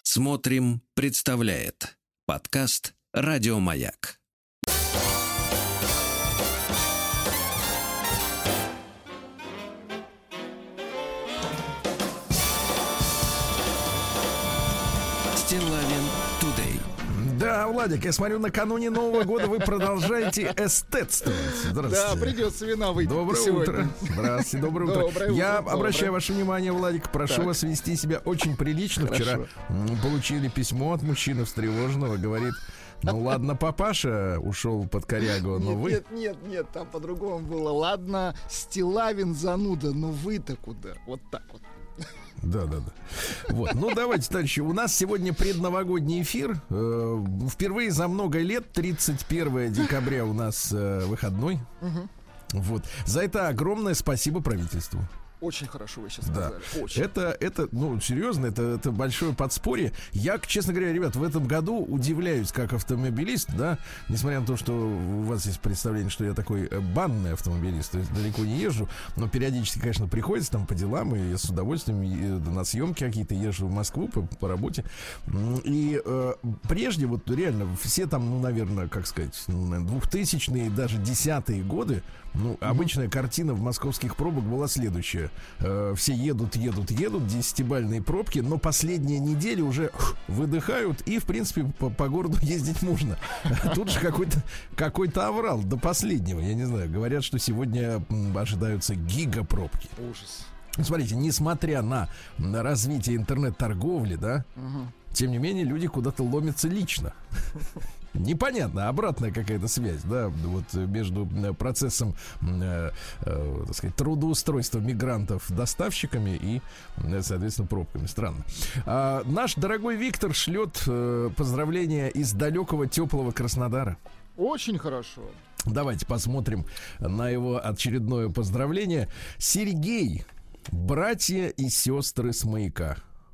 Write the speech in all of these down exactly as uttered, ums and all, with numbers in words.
Смотрим, представляет подкаст «Радиомаяк». Стиллавин Тудей. Да, Владик, я смотрю, накануне Нового года вы продолжаете эстетствовать. Здравствуйте. Да, придется вина выйти. Доброе сегодня. утро. Здравствуйте, доброе утро. Доброе Я утро, обращаю доброе. ваше внимание, Владик, прошу Так. вас вести себя очень прилично. Хорошо. Вчера м, получили письмо от мужчины встревоженного, говорит: ну ладно, папаша ушел под корягу, но Нет, вы... нет, нет, нет, там по-другому было. Ладно, Стиллавин зануда, но вы-то куда? Вот так вот. Да, да, да. Вот. Ну, давайте, товарищи, у нас сегодня предновогодний эфир. Э, Впервые за много лет, тридцать первого декабря у нас э, выходной. Вот. За это огромное спасибо правительству. Очень хорошо вы сейчас Да. сказали. Очень. Это, это, ну, серьезно, это, это большое подспорье. Я, честно говоря, ребят, в этом году удивляюсь как автомобилист, да, несмотря на то, что у вас есть представление, что я такой э, банный автомобилист, то есть далеко не езжу, но периодически, конечно, приходится там по делам, и я с удовольствием э, на съемки какие-то езжу в Москву по, по работе. М, И э, прежде, вот реально, все там, ну, наверное, как сказать, ну, наверное, двухтысячные, даже десятые годы, ну, обычная картина в московских пробок была следующая. Э, Все едут, едут, едут, десятибалльные пробки, но последние недели уже ух, выдыхают, и, в принципе, по, по городу ездить можно. Тут же какой-то какой-то аврал до последнего, я не знаю. Говорят, что сегодня м, ожидаются гигапробки. Ужас. Смотрите, несмотря на, на развитие интернет-торговли, да, Мгм. тем не менее, люди куда-то ломятся лично. Непонятно, обратная какая-то связь, да, вот между э, процессом, э, э, так сказать, трудоустройства мигрантов доставщиками и, э, соответственно, пробками. Странно. А, наш дорогой Виктор шлет э, поздравления из далекого теплого Краснодара. Очень хорошо. Давайте посмотрим на его очередное поздравление. Сергей, братья и сестры с Маяка.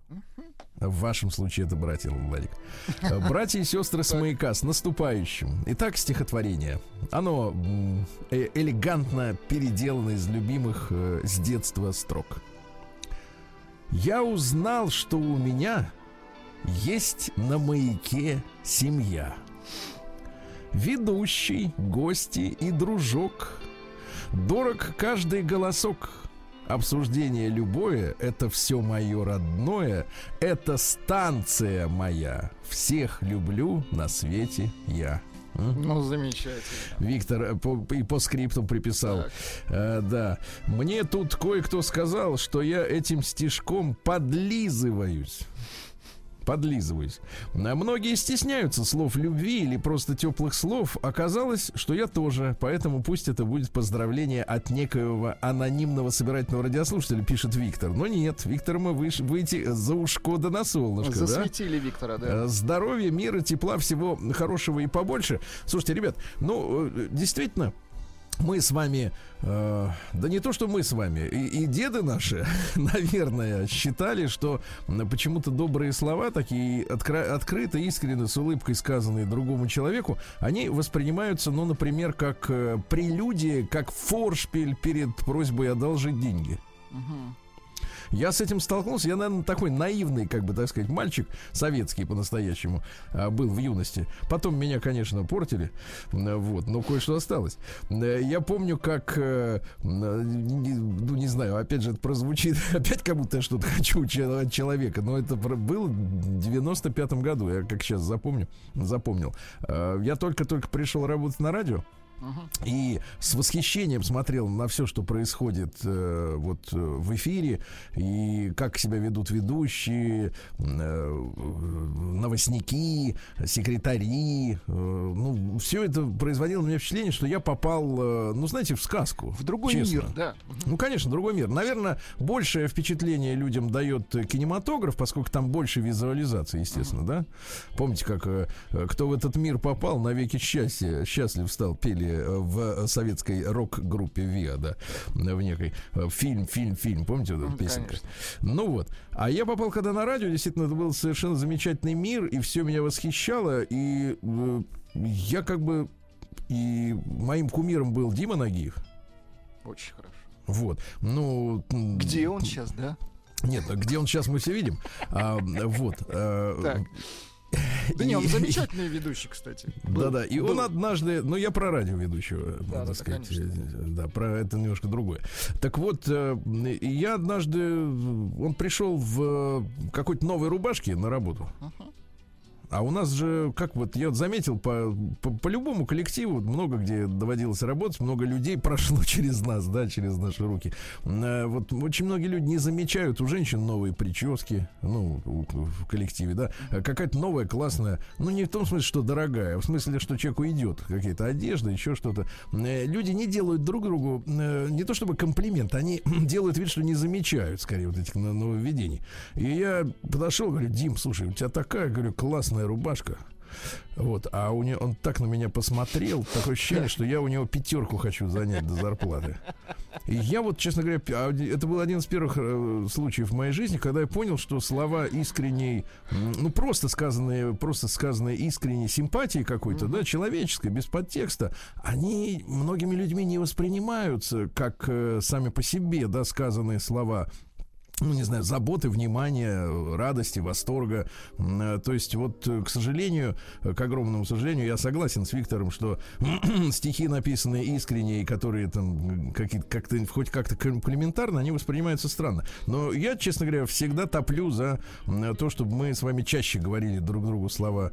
В вашем случае это братья, Владик. Братья и сестры с Маяка, с наступающим. Итак, стихотворение. Оно м, э- элегантно переделано из любимых э, с детства строк. Я узнал, что у меня есть на Маяке семья. Ведущий, гости и дружок. Дорог каждый голосок. Обсуждение любое — это все мое родное. Это станция моя. Всех люблю на свете я. М? Ну, замечательно. Виктор э, по, и по скрипту приписал. Так. Э, да. Мне тут кое-кто сказал, что я этим стишком подлизываюсь. Подлизываюсь. А многие стесняются слов любви или просто теплых слов. Оказалось, что я тоже. Поэтому пусть это будет поздравление от некоего анонимного собирательного радиослушателя, пишет Виктор. Но нет, Виктор, мы выш- выйти за ушко да на солнышко. Да? Засветили Виктора, да. Э, Здоровья, мира, тепла, всего хорошего и побольше. Слушайте, ребят, ну, э, действительно, мы с вами, э, да не то, что мы с вами, и, и деды наши, наверное, считали, что м, почему-то добрые слова, такие откро- открыто, искренне, с улыбкой сказанные другому человеку, они воспринимаются, ну, например, как э, прелюдия, как форшпиль перед просьбой одолжить деньги. Мгм. Я с этим столкнулся. Я, наверное, такой наивный, как бы, так сказать, мальчик, советский по-настоящему, а, был в юности. Потом меня, конечно, портили, м, вот, но кое-что осталось. Э, Я помню, как, э, м, не- ну, не знаю, опять же, это прозвучит, опять как будто я что-то хочу у че- от человека, но это про- было в девяносто пятом году, я как сейчас запомню, запомнил. Э, Я только-только пришел работать на радио, и с восхищением смотрел на все, что происходит э, вот э, в эфире, и как себя ведут ведущие, э, новостники, секретари. Э, ну, все это производило на меня впечатление, что я попал, э, ну, знаете, в сказку. В другой честно. мир, да. Ну, конечно, другой мир. Наверное, большее впечатление людям дает кинематограф, поскольку там больше визуализации, естественно, да? Помните, как э, «Кто в этот мир попал, навеки счастье, счастлив стал», пели в советской рок-группе ВИА, да, в некой фильм, фильм, фильм, помните вот эту песенку? Конечно. Ну вот. А я попал когда на радио, действительно, это был совершенно замечательный мир, и все меня восхищало, и э, я как бы, и моим кумиром был Дима Нагиев. Очень хорошо. Вот. Ну, Где он сейчас, да? Нет, где он сейчас, мы все видим. А, вот. А, Так. Да не, он замечательный ведущий, кстати. Да-да, и он однажды, ну я про радиоведущего, Да, надо да, сказать, конечно. да, про это немножко другое. Так вот, э, я однажды, он пришел в какой-то новой рубашке на работу. Ага. А у нас же, как вот я вот заметил, по, по, по любому коллективу, много где доводилось работать, много людей прошло через нас, да, через наши руки. А, вот очень многие люди не замечают у женщин новые прически, ну, у, в коллективе, да, какая-то новая классная, ну, не в том смысле, что дорогая, а в смысле, что человеку идет какая-то одежда, еще что-то. Люди не делают друг другу, не то чтобы комплимент, они делают вид, что не замечают, скорее, вот этих нововведений. И я подошел, говорю: Дим, слушай, у тебя такая, говорю, классная рубашка. Вот, а у него, он так на меня посмотрел, такое ощущение, что я у него пятерку хочу занять до зарплаты. И я вот, честно говоря, это был один из первых э, случаев в моей жизни, когда я понял, что слова искренней, ну просто сказанные, просто сказанные искренней симпатии какой-то, mm-hmm. да, человеческой, без подтекста, они многими людьми не воспринимаются как э, сами по себе, да, сказанные слова. Ну, не знаю, заботы, внимания, радости, восторга. То есть, вот, к сожалению, к огромному сожалению, я согласен с Виктором, что стихи, написанные искренне, и которые там как-то, хоть как-то комплиментарно, они воспринимаются странно. Но я, честно говоря, всегда топлю за то, чтобы мы с вами чаще говорили друг другу слова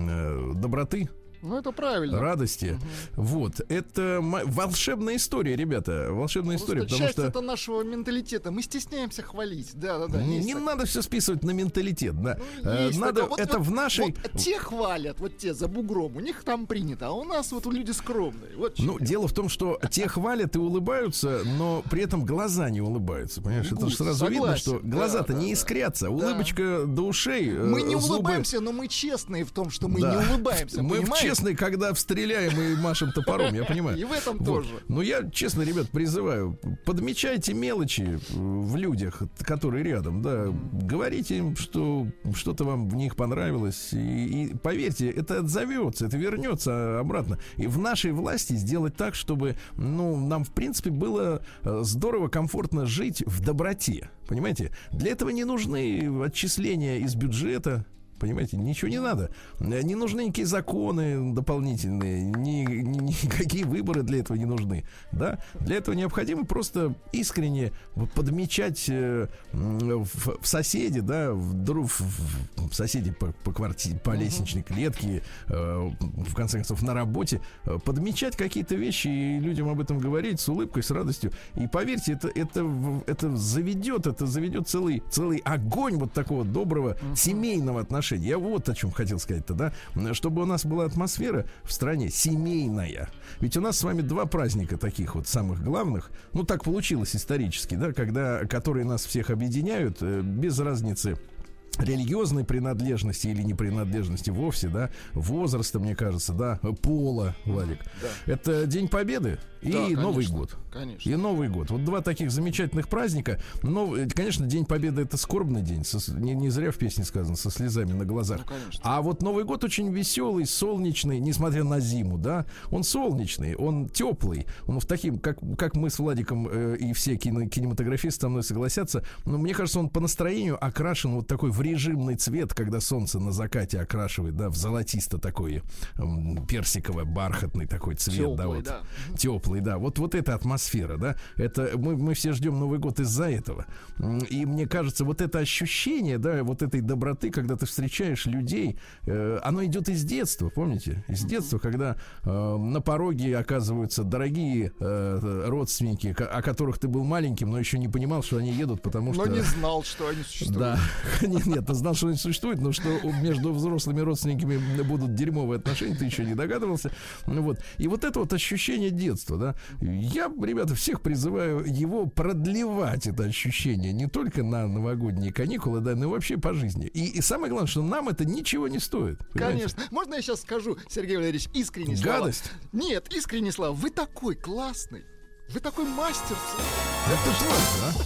доброты, ну, это правильно. радости. Угу. Вот. Это м- волшебная история, ребята. Волшебная Просто история. Потому часть что это нашего менталитета. Мы стесняемся хвалить. Да, да, да. Не, не надо все списывать на менталитет. Да. Ну, надо вот, это вот, в нашей. Вот те хвалят, вот те за бугром. У них там принято. А у нас вот люди скромные. Вот ну, дело в том, что те хвалят и улыбаются, но при этом глаза не улыбаются. Понимаешь, это же сразу согласен. видно, что глаза-то да, не да, искрятся. да. Улыбочка до ушей. Мы не зубы... улыбаемся, но мы честные в том, что мы да. не улыбаемся. Мы понимаешь? честные, когда стреляем и машем топором, я понимаю. И в этом вот. тоже. Но я, честно, ребят, призываю, подмечайте мелочи в людях, которые рядом, да, говорите им, что что-то вам в них понравилось, и, и поверьте, это отзовется, это вернется обратно. И в нашей власти сделать так, чтобы, ну, нам, в принципе, было здорово, комфортно жить в доброте, понимаете? Для этого не нужны отчисления из бюджета. Понимаете, ничего не надо. Не нужны никакие законы дополнительные, ни, ни, никакие выборы для этого не нужны. Да? Для этого необходимо просто искренне подмечать э, в, в соседе, да, в, в, в соседе по, по квартире, по лестничной клетке, э, в конце концов, на работе, э, подмечать какие-то вещи и людям об этом говорить с улыбкой, с радостью. И поверьте, это, это, это заведет, это заведет целый, целый огонь вот такого доброго семейного отношения. Я вот о чем хотел сказать-то, да, чтобы у нас была атмосфера в стране семейная. Ведь у нас с вами два праздника таких вот самых главных, ну так получилось исторически, да, когда, которые нас всех объединяют без разницы религиозной принадлежности или непринадлежности вовсе, да, возраста, мне кажется, да, пола, Владик. Да. Это День Победы и да, Новый год. Конечно. И Новый год. Вот два таких замечательных праздника. Но, конечно, День Победы — это скорбный день. Со, не, не зря в песне сказано, со слезами на глазах. Ну, а вот Новый год очень веселый, солнечный, несмотря на зиму, да. Он солнечный, он теплый. Он в таким, как, как мы с Владиком э, и все кино, кинематографисты со мной согласятся. Но мне кажется, он по настроению окрашен вот такой в режимный цвет, когда солнце на закате окрашивает, да, в золотисто такой э, персиковый, бархатный такой цвет, теплый, да, вот. Да. Теплый, да. Вот, вот эта атмосфера, да. Это мы, мы все ждем Новый год из-за этого. И мне кажется, вот это ощущение, да, вот этой доброты, когда ты встречаешь людей, э, оно идет из детства, помните? Из детства, когда э, на пороге оказываются дорогие э, родственники, о которых ты был маленьким, но еще не понимал, что они едут, потому что... Но не знал, что они существуют. Да, нет, нет, ты знал, что они существуют, но что между взрослыми родственниками будут дерьмовые отношения, ты еще не догадывался. Ну, вот. И вот это вот ощущение детства, да, я, ребята, всех призываю его продлевать, это ощущение, не только на новогодние каникулы, да, но и вообще по жизни. И, и самое главное, что нам это ничего не стоит. Понимаете? Конечно. Можно я сейчас скажу, Сергей Валерьевич, искренне слова? Гадость? Нет, искренне слова. Вы такой классный. Вы такой мастер. Это точно, а?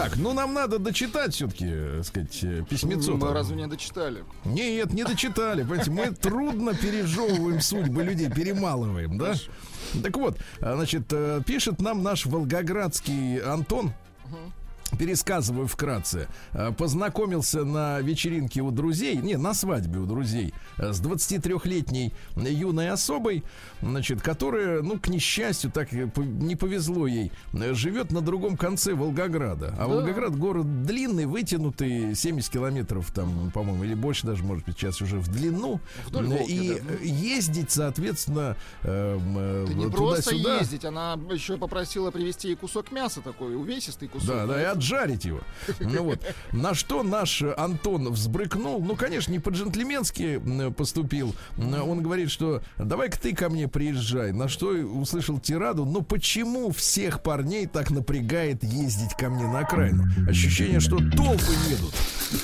Так, ну нам надо дочитать все-таки, так сказать, письмецо. Мы разве не дочитали? Нет, не дочитали. Понимаете, мы трудно пережевываем судьбы людей, перемалываем, да? Так вот, значит, пишет нам наш волгоградский Антон. Пересказываю вкратце. Познакомился на вечеринке у друзей, не, на свадьбе у друзей, с двадцатитрёхлетней юной особой, значит, которая, ну, к несчастью, так не повезло ей, живет на другом конце Волгограда. А да. Волгоград город длинный, вытянутый, семьдесят километров там, по-моему, или больше даже, может быть, сейчас уже в длину. Вдоль Волги, и да. ездить, соответственно, э, да не просто ездить, она еще попросила привезти ей кусок мяса такой, увесистый кусок. Да, да, и жарить его. Ну, вот. На что наш Антон взбрыкнул. Ну, конечно, не по-джентльменски поступил. Он говорит, что давай-ка ты ко мне приезжай. На что услышал тираду. Но почему всех парней так напрягает ездить ко мне на окраину? Ощущение, что толпы едут.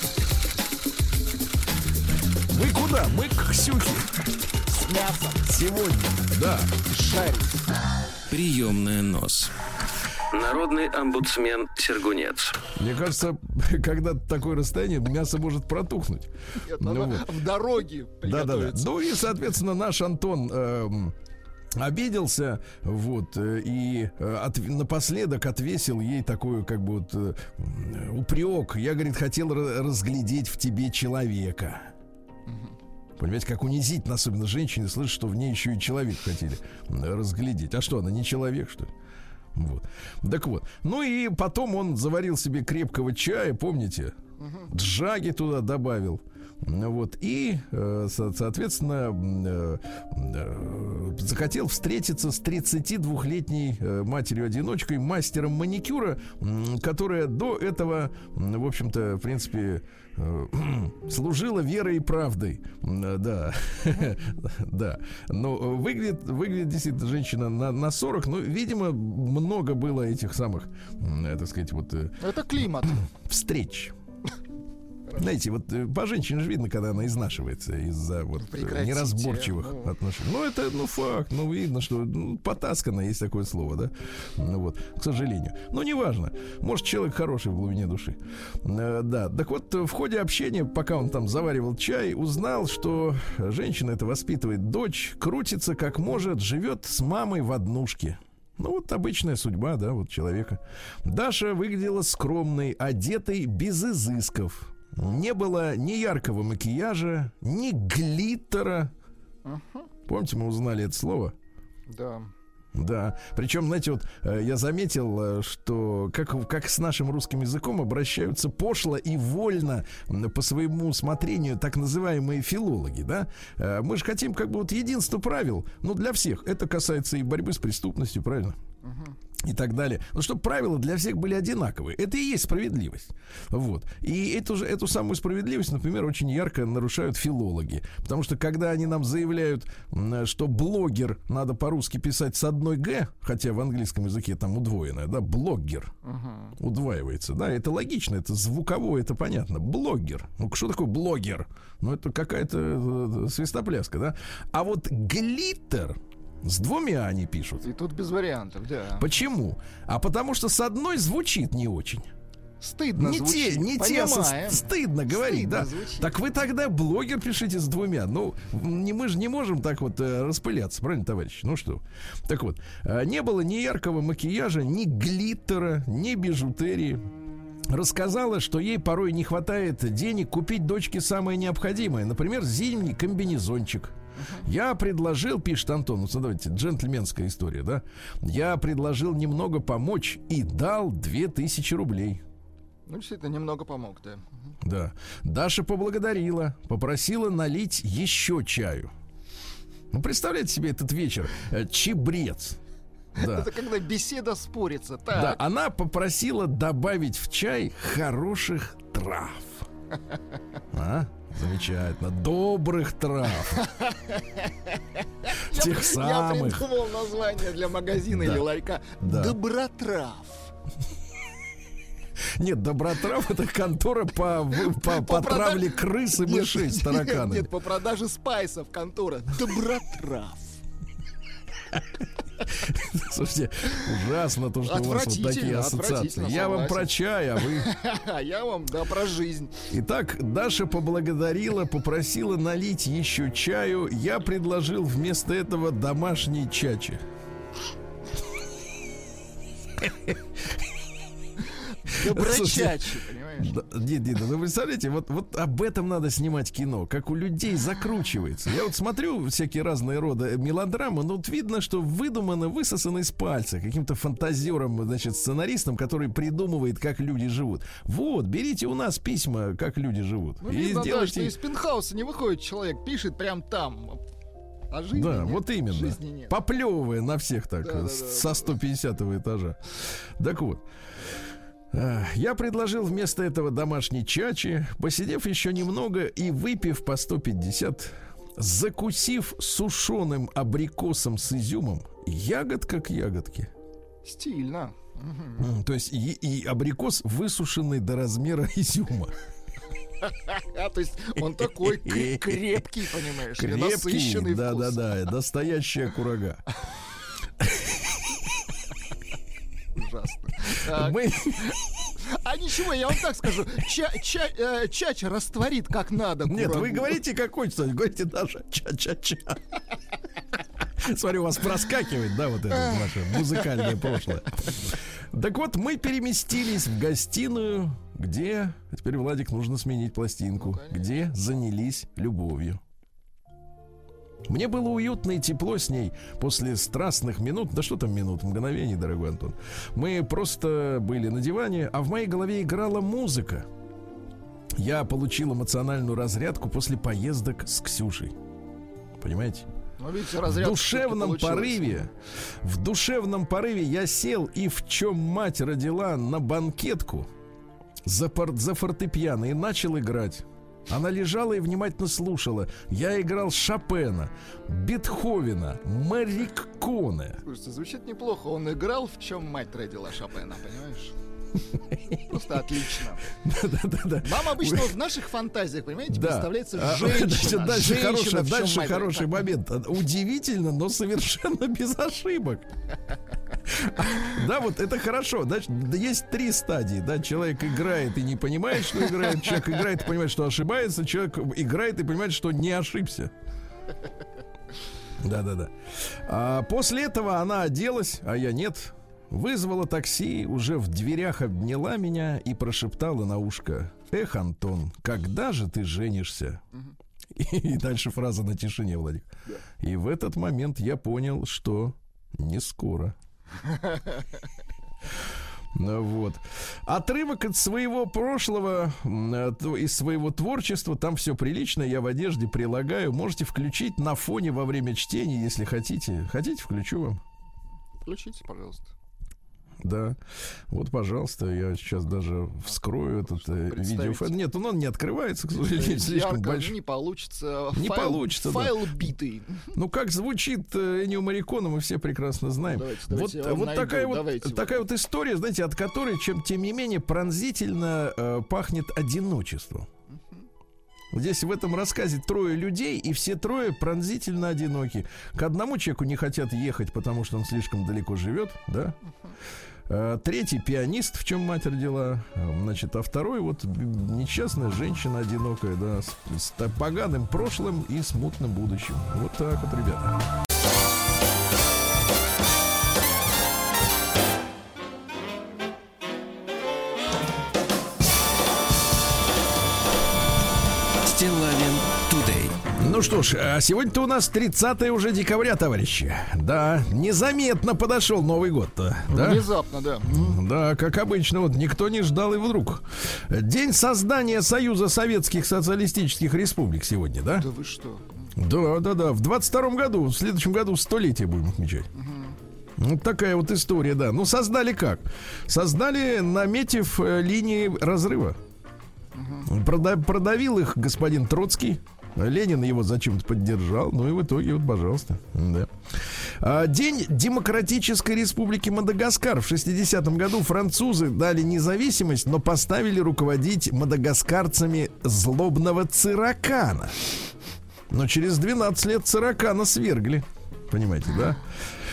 Вы куда? Мы к Ксюхе. С мясом. Сегодня, да. Жарить. Приемная нос. Народный омбудсмен Сергунец. Мне кажется, когда такое расстояние, мясо может протухнуть. Нет, ну, вот. В дороге приготовиться. Да-да-да. Ну и, соответственно, наш Антон э, обиделся, вот, и э, от, напоследок отвесил ей такой, как бы, вот, э, упрек. Я, говорит, хотел разглядеть в тебе человека. Угу. Понимаете, как унизительно, особенно женщине, слышать, что в ней еще и человек хотели разглядеть. А что, она не человек, что ли? Вот. Так вот. Ну и потом он заварил себе крепкого чая, помните? Uh-huh. Джаги туда добавил. Вот. И, э, соответственно, э, э, захотел встретиться с тридцатидвухлетней э, матерью-одиночкой, мастером маникюра, э, которая до этого, э, в общем-то, в принципе, э, служила верой и правдой. Э, да. Да. Но выглядит, выглядит действительно женщина на, на сорок, но, видимо, много было этих самых, э, так сказать, вот... Э, Это климат. Встреч. Знаете, вот по женщине же видно, когда она изнашивается из-за вот неразборчивых ну... отношений. Ну, это, ну, факт. Ну, видно, что ну, потаскано, есть такое слово, да? Ну, вот, к сожалению. Но неважно. Может, человек хороший в глубине души. Э, да. Так вот, в ходе общения, пока он там заваривал чай, узнал, что женщина эта воспитывает дочь, крутится как может, живет с мамой в однушке. Ну, вот обычная судьба, да, вот человека. Даша выглядела скромной, одетой без изысков. Не было ни яркого макияжа, ни глиттера. Uh-huh. Помните, мы узнали это слово? Да. Да. Причем, знаете, вот я заметил, что как, как с нашим русским языком обращаются пошло и вольно по своему усмотрению так называемые филологи, да? Мы же хотим как бы вот единство правил, ну, для всех. Это касается и борьбы с преступностью, правильно? Uh-huh. И так далее. Но чтобы правила для всех были одинаковые. Это и есть справедливость. Вот. И эту, же, эту самую справедливость, например, очень ярко нарушают филологи. Потому что когда они нам заявляют, что блогер надо по-русски писать с одной «г», хотя в английском языке там удвоенное, да, блогер uh-huh. удваивается, да, это логично, это звуковое, это понятно. Блогер. Ну, что такое блогер? Ну, это какая-то свистопляска, да. А вот глиттер с двумя они пишут. И тут без вариантов, да. Почему? А потому что с одной звучит не очень. Стыдно не звучит. Те, не те, со, стыдно говорить, да. Звучит. Так вы тогда блогер пишите с двумя. Ну, не, мы же не можем так вот э, распыляться, правильно, товарищи? Ну что? Так вот, э, не было ни яркого макияжа, ни глиттера, ни бижутерии. Рассказала, что ей порой не хватает денег купить дочке самое необходимое. Например, зимний комбинезончик. Я предложил, пишет Антон, ну, давайте, джентльменская история, да? Я предложил немного помочь и дал две тысячи рублей. Ну, действительно, немного помог, да. Да. Даша поблагодарила, попросила налить еще чаю. Ну, представляете себе этот вечер? Чебрец. Да. Это когда беседа спорится. Так. Да, она попросила добавить в чай хороших трав. А? Замечательно. Добрых трав. Тех самых. Я придумал название для магазина или ларька. Добротрав. Нет, Добротрав — это контора по, по, по, по травле крыс и мышей с тараканами. Нет, по продаже спайсов контора. Добротрав. Слушайте, ужасно то, что у вас вот такие ассоциации. Я вам про чай, а вы... А я вам, да, про жизнь. Итак, Даша поблагодарила, попросила налить еще чаю. Я предложил вместо этого домашний чачи. Доброчачи, понимаешь? Да, нет, нет, ну вы представляете, вот, вот об этом надо снимать кино, как у людей закручивается. Я вот смотрю всякие разные рода мелодрамы, но вот видно, что выдумано, высосано из пальца каким-то фантазером, значит, сценаристом, который придумывает, как люди живут. Вот, берите у нас письма, как люди живут. Ну, и видно, сделайте... да, что из пентхауса не выходит человек, пишет прям там. А жизни да, нет. вот именно. Жизни нет. Поплевывая на всех так, да, да, со да, сто пятидесятого этажа. Так вот. Я предложил вместо этого домашний чачи, посидев еще немного и выпив по сто пятьдесят, закусив сушеным абрикосом с изюмом, ягодка к ягодке. Стильно. Угу. То есть и, и абрикос высушенный до размера изюма. То есть он такой крепкий, понимаешь, крепкий, да-да-да, настоящая курага. Ужасно. Мы... А ничего, я вам так скажу, ча ча э, чача растворит как надо курагу. Нет, вы говорите какой-то, говорите даже ча-ча-ча. Смотрю, у вас проскакивает, да, вот это ваше музыкальное прошлое. Так вот, мы переместились в гостиную, где, теперь, Владик, нужно сменить пластинку, ну, где занялись любовью. Мне было уютно и тепло с ней после страстных минут, да что там минут, мгновений, дорогой Антон. Мы просто были на диване, а в моей голове играла музыка. Я получил эмоциональную разрядку после поездок с Ксюшей. Понимаете? Ну, видите, в душевном порыве, в душевном порыве я сел и в чем мать родила на банкетку за, пор- за фортепиано и начал играть. Она лежала и внимательно слушала. Я играл Шопена, Бетховена, Морриконе. Слушайте, звучит неплохо. Он играл, в чем мать родила Шопена, понимаешь? Просто отлично. Да-да-да. Нам обычно в наших фантазиях, понимаете, да. представляется а, женщина. Дальше, женщина хороший, дальше хороший мать. момент. Удивительно, но совершенно без ошибок. Да, вот это хорошо. Значит, есть три стадии. Да, человек играет и не понимает, что играет. Человек играет и понимает, что ошибается. Человек играет и понимает, что не ошибся. Да-да-да. А после этого она оделась, а я нет. Вызвала такси, уже в дверях обняла меня и прошептала на ушко: эх, Антон, когда же ты женишься? И, и дальше фраза на тишине, Владик. И в этот момент я понял, что не скоро. Ну вот. Отрывок от своего прошлого, из своего творчества, там все прилично, я в одежде прилагаю. Можете включить на фоне во время чтения, если хотите. Хотите, включу вам? Включите, пожалуйста. Да, вот, пожалуйста, я сейчас даже вскрою этот э, видеофайл. Нет, он, он не открывается, к сожалению, слишком большой. Не получится. Не файл, получится, файл да. битый. Ну, как звучит э, Эннио Морриконе, мы все прекрасно знаем. Давайте, вот давайте, вот, найду, такая, давайте вот такая вот история, знаете, от которой, чем тем не менее, пронзительно э, пахнет одиночеством. Здесь в этом рассказе трое людей, и все трое пронзительно одиноки. К одному человеку не хотят ехать, потому что он слишком далеко живет, да? А, третий пианист, в чем мать родила, значит, а второй вот несчастная женщина одинокая, да, с, с поганым прошлым и смутным будущим. Вот так вот, ребята. Ну что ж, сегодня-то у нас тридцатое уже декабря, товарищи. Да, незаметно подошел Новый год-то. Да? Внезапно, да. Да, как обычно, вот никто не ждал и вдруг. День создания Союза Советских Социалистических Республик сегодня, да? Да вы что? Да, да, да. В двадцать втором году, в следующем году столетие будем отмечать. Угу. Вот такая вот история, да. Ну, создали как? Создали, наметив э, линии разрыва. Угу. Прода- продавил их господин Троцкий. Ленин его зачем-то поддержал. Ну и в итоге, вот, пожалуйста. Да. День Демократической Республики Мадагаскар. В шестидесятом году французы дали независимость, но поставили руководить мадагаскарцами злобного Циракана. Но через двенадцать лет Циракана свергли. Понимаете, да?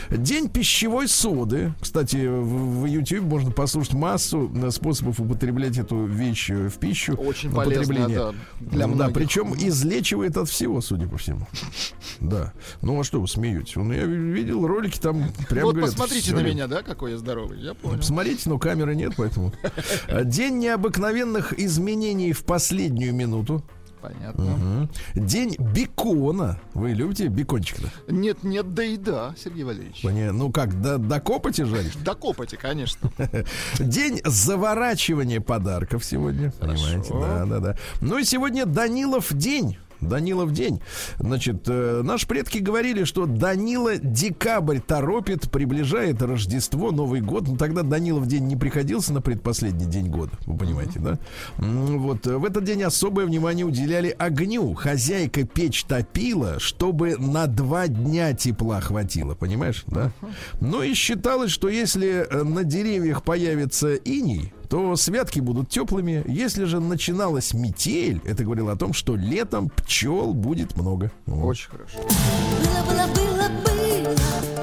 День пищевой соды. Кстати, в, в YouTube можно послушать массу способов употреблять эту вещь в пищу. Очень полезно, да, для да, причем излечивает от всего, судя по всему. Да. Ну, а что вы смеетесь? Ну, я видел ролики, там прям вот говорят... посмотрите на меня, да, какой я здоровый, я понял. Посмотрите, но камеры нет, поэтому... День необыкновенных изменений в последнюю минуту. Понятно. Угу. День бекона. Вы любите бекончик-то? Нет, нет, да и да, Сергей Валерьевич. Понятно. Ну как, до, до копоти жаришь? До копоти, конечно. День заворачивания подарков сегодня. Хорошо. Понимаете? Да, да, да. Ну и сегодня Данилов день. Данилов день. Значит, э, наши предки говорили, что Данила декабрь торопит, приближает Рождество, Новый год. Но тогда Данилов день не приходился на предпоследний день года. Вы понимаете, mm-hmm. да? Вот. В этот день особое внимание уделяли огню. Хозяйка печь топила, чтобы на два дня тепла хватило. Понимаешь, да? Mm-hmm. Ну и считалось, что если на деревьях появится иней, то святки будут теплыми. Если же начиналась метель, это говорило о том, что летом пчел будет много. Очень хорошо. Было, было, было, было,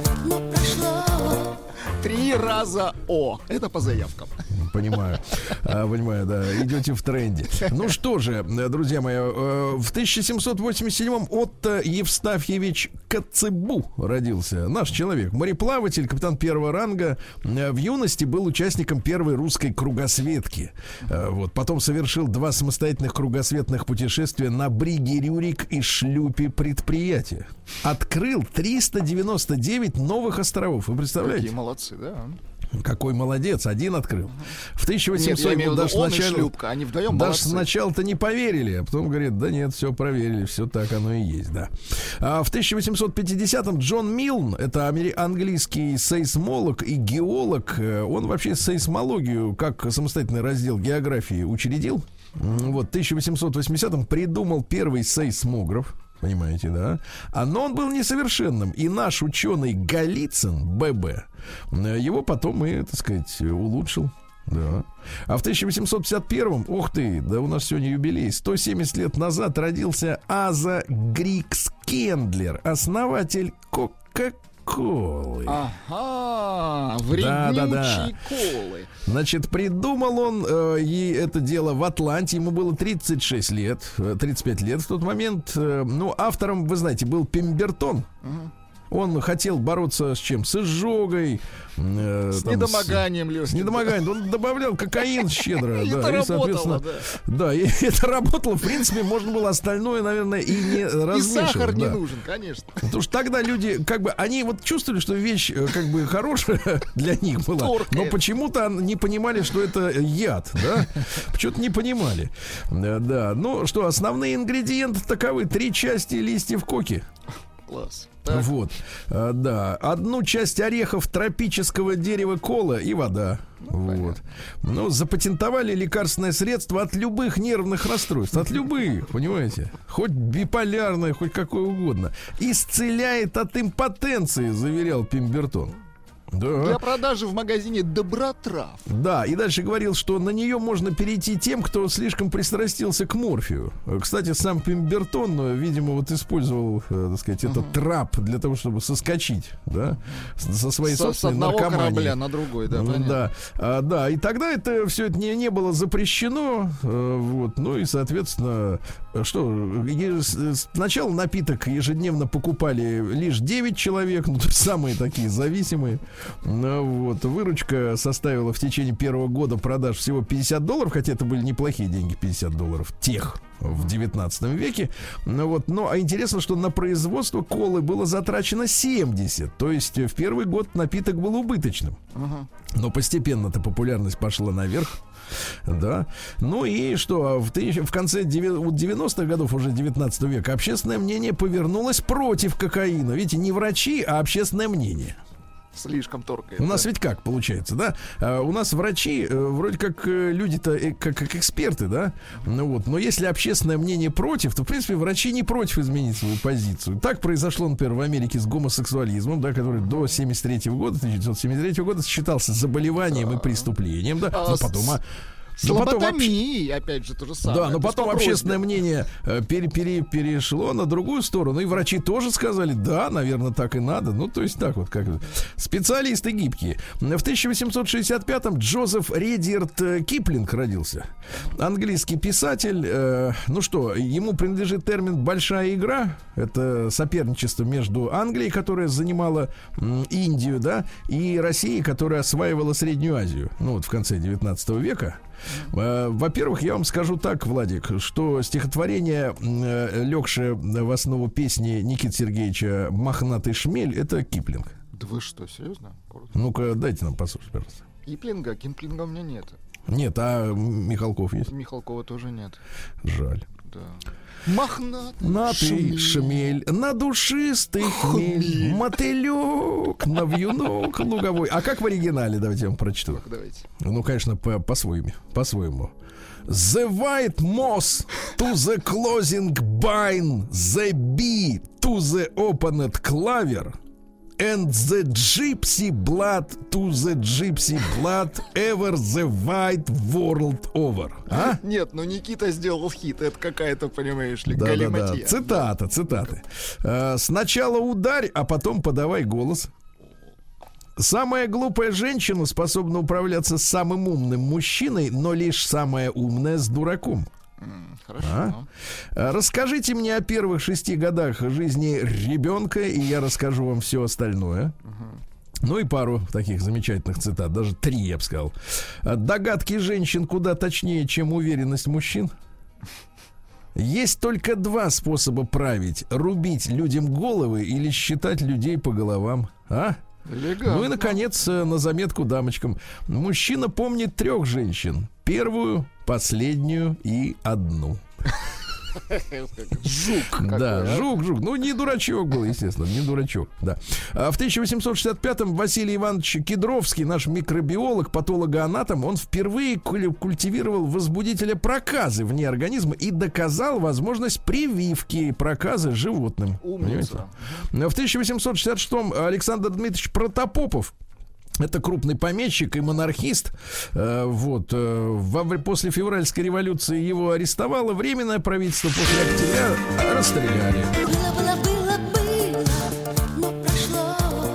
но прошло. Три раза О. Это по заявкам. Понимаю, а, понимаю, да, идете в тренде. Ну что же, друзья мои, в тысяча семьсот восемьдесят седьмом Отто Евстафьевич Коцебу родился. Наш человек, мореплаватель, капитан первого ранга. В юности был участником первой русской кругосветки. Вот, потом совершил два самостоятельных кругосветных путешествия на бриге Рюрик и шлюпе Предприятие. Открыл триста девяносто девять новых островов. Вы представляете? Какие молодцы, да. Какой молодец, один открыл. В тысяча восемьсотом нет, даже он сначала, и шлюпка, они вдвоем даже молодцы. сначала-то не поверили, а потом говорит, да нет, все проверили, все так оно и есть, да. А в тысяча восемьсот пятидесятом Джон Милн, это английский сейсмолог и геолог, он вообще сейсмологию как самостоятельный раздел географии учредил. Вот, в тысяча восемьсот восьмидесятом придумал первый сейсмограф. Понимаете, да? А, но он был несовершенным. И наш ученый Голицын, ББ, его потом и, так сказать, улучшил. Да. А в тысяча восемьсот пятьдесят первом, ух ты, да у нас сегодня юбилей, сто семьдесят лет назад родился Аза Грикс Кендлер, основатель Кока-Колы. Ага, вреднючей да, да, да. колы. Значит, придумал он э, и это дело в Атланте. Ему было тридцать шесть лет, тридцать пять лет в тот момент. Э, ну, автором, вы знаете, был Пембертон. Угу. Он хотел бороться с чем? С изжогой. Э, с там, недомоганием, с, Лёшка. С недомоганием. Он добавлял кокаин щедро. И да, это и, работало, да. Да, и это работало. В принципе, можно было остальное, наверное, и не размешивать. И сахар да. не нужен, конечно. Потому что тогда люди, как бы, они вот чувствовали, что вещь, как бы, хорошая для них была. Торкает. Но почему-то не понимали, что это яд, да? Почему-то не понимали. Да, ну что, основные ингредиенты таковы. Три части листьев коки. Класс. Так. Вот, а, да, одну часть орехов тропического дерева кола и вода. Ну, вот. Ну, запатентовали лекарственное средство от любых нервных расстройств, от любых, понимаете? Хоть биполярное, хоть какое угодно. Исцеляет от импотенции, заверял Пембертон. Да. Для продажи в магазине Добротрав. Да, и дальше говорил, что на нее можно перейти тем, кто слишком пристрастился к морфию. Кстати, сам Пембертон, видимо, вот использовал, так сказать, uh-huh. этот трап для того, чтобы соскочить, да, со своей Со, собственной с одного наркомании. корабля на другой, да, понятно. Да, а, да, и тогда это все это не, не было запрещено, вот, ну и, соответственно, что, сначала напиток ежедневно покупали лишь девять человек, ну, то есть самые такие зависимые. Ну, вот, выручка составила в течение первого года продаж всего пятьдесят долларов, хотя это были неплохие деньги, пятьдесят долларов тех в девятнадцатом веке. Ну, вот, ну, а интересно, что на производство колы было затрачено семьдесят, то есть в первый год напиток был убыточным. Uh-huh. Но постепенно-то популярность пошла наверх. Да. Ну и что, в, тысяч... в конце девяностых годов уже девятнадцатого века общественное мнение повернулось против кокаина. Видите, не врачи, а общественное мнение. Слишком торкает. У нас да? ведь как получается, да? А, у нас врачи э, вроде как э, люди-то э, как, как эксперты, да? Ну вот, но если общественное мнение против, то в принципе врачи не против изменить свою позицию. Так произошло, например, в Америке с гомосексуализмом, да, который до семьдесят третьего года, тысяча девятьсот семьдесят третьего года считался заболеванием да. и преступлением, да. А но потом, а, Но потом обще- Лоботомии, опять же, то же самое. Да, но То есть потом по просьбе. общественное мнение э, пере- пере- перешло на другую сторону, и врачи тоже сказали, да, наверное, так и надо. Ну, то есть так вот, как специалисты гибкие. В тысяча восемьсот шестьдесят пятом Джозеф Редьярд э, Киплинг родился. Английский писатель. Э, ну что, ему принадлежит термин «большая игра». Это соперничество между Англией, которая занимала м, Индию, да, и Россией, которая осваивала Среднюю Азию. Ну, вот в конце девятнадцатого века. Во-первых, я вам скажу так, Владик, что стихотворение, легшее в основу песни Никиты Сергеевича «Мохнатый шмель», это Киплинг. Да вы что, серьезно? Ну-ка, дайте нам послушать, пожалуйста. Киплинга? Киплинга у меня нет. Нет, а Михалков есть? Михалкова тоже нет. Жаль. Да. Мохнатый На ты шмель, на душистый хмель, мотылек, на вьюнок луговой. А как в оригинале? Давайте я вам прочту. Так, давайте. Ну, конечно, по- по-своему. По-своему. The white moss to the closing bind, the bee to the opened claver, and the gypsy blood to the gypsy blood ever the white world over. А? Нет, ну Никита сделал хит. Это какая-то, понимаешь ли, Да, да, да. галиматья. Цитата, цитаты. Э, Сначала ударь, а потом подавай голос. Самая глупая женщина способна управляться с самым умным мужчиной, но лишь самая умная с дураком. М, Хорошо. А? А, Расскажите мне о первых шести годах жизни ребенка, и я расскажу вам все остальное. Ну и пару таких замечательных цитат, даже три, я бы сказал. А, Догадки женщин куда точнее, чем уверенность мужчин. Есть только два способа править: рубить людям головы или считать людей по головам. А? Элегантно. Ну и, наконец, э, на заметку дамочкам. Мужчина помнит трех женщин. Первую, последнюю и одну. Жук какой, Да, а? жук, жук. Ну, не дурачок был, естественно, не дурачок, да. А в тысяча восемьсот шестьдесят пятом Василий Иванович Кедровский, наш микробиолог, патологоанатом, он впервые куль- культивировал возбудителя проказы вне организма и доказал возможность прививки проказы животным. Умница. Понимаете? В тысяча восемьсот шестьдесят шестом Александр Дмитриевич Протопопов, это крупный помещик и монархист. Э, вот, э, во вре- после февральской революции его арестовало временное правительство, после октября расстреляли. Было, было, было, было, но прошло.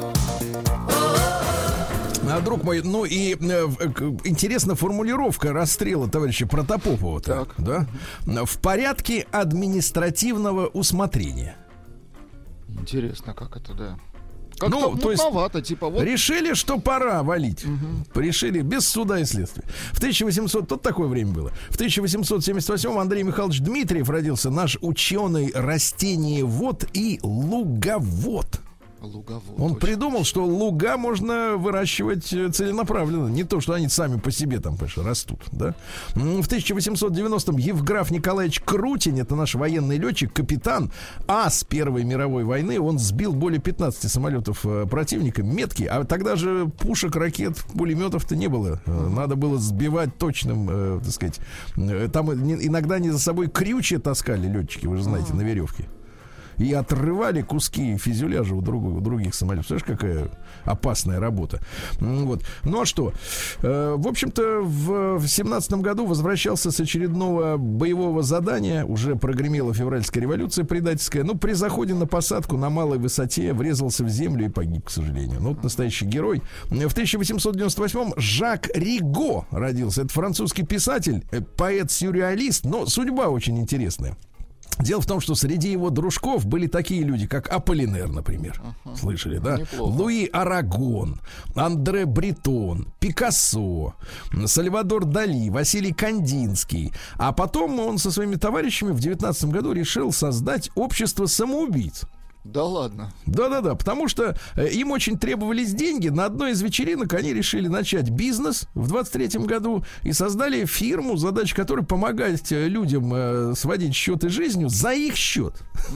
А, друг мой, ну и э, в- к- интересна формулировка расстрела товарища Протопопова, Так. да? В порядке административного усмотрения. Интересно, как это, да. Как-то Ну, то есть мутновато, типа вот. Решили, что пора валить. Решили без суда и следствия. В тысяча восемьсот, тут такое время было. В тысяча восемьсот семьдесят восьмом Андрей Михайлович Дмитриев родился, наш ученый растениевод и луговод. Луговод. Он очень. придумал, что луга можно выращивать э, целенаправленно. Не то, что они сами по себе там, понимаешь, растут, да? М, В тысяча восемьсот девяностом Евграф Николаевич Крутень, это наш военный летчик, капитан ас Первой мировой войны. Он сбил более пятнадцати самолетов э, противника, меткий. А тогда же пушек, ракет, пулеметов-то не было. Э, Надо было сбивать точным, э, так сказать. э, Там не- иногда они за собой крючья таскали летчики, вы же знаете, на веревке. И отрывали куски фюзеляжа у, друг- у других самолетов. Слышишь, какая опасная работа. М, Вот. Ну а что? Э, в общем-то, в семнадцатом году возвращался с очередного боевого задания. Уже прогремела февральская революция предательская. Ну, при заходе на посадку на малой высоте врезался в землю и погиб, к сожалению. Ну, вот настоящий герой. В тысяча восемьсот девяносто восьмом Жак Риго родился. Это французский писатель, э, поэт-сюрреалист, но судьба очень интересная. Дело в том, что среди его дружков были такие люди, как Аполлинер, например. Uh-huh. Слышали, да? Неплохо. Луи Арагон, Андре Бретон, Пикассо, Сальвадор Дали, Василий Кандинский. А потом он со своими товарищами в девятнадцатом году решил создать общество самоубийц. Да ладно. Да-да-да, потому что э, им очень требовались деньги. На одной из вечеринок они решили начать бизнес в двадцать третьем году и создали фирму, задача которой помогать э, людям э, сводить счеты с жизнью за их счет.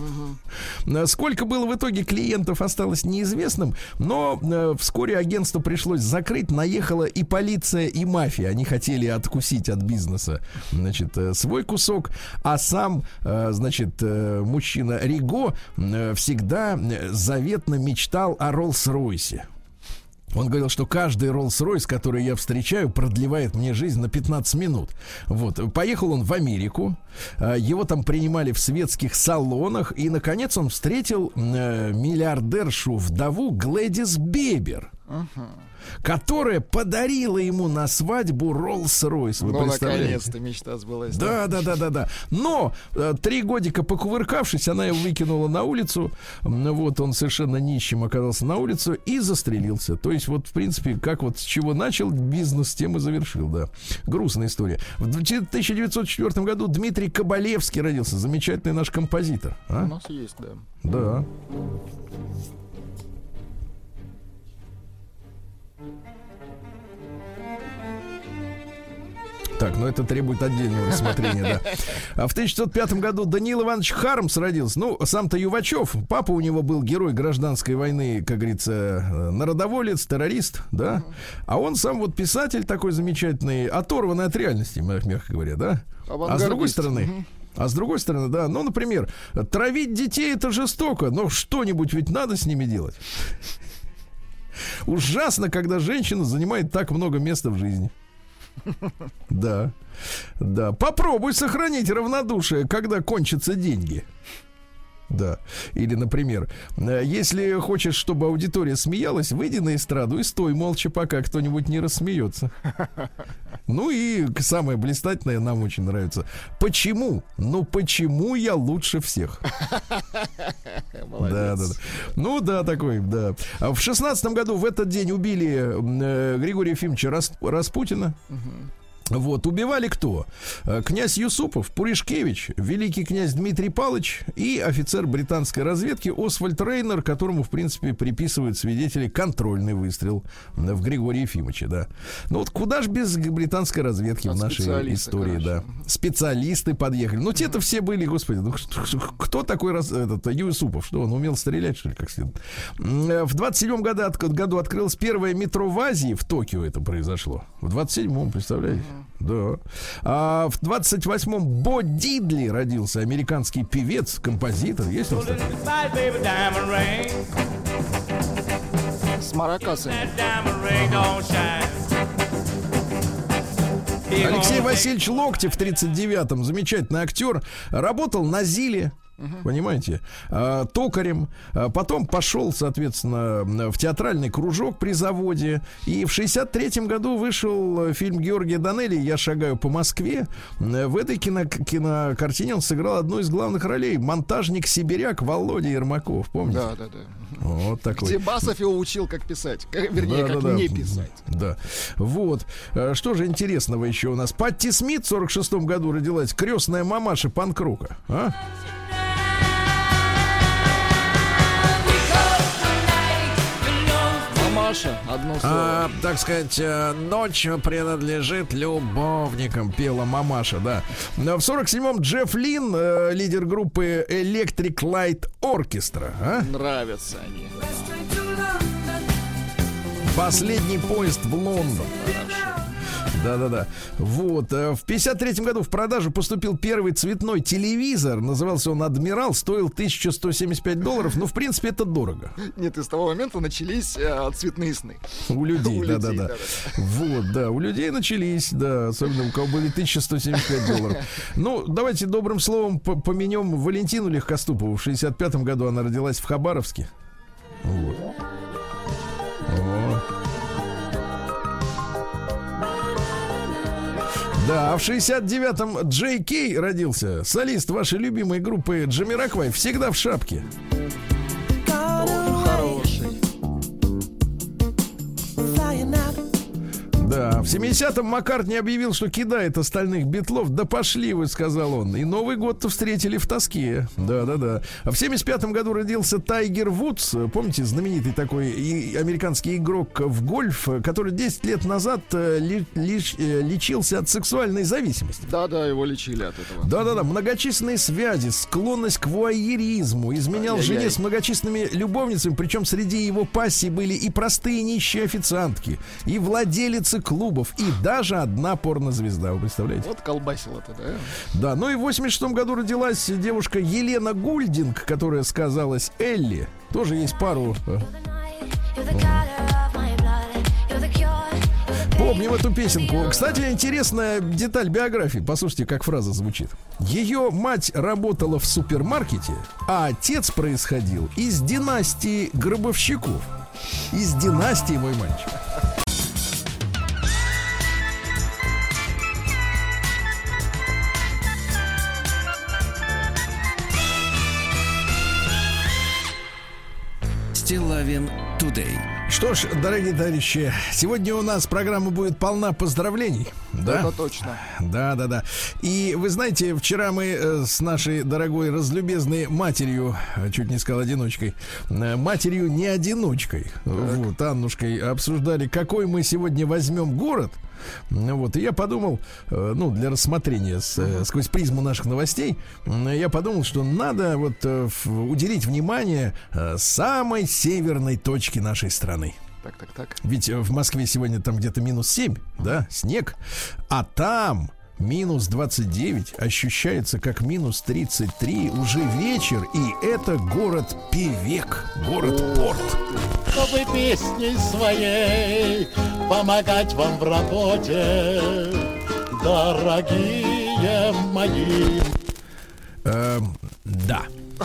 Э, Сколько было в итоге клиентов, осталось неизвестным, но э, вскоре агентство пришлось закрыть. Наехала и полиция, и мафия. Они хотели откусить от бизнеса, значит, э, свой кусок, а сам, э, значит, э, мужчина Риго э, всегда заветно мечтал о Роллс-Ройсе. Он говорил, что каждый Роллс-Ройс, который я встречаю, продлевает мне жизнь на пятнадцать минут. Вот. Поехал он в Америку. Его там принимали в светских салонах. И, наконец, он встретил э, миллиардершу-вдову Глэдис Бебер. Uh-huh. Которая подарила ему на свадьбу Роллс-Ройс. Вы ну, представляете? Наконец-то мечта сбылась. Да, да, да, да, да. Но э, три годика покувыркавшись, она его выкинула на улицу. Вот он совершенно нищим оказался на улицу и застрелился. То есть вот, в принципе, как вот с чего начал бизнес, с тем и завершил, да. Грустная история. В тысяча девятьсот четвёртом году Дмитрий Кабалевский родился. Замечательный наш композитор. А? У нас есть, да. Да. Так, ну это требует отдельного рассмотрения, да. А в тысяча девятьсот пятом году Даниил Иванович Хармс родился. Ну, сам-то Ювачев. Папа у него был герой гражданской войны, как говорится, народоволец, террорист, да. А он сам вот писатель такой замечательный, оторванный от реальности, мягко говоря, да. А с другой стороны... А с другой стороны, да, ну, например, травить детей — это жестоко, но что-нибудь ведь надо с ними делать. Ужасно, когда женщина занимает так много места в жизни. Да, да. Попробуй сохранить равнодушие, когда кончатся деньги. Да. Или, например, если хочешь, чтобы аудитория смеялась, выйди на эстраду и стой молча, пока кто-нибудь не рассмеется. Ну и самое блистательное нам очень нравится. Почему? Ну почему я лучше всех? Молодец. Да, да, да. Ну да, такой, да. В шестнадцатом году в этот день убили э, Григория Ефимовича Рас, Распутина. Угу. Вот, убивали кто? Князь Юсупов, Пуришкевич, великий князь Дмитрий Палыч и офицер британской разведки Освальд Рейнер, которому, в принципе, приписывают свидетели контрольный выстрел в Григория Ефимовича, да. Ну вот куда ж без британской разведки а в нашей истории, конечно. Да. Специалисты подъехали. Ну те-то mm-hmm. все были, господи, ну кто такой раз, этот, Юсупов? Что, он умел стрелять, что ли, как следует? В двадцать седьмом году, году открылось первое метро в Азии, в Токио это произошло. В двадцать седьмом, представляете? Mm-hmm. Да. А в двадцать восьмом Бо Дидли родился, американский певец, композитор. Есть он такой? С маракасами. Алексей Васильевич Локтев в тридцать девятом, замечательный актер, работал на ЗИЛе. Uh-huh. Понимаете, а, токарем, а потом пошел, соответственно, в театральный кружок при заводе. И в шестьдесят третьем году вышел фильм Георгия Данелли «Я шагаю по Москве». В этой кино- кинокартине он сыграл одну из главных ролей. Монтажник-сибиряк Володя Ермаков, помните? Да, да, да. Вот такой. Где Басов его учил, как писать. Вернее, да, как да, не да. писать. Да. Вот. Что же интересного еще у нас? Патти Смит в сорок шестом году родилась, крестная мамаша панк-рока. А? Маша, одно слово. А, так сказать, ночь принадлежит любовникам, пела мамаша, да. В сорок седьмом Джефф Лин, лидер группы Electric Light Orchestra. А? Нравятся они. Последний поезд в Лондон. Да-да-да. Вот. В пятьдесят третьем году в продажу поступил первый цветной телевизор. Назывался он «Адмирал». Стоил тысяча сто семьдесят пять долларов. Но, в принципе, это дорого. Нет, и с того момента начались э, цветные сны. У людей, да-да-да. Вот, да. У людей начались, да. Особенно у кого были тысяча сто семьдесят пять долларов. Ну, давайте добрым словом поменем Валентину Легкоступову. В шестьдесят пятом году она родилась в Хабаровске. Вот. Вот. Да, а в шестьдесят девятом Джей Кей родился, солист вашей любимой группы Джамироквай, всегда в шапке. Он хороший. Да, в семидесятом Маккартни объявил, что кидает остальных Битлов. Да пошли вы, сказал он. И Новый год-то встретили в тоске. Да-да-да. А в семьдесят пятом году родился Тайгер Вудс. Помните, знаменитый такой и американский игрок в гольф, который десять лет назад ли, лич, лечился от сексуальной зависимости. Да-да, его лечили от этого. Да-да-да. Многочисленные связи, склонность к вуайеризму. Изменял Ай-яй-яй. жене с многочисленными любовницами. Причем среди его пассий были и простые нищие официантки, и владелицы клубов, и даже одна порнозвезда, вы представляете? Вот колбасил это, да? Да, ну и в восемьдесят шестом году родилась девушка Елена Гульдинг, которая сказалась Элли. Тоже есть пару... Помним эту песенку. Кстати, интересная деталь биографии. Послушайте, как фраза звучит. Ее мать работала в супермаркете, а отец происходил из династии гробовщиков. Из династии, мой мальчик. Стиллавин Today. Что ж, дорогие товарищи, сегодня у нас программа будет полна поздравлений. Да? Это точно. Да, да, да. И вы знаете, вчера мы э, с нашей дорогой разлюбезной матерью, чуть не сказал одиночкой, э, матерью не одиночкой, вот, Аннушкой, обсуждали, какой мы сегодня возьмем город. Вот, и я подумал, э, ну, для рассмотрения с, э, сквозь призму наших новостей, э, я подумал, что надо вот э, в, уделить внимание э, самой северной точке нашей страны. Так, так, так. Ведь в Москве сегодня там где-то минус семь, да, снег, а там минус двадцать девять, ощущается как минус тридцать три, уже вечер, и это город Певек, город-порт. Чтобы песней своей помогать вам в работе, дорогие мои. Эм, да.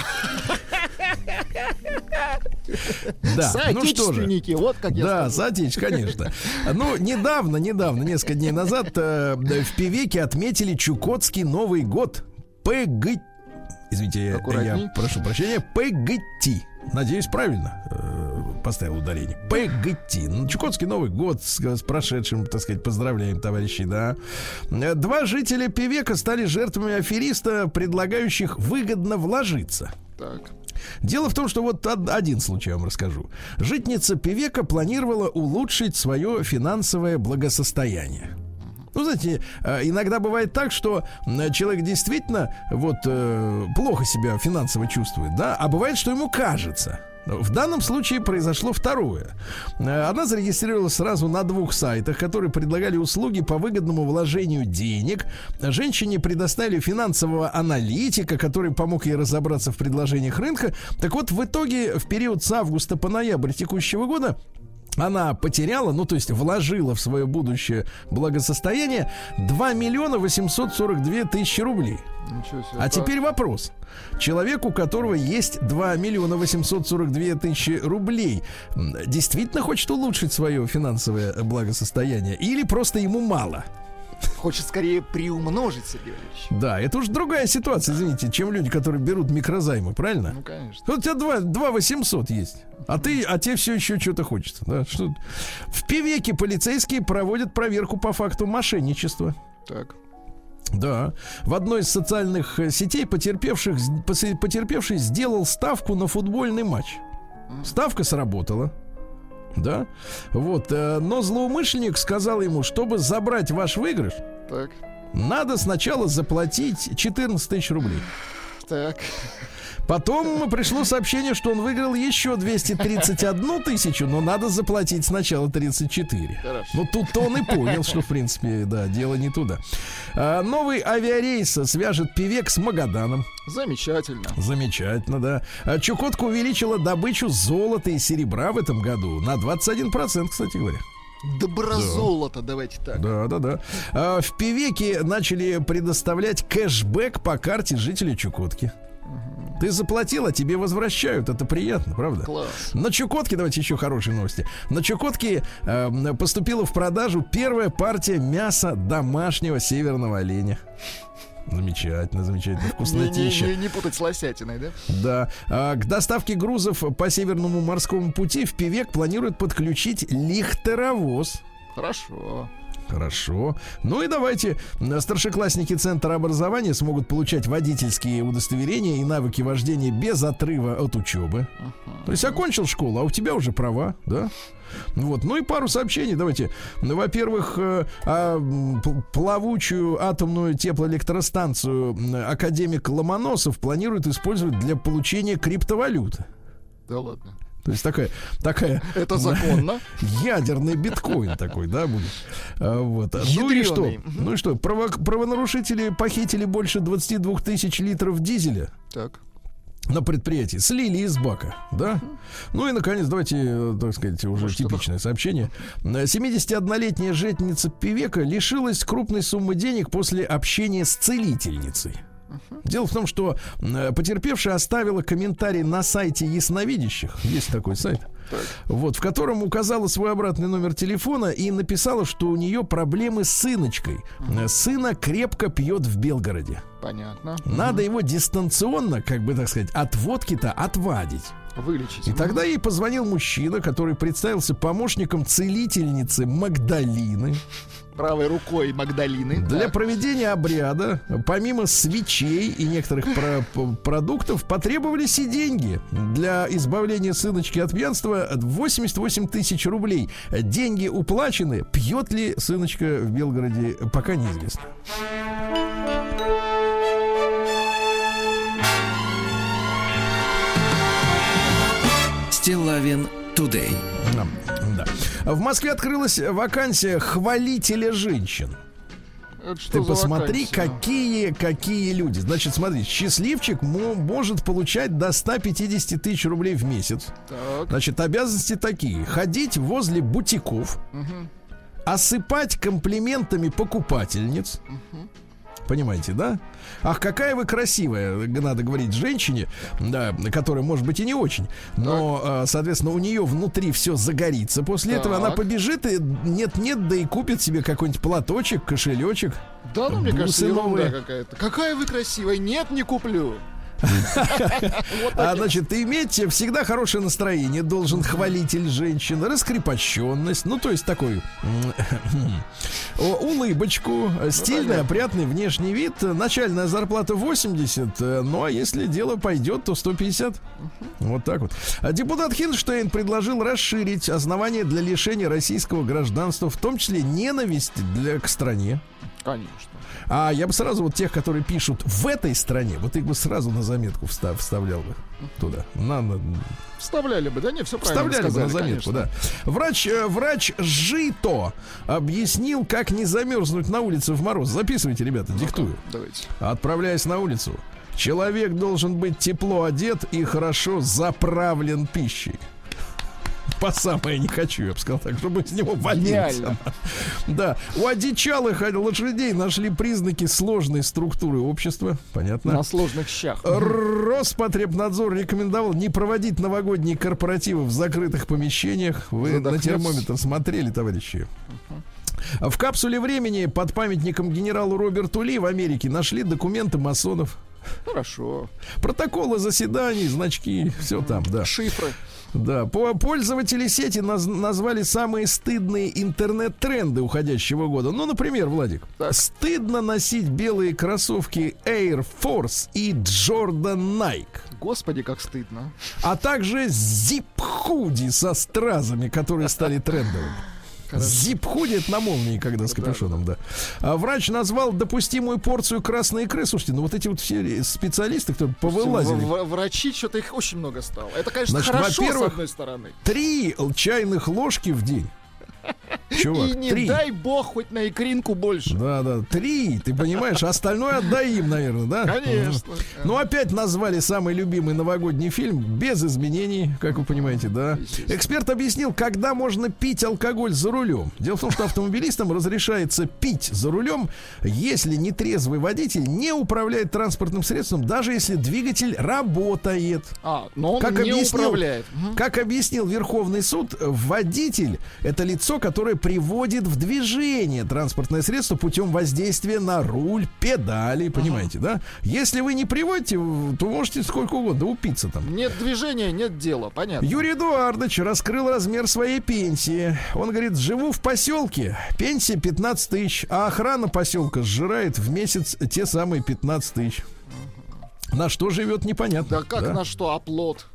Да, соотечественники, ну вот как я Да, скажу. соотечественники, конечно. Ну, недавно, недавно, несколько дней назад э, в Певеке отметили Чукотский Новый год. ПГ... Извините, я, я прошу прощения. ПГТ. Надеюсь, правильно э, поставил ударение. ПГТ. Ну, Чукотский Новый год с, с прошедшим, так сказать, поздравляем, товарищи, да. Два жителя Певека стали жертвами афериста, предлагающих выгодно вложиться. Так. Дело в том, что вот один случай я вам расскажу. Житница Певека планировала улучшить свое финансовое благосостояние. Ну, знаете, иногда бывает так, что человек действительно вот плохо себя финансово чувствует, да, а бывает, что ему кажется. В данном случае произошло второе. Она зарегистрировалась сразу на двух сайтах, которые предлагали услуги по выгодному вложению денег. Женщине предоставили финансового аналитика, который помог ей разобраться в предложениях рынка. Так вот, в итоге в период с августа по ноябрь текущего года она потеряла, ну, то есть вложила в свое будущее благосостояние два миллиона восемьсот сорок две тысячи рублей. Ничего себе. А теперь вопрос. Человек, у которого есть два миллиона восемьсот сорок две тысячи рублей, действительно хочет улучшить свое финансовое благосостояние или просто ему мало? Хочет скорее приумножить, Сергей Валерьевич. Да, это уж другая ситуация, извините, чем люди, которые берут микрозаймы, правильно? Ну, конечно. Вот у тебя два восемьсот есть, а ты, а тебе все еще что-то хочется. Да? Что? В Певеке полицейские проводят проверку по факту мошенничества. Так. Да. В одной из социальных сетей потерпевших, потерпевший сделал ставку на футбольный матч. Ставка сработала. Да, вот, э, но злоумышленник сказал ему, чтобы забрать ваш выигрыш, так. надо сначала заплатить четырнадцать тысяч рублей. Так. Потом пришло сообщение, что он выиграл еще двести тридцать одну тысячу, но надо заплатить сначала тридцать четыре. Хорошо. Ну, тут-то он и понял, что, в принципе, да, дело не туда. А, новый авиарейс свяжет Певек с Магаданом. Замечательно. Замечательно, да. А Чукотка увеличила добычу золота и серебра в этом году на двадцать один процент, кстати говоря. Доброзолото, да. Давайте так. Да, да, да. А, в Певеке начали предоставлять кэшбэк по карте жителей Чукотки. Ты заплатил, а тебе возвращают. Это приятно, правда? Класс. На Чукотке, давайте еще хорошие новости. На Чукотке э, поступила в продажу первая партия мяса домашнего северного оленя. Замечательно, замечательно. Вкуснотища. Не, не, не, не путать с лосятиной, да? Да. А, к доставке грузов по Северному морскому пути в Певек планируют подключить лихтеровоз. Хорошо. Хорошо. Ну и давайте. Старшеклассники Центра образования смогут получать водительские удостоверения и навыки вождения без отрыва от учебы. Uh-huh. То есть окончил школу, а у тебя уже права, да? Вот. Ну и пару сообщений. Давайте. Во-первых, плавучую атомную теплоэлектростанцию академик Ломоносов планирует использовать для получения криптовалюты. Да ладно. То есть такая, такая... Это законно. Ядерный биткоин такой, да, будет. А, вот. Ну и что? Ну и что? Право, правонарушители похитили больше двадцать два тысяч литров дизеля. Так. на предприятии слили из бака, да? Ну и, наконец, давайте, так сказать, уже Может, типичное сообщение. семидесятиоднолетняя жительница Певека лишилась крупной суммы денег после общения с целительницей. Дело в том, что потерпевшая оставила комментарий на сайте ясновидящих. Есть такой сайт. Так. Вот, в котором указала свой обратный номер телефона и написала, что у нее проблемы с сыночкой. Uh-huh. Сына крепко пьет в Белгороде. Понятно. Надо uh-huh. его дистанционно, как бы так сказать, от водки-то отвадить. Вылечить. И тогда ей позвонил мужчина, который представился помощником целительницы Магдалины. Правой рукой Магдалины. Для так. проведения обряда, помимо свечей и некоторых про- продуктов, потребовались и деньги. Для избавления сыночки от пьянства восемьдесят восемь тысяч рублей. Деньги уплачены. Пьет ли сыночка в Белгороде, пока неизвестно. Стиллавин Today. Да, да. В Москве открылась вакансия хвалителя женщин. Ты посмотри, вакансия? какие, какие люди. Значит, смотри, счастливчик мо- может получать до ста пятидесяти тысяч рублей в месяц. Так. Значит, обязанности такие: ходить возле бутиков, угу. осыпать комплиментами покупательниц. Угу. Понимаете, да? Ах, какая вы красивая, надо говорить женщине, да, которая, может быть, и не очень, но, так. соответственно, у нее внутри все загорится. После так. этого она побежит и нет-нет, да и купит себе какой-нибудь платочек, кошелечек. Да, ну, мне кажется, ерунда какая-то. Какая вы красивая? Нет, не куплю. А значит, иметь всегда хорошее настроение должен хвалитель женщин, раскрепощенность, ну то есть такой улыбочку, стильный, опрятный внешний вид, начальная зарплата восемьдесят, ну а если дело пойдет, то сто пятьдесят. Вот так вот. Депутат Хинштейн предложил расширить основания для лишения российского гражданства, в том числе ненависть для, к стране. Конечно. А я бы сразу вот тех, которые пишут в этой стране, вот их бы сразу на заметку встав, вставлял бы туда. На, на... Вставляли бы, да, не, все правильно Вставляли сказали, бы на заметку, конечно. Да. Врач, врач Жито объяснил, как не замерзнуть на улице в мороз. Записывайте, ребята, ну-ка, диктую. Давайте. Отправляясь на улицу, человек должен быть тепло одет и хорошо заправлен пищей. По самое не хочу, я бы сказал так, чтобы из него валиться. Да. У одичалых лошадей нашли признаки сложной структуры общества. Понятно. На сложных щах. Роспотребнадзор рекомендовал не проводить новогодние корпоративы в закрытых помещениях. Вы Задохнется. На термометр смотрели, товарищи? Uh-huh. В капсуле времени под памятником генералу Роберту Ли в Америке нашли документы масонов. Хорошо. Протоколы заседаний, значки, все там, да. Шифры. Да, пользователи сети наз- назвали самые стыдные интернет-тренды уходящего года. Ну, например, Владик, так. стыдно носить белые кроссовки Air Force и Jordan Nike. Господи, как стыдно. А также зип-худи со стразами, которые стали трендовыми. Зип-худи — это на молнии, когда с капюшоном, да. да. А врач назвал допустимую порцию красной икры. Слушайте, ну вот эти вот все специалисты, кто повылазили. В- в- врачи, что-то их очень много стало. Это, конечно, Значит, хорошо, во-первых, с одной стороны. Три чайных ложки в день. Чувак, и не три. дай бог хоть на икринку больше. Да, да, три, ты понимаешь, остальное отдай им, наверное, да? Конечно. Ну, опять назвали самый любимый новогодний фильм без изменений, как вы понимаете, да? Эксперт объяснил, когда можно пить алкоголь за рулем. Дело в том, что автомобилистам разрешается пить за рулем, если нетрезвый водитель не управляет транспортным средством, даже если двигатель работает. А, но он как не объяснил, управляет. Как объяснил Верховный суд, водитель — это лицо, которое приводит в движение транспортное средство путем воздействия на руль, педали, понимаете, uh-huh. да? Если вы не приводите, то можете сколько угодно упиться там. Нет движения, нет дела, понятно. Юрий Эдуардович раскрыл размер своей пенсии. Он говорит, живу в поселке, пенсия пятнадцать тысяч, а охрана поселка сжирает в месяц те самые пятнадцать тысяч. Uh-huh. На что живет, непонятно. Да как да? На что, оплот?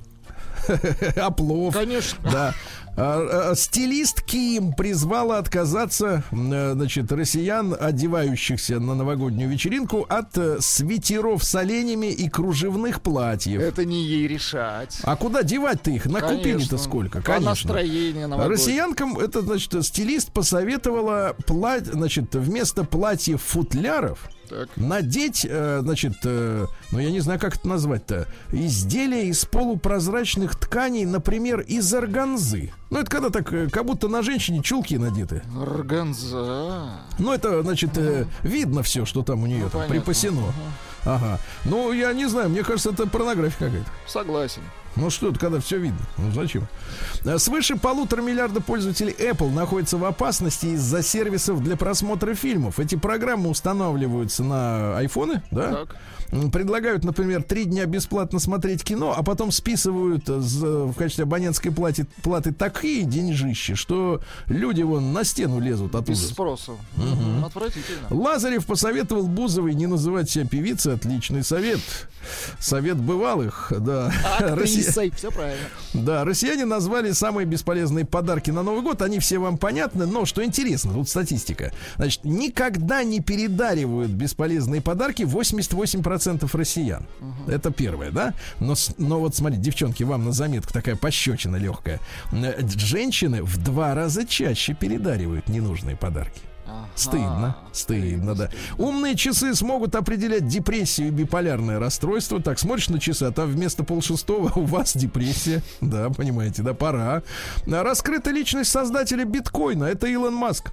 Оплов. Конечно. Да. А, а, стилист Ким призвала отказаться, значит, россиян, одевающихся на новогоднюю вечеринку, от свитеров с оленями и кружевных платьев. Это не ей решать. А куда девать-то их? Накупили-то сколько? Конечно. По настроению новогоднее. Россиянкам это, значит, стилист посоветовала платье, значит, вместо платьев-футляров Так. Надеть, э, значит, э, ну я не знаю, как это назвать-то, изделия из полупрозрачных тканей, например, из органзы. Ну, это когда так, э, как будто на женщине чулки надеты. Органза. Ну, это, значит, э, видно все, что там у нее Ну, там понятно. припасено. Ага. Ну, я не знаю, мне кажется, это порнография какая-то. Согласен. Ну что это, когда все видно? Ну зачем? А Свыше полутора миллиарда пользователей Apple находятся в опасности из-за сервисов для просмотра фильмов. Эти программы устанавливаются на айфоны, да? Так. М, Предлагают, например, три дня бесплатно смотреть кино, а потом списывают за- в качестве абонентской платы, платы такие деньжищи, что люди вон на стену лезут от Без ужаса. спроса. Мгм. Отвратительно. Лазарев посоветовал Бузовой не называть себя певицей. Отличный совет. Совет бывалых, да. Россия- Актрисой. Все правильно. Да, россияне назвали самые бесполезные подарки на Новый год. Они все вам понятны, но что интересно, тут статистика. Значит, никогда не передаривают бесполезные подарки восемьдесят восемь процентов россиян. Это первое, да? Но, с- но вот смотрите, девчонки, вам на заметку такая пощечина легкая. Э, Женщины в два раза чаще передаривают ненужные подарки. Ага. Стыдно, стыдно, да. Умные часы смогут определять депрессию и биполярное расстройство. Так, смотришь на часы, а там вместо полшестого у вас депрессия. Да, понимаете, да, пора. А Раскрыта личность создателя биткоина. Это Илон Маск.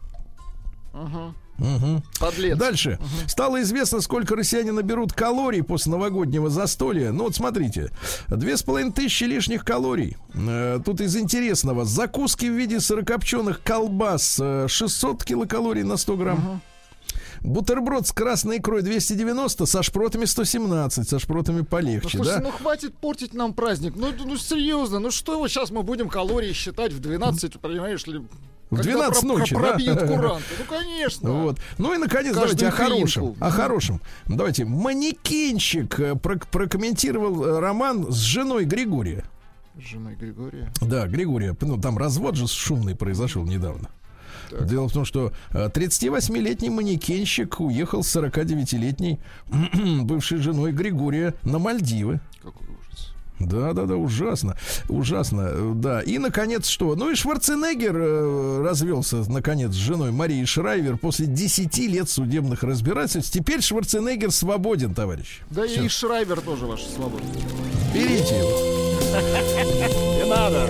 Мгм. Подлец. Дальше. Стало известно, сколько россияне наберут калорий после новогоднего застолья. Ну вот смотрите, две с половиной тысячи лишних калорий. Э, Тут из интересного: закуски в виде сырокопченых колбас э, шестьсот килокалорий на сто грамм. Бутерброд с красной икрой двести девяносто, со шпротами сто семнадцать, со шпротами Ну, полегче, слушайте, да? ну хватит портить нам праздник. Ну, это- ну серьезно, ну что вот сейчас мы будем калории считать в двенадцать, понимаешь ли? В когда двенадцать про- ночи, про- да? пробьют куранты. Ну, конечно. Вот. Ну и, наконец, Каждую давайте о хорошем. клинку. О хорошем. Давайте. Манекенщик э, прок- прокомментировал э, роман с женой Григория. С женой Григория. Да, Григория. Ну, там развод же шумный произошел недавно. Так. Дело в том, что э, тридцативосьмилетний манекенщик уехал с сорокадевятилетней бывшей женой Григория на Мальдивы. Какой ужас. Да, да, да, ужасно. Ужасно, э, да. И, наконец, что? Ну и Шварценеггер э, развелся, наконец, с женой Марией Шрайвер после десяти лет судебных разбирательств. Теперь Шварценеггер свободен, товарищ. Да Всё. и Шрайвер тоже ваш свободный. Берите его. Не надо.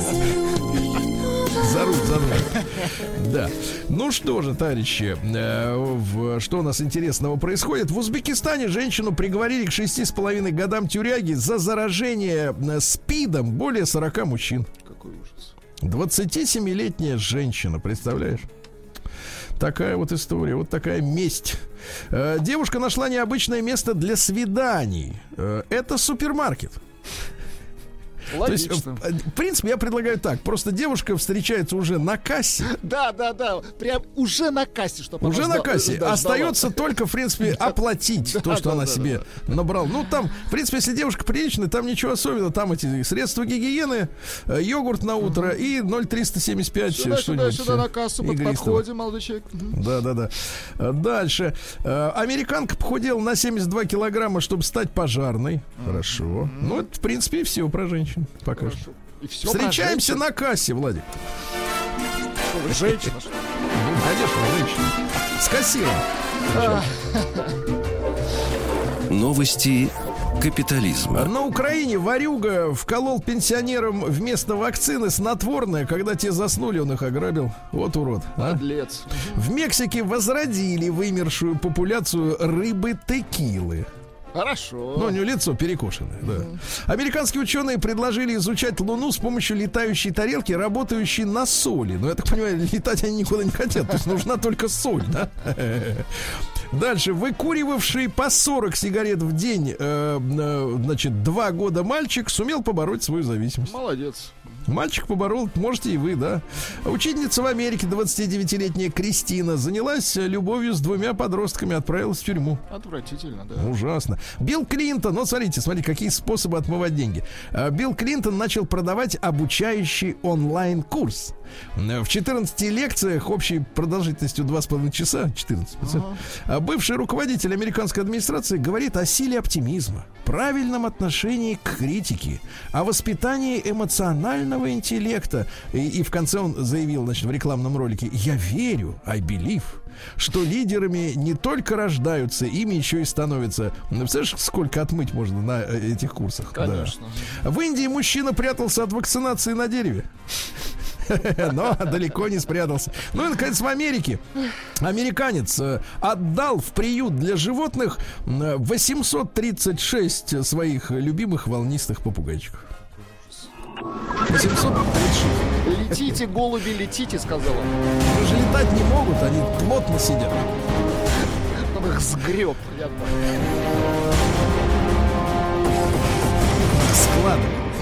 За руль, за руль. Да. Ну что же, товарищи, э, в- что у нас интересного происходит? В Узбекистане женщину приговорили к шести с половиной годам тюряги за заражение э, СПИДом более сорока мужчин. Какой ужас. двадцатисемилетняя женщина, представляешь? Такая вот история, вот такая месть. Э, Девушка нашла необычное место для свиданий. Э, Это супермаркет. То есть, Логично. в в принципе, я предлагаю так. Просто девушка встречается уже на кассе. Да, да, да. Прям уже на кассе, чтобы Уже она на сда- кассе. да, ждала. Остается только, в принципе, оплатить Да, то, что да, она да, себе набрала. Ну, там, в принципе, если девушка приличная, там ничего особенного. Там эти средства гигиены, э, йогурт на утро и ноль триста семьдесят пять Сюда, сюда, что-нибудь. сюда на кассу под- игристого. подходим, молодой человек. Мгм. Да, да, да. Э, Дальше. Э, Американка похудела на семьдесят два килограмма, чтобы стать пожарной. Хорошо. Ну, это, в принципе, и все про женщин пока что. Хорошо. И всё Встречаемся про на кассе, Владик. женщин. Что вы, женщина, что ли? Ну, конечно, женщина. С кассиром. Новости капитализма. На Украине ворюга вколол пенсионерам вместо вакцины снотворное, когда те заснули, он их ограбил. Вот урод. А? Подлец. В Мексике возродили вымершую популяцию рыбы-текилы. Хорошо. Ну, у него лицо перекошенное, да. Американские ученые предложили изучать Луну с помощью летающей тарелки, работающей на соли. Но я так понимаю, летать они никуда не хотят. То есть нужна только соль, да? Дальше. Выкуривавший по сорок сигарет в день, э, э, значит, два года мальчик сумел побороть свою зависимость. Молодец. Мальчик поборол, можете и вы, да. Учительница в Америке, двадцатидевятилетняя Кристина, занялась любовью с двумя подростками, отправилась в тюрьму. Отвратительно, да. Ужасно. Билл Клинтон, ну смотрите, смотрите, какие способы отмывать деньги. А, Билл Клинтон начал продавать обучающий онлайн-курс. В четырнадцати лекциях общей продолжительностью два с половиной часа, четырнадцать, ага. Бывший руководитель американской администрации говорит о силе оптимизма, правильном отношении к критике, о воспитании эмоционально искусственного интеллекта. И, и в конце он заявил, значит, в рекламном ролике: я верю, I believe, что лидерами не только рождаются, ими еще и становятся. Представляешь, сколько отмыть можно на этих курсах? Конечно. Да. В Индии мужчина прятался от вакцинации на дереве. Но далеко не спрятался. Ну и, наконец, в Америке американец отдал в приют для животных восемьсот тридцать шесть своих любимых волнистых попугайчиков. восемьсот тридцать шесть. Летите, голуби, летите, сказал он. Они же летать не могут, они плотно сидят. Он их сгреб. Склад.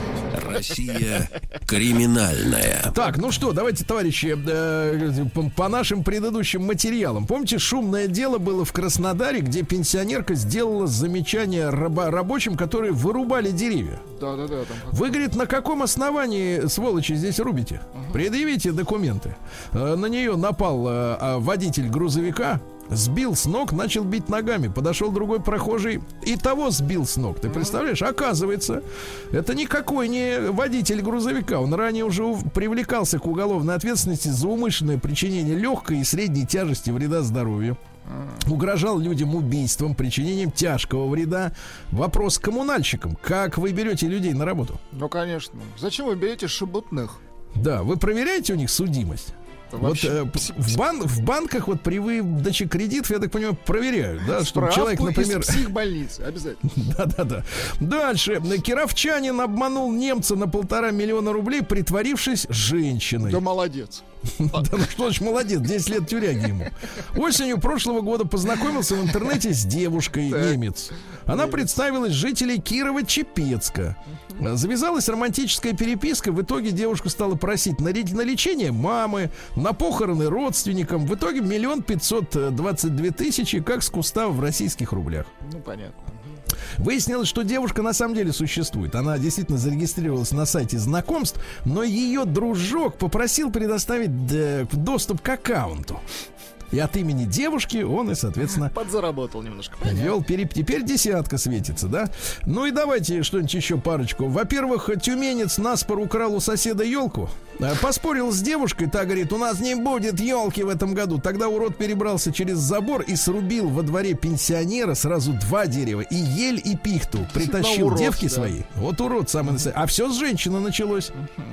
Россия криминальная. Так, ну что, давайте, товарищи, э, по, по нашим предыдущим материалам. Помните, шумное дело было в Краснодаре, где пенсионерка сделала замечание рабо- рабочим, которые вырубали деревья. Да, да, да. Вы, говорит, на каком основании, сволочи, здесь рубите? Uh-huh. Предъявите документы. Э, на нее напал э, водитель грузовика, сбил с ног, начал бить ногами. Подошел другой прохожий и того сбил с ног. Ты представляешь? Оказывается, это никакой не водитель грузовика. Он ранее уже привлекался к уголовной ответственности за умышленное причинение легкой и средней тяжести вреда здоровью. Угрожал людям убийством, причинением тяжкого вреда. Вопрос к коммунальщикам: как вы берете людей на работу? Ну, конечно. Зачем вы берете шебутных? Да, вы проверяете у них судимость? Вот э, в, бан, в банках вот при выдаче кредитов, я так понимаю, проверяют, да, чтобы человек, например, из психбольницы, обязательно. Да-да-да. Дальше. Кировчанин обманул немца на полтора миллиона рублей, притворившись женщиной. Да молодец. Да ну что значит молодец, десять лет тюряги ему. Осенью прошлого года познакомился в интернете с девушкой, немец. Она представилась жителей Кирова-Чепецка. Завязалась романтическая переписка. В итоге девушка стала просить на лечение мамы, на похороны родственникам. В итоге миллион пятьсот двадцать две тысячи, как с куста в российских рублях. Ну, понятно. Выяснилось, что девушка на самом деле существует. Она действительно зарегистрировалась на сайте знакомств, но ее дружок попросил предоставить э, доступ к аккаунту. И от имени девушки он и, соответственно, подзаработал немножко. Вел переп... Теперь десятка светится, да? Ну и давайте что-нибудь еще парочку. Во-первых, тюменец наспор украл у соседа елку. Поспорил с девушкой, та говорит: у нас не будет елки в этом году. Тогда урод перебрался через забор и срубил во дворе пенсионера сразу два дерева. И ель, и пихту. Притащил урод, девки да. свои. Вот урод самый настоящий. А все с женщины началось.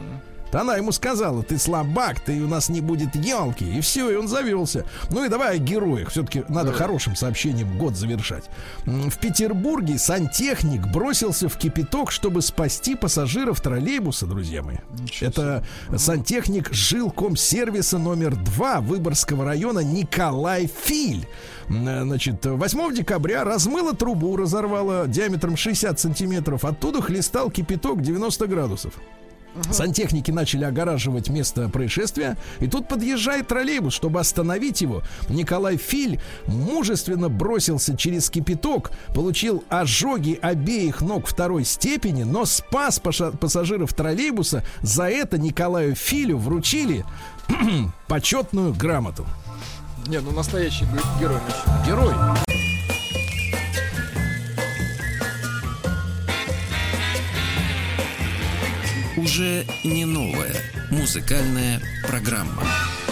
Она ему сказала: ты слабак, ты у нас не будет елки. И все, и он завелся. Ну и давай о героях. Все-таки надо да. хорошим сообщением год завершать. В Петербурге сантехник бросился в кипяток, чтобы спасти пассажиров троллейбуса, друзья мои. Это сантехник жилкомсервиса номер два Выборгского района Николай Филь. Значит, восьмого декабря размыло трубу, разорвало диаметром шестьдесят сантиметров. Оттуда хлестал кипяток девяносто градусов. Uh-huh. Сантехники начали огораживать место происшествия. И тут подъезжает троллейбус. Чтобы остановить его, Николай Филь мужественно бросился через кипяток, получил ожоги обеих ног второй степени, но спас пассажиров троллейбуса. За это Николаю Филю вручили почетную грамоту. Не, ну настоящий герой. Герой. Уже не новая музыкальная программа.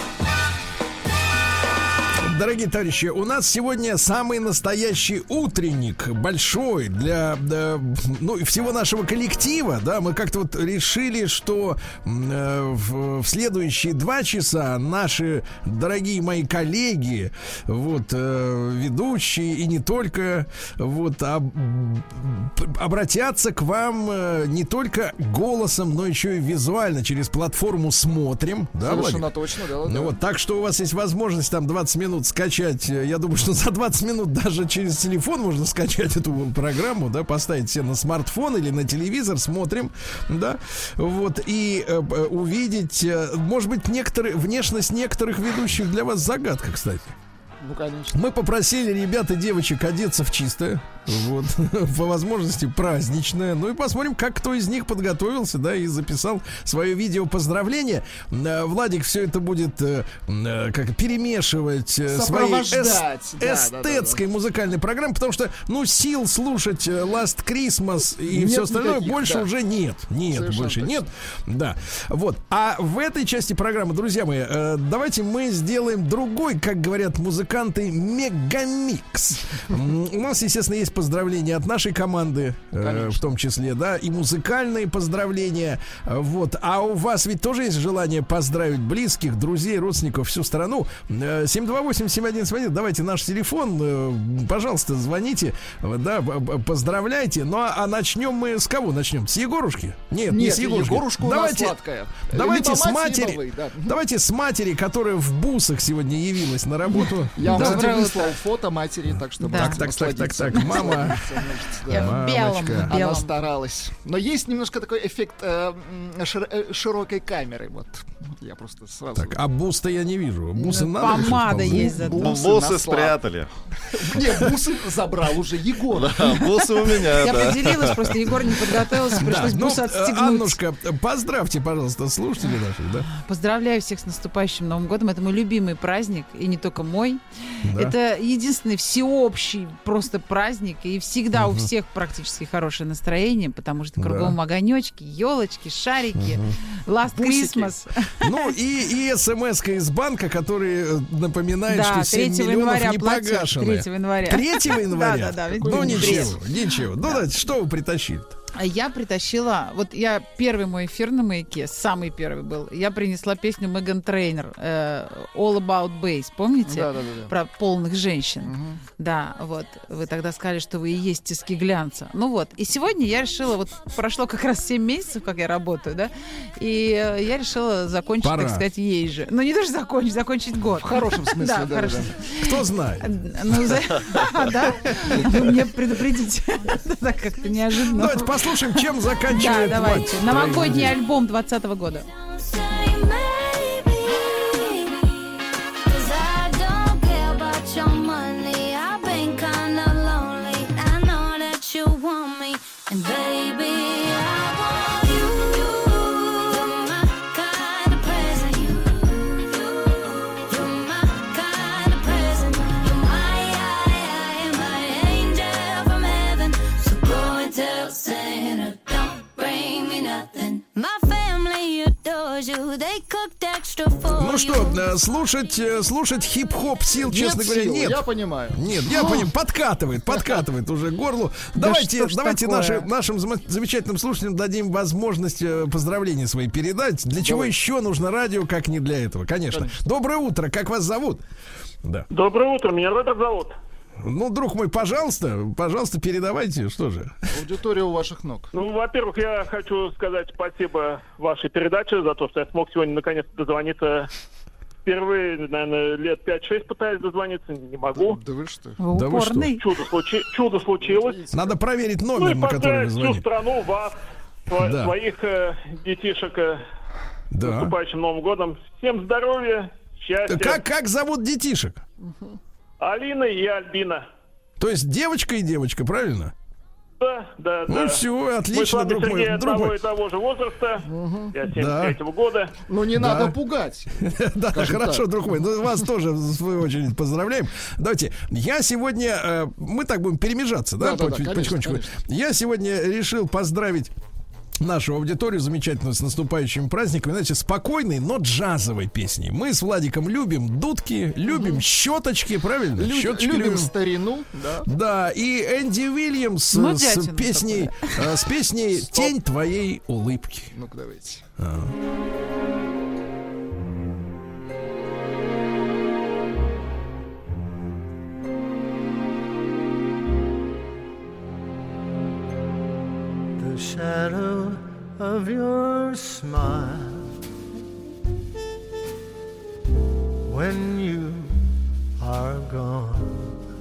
Дорогие товарищи, у нас сегодня самый настоящий утренник, большой для, для ну, всего нашего коллектива, да, мы как-то вот решили, что э, в, в следующие два часа наши дорогие мои коллеги, вот, э, ведущие и не только, вот, об, обратятся к вам э, не только голосом, но еще и визуально через платформу «Смотрим», да, совершенно Владик? точно, да, ну, да. Вот, так что у вас есть возможность там двадцать минут скачать. Я думаю, что за двадцать минут даже через телефон можно скачать эту программу, да, поставить себе на смартфон или на телевизор, смотрим, да, вот, и э, увидеть, э, может быть, некоторые, внешность некоторых ведущих для вас загадка, кстати. Ну, конечно. Мы попросили ребят и девочек одеться в чистое. Вот, по возможности праздничное. Ну и посмотрим, как кто из них подготовился, да, и записал свое видео поздравления. Владик все это будет как перемешивать своей эс- да, эстетской да, да, да. музыкальной программой, потому что, ну, сил слушать Last Christmas и Нет все остальное никаких, больше да. уже нет. Нет, Совершенно больше точно. нет. Да, вот. А в этой части программы, друзья мои, э, давайте мы сделаем другой, как говорят музыканты, мегамикс. М, У нас, естественно, есть поздравления от нашей команды, э, в том числе, да, и музыкальные поздравления. Э, Вот. А у вас ведь тоже есть желание поздравить близких, друзей, родственников, всю страну. Э, семь два восемь семь один семь один. Давайте наш телефон. э, Пожалуйста, звоните. э, Да, б- б- поздравляйте. Ну а, а начнем мы с кого? Начнем? С Егорушки? Нет, не Нет, с Егорушки. Егорушка у нас давайте, сладкая. Давайте Либо с мать, матери. либо вы, да. Давайте с матери, которая в бусах сегодня явилась на работу. Я вам, Да. кстати, Доброе выслал фото матери, так что Да. Так, так, так, так, так, мама. Я в белом, Мамочка. в Она белом. старалась. Но есть немножко такой эффект э, м, шир- э, широкой камеры. Вот я просто сразу. Так, а бус-то я не вижу. Бусы Ну, надо решить помада ползать? есть зато. Бусы Бусы на слав. спрятали. Не, бусы забрал уже Егор. Да, бусы у меня, Я да. поделилась, просто Егор не подготовился, Да, пришлось ну, бусы э, отстегнуть. Аннушка, поздравьте, пожалуйста, слушателей наших, да? Поздравляю всех с наступающим Новым годом. Это мой любимый праздник, и не только мой. Да. Это единственный всеобщий просто праздник, и всегда у всех практически хорошее настроение, потому что кругом огонечки, елочки, шарики, Last Бусики. Christmas. Ну и, и смс-ка из банка, который э, напоминает, Да, что семь третьего миллионов января не платят, погашены. третьего января. третьего января? Да, да, да. Ну Какой ничего, ничего. Ну давайте, что вы притащили-то? А я притащила, вот я первый мой эфир на Маяке, самый первый был, я принесла песню Меган Трейнер э, All About Bass, помните? Да, да, да, да. Про полных женщин. Мгм. Да, вот, вы тогда сказали, что вы и есть тиски глянца. Ну вот, и сегодня я решила, вот прошло как раз семь месяцев, как я работаю, да, и э, я решила закончить, Пора. так сказать, ей же. Ну не даже закончить, закончить год. В хорошем смысле, Да, да, в да, хорошем да. Кто знает? Ну, за- да, вы мне предупредите. Так как-то неожиданно. Давайте послушаем, чем Да, заканчивает давайте. мать. Новогодний альбом двадцатого года. Say maybe, 'cause I don't care about your money. I've been kinda lonely. I know that you want me, and baby, I want you. You're my kind of present. You're my kind of present. You're my, my angel from heaven. So go and tell Santa, don't bring me nothing. My family adores you. They cooked extra for Ну you. что, э, слушать, э, слушать хип-хоп сил, честно Нет говоря, сил, нет. я понимаю. Нет, я понимаю, подкатывает, подкатывает уже к горлу. Давайте, что ж давайте такое? наши, нашим зам- замечательным слушателям дадим возможность э, поздравления свои передать. Для чего еще нужно радио, как не для этого, конечно. Доброе утро, как вас зовут? Да. Доброе утро, меня Роберт зовут. Ну, друг мой, пожалуйста, пожалуйста, передавайте, что же. Аудитория у ваших ног. Ну, во-первых, я хочу сказать спасибо вашей передаче за то, что я смог сегодня наконец дозвониться. Впервые, наверное, лет пять-шесть пытаюсь дозвониться, не могу. Да вы что? Вы Да вы что? упорный. Чудо, случи- чудо случилось. Надо проверить Ну номер, и на который вы поздравить всю звоните. страну, вас, сво- Да. своих э, детишек э, с Да. наступающим Новым годом. Всем здоровья, счастья. Как, как зовут детишек? Алина и Альбина. То есть девочка и девочка, правильно? Да, да, Ну да. все, Мы с отлично, вами, друг Сергей, мой. Друг одного мой. и того же возраста. Я семьдесят третьего года. Ну не Да. надо пугать. Да, Скажем хорошо, так. друг мой. Ну, вас тоже, в свою очередь, поздравляем. Давайте, я сегодня... э, мы так будем перемежаться, да, Да-да-да, по- конечно, потихонечку. конечно. Я сегодня решил поздравить нашу аудиторию замечательную с наступающими праздниками, знаете, спокойной, но джазовой песней. Мы с Владиком любим дудки, любим щеточки, правильно? Лю- Щеточки Любим старину, да. Да, и Энди Уильямс Ну, с дятина песней, э, с песней «Тень твоей улыбки». Ну-ка, давайте. The shadow of your smile when you are gone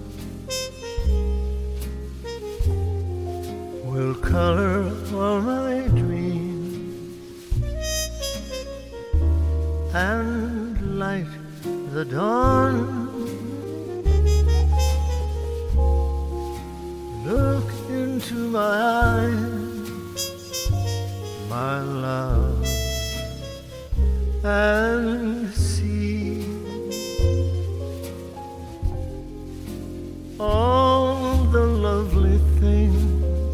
will color all my dreams and light the dawn. Look into my eyes, my love, and see all the lovely things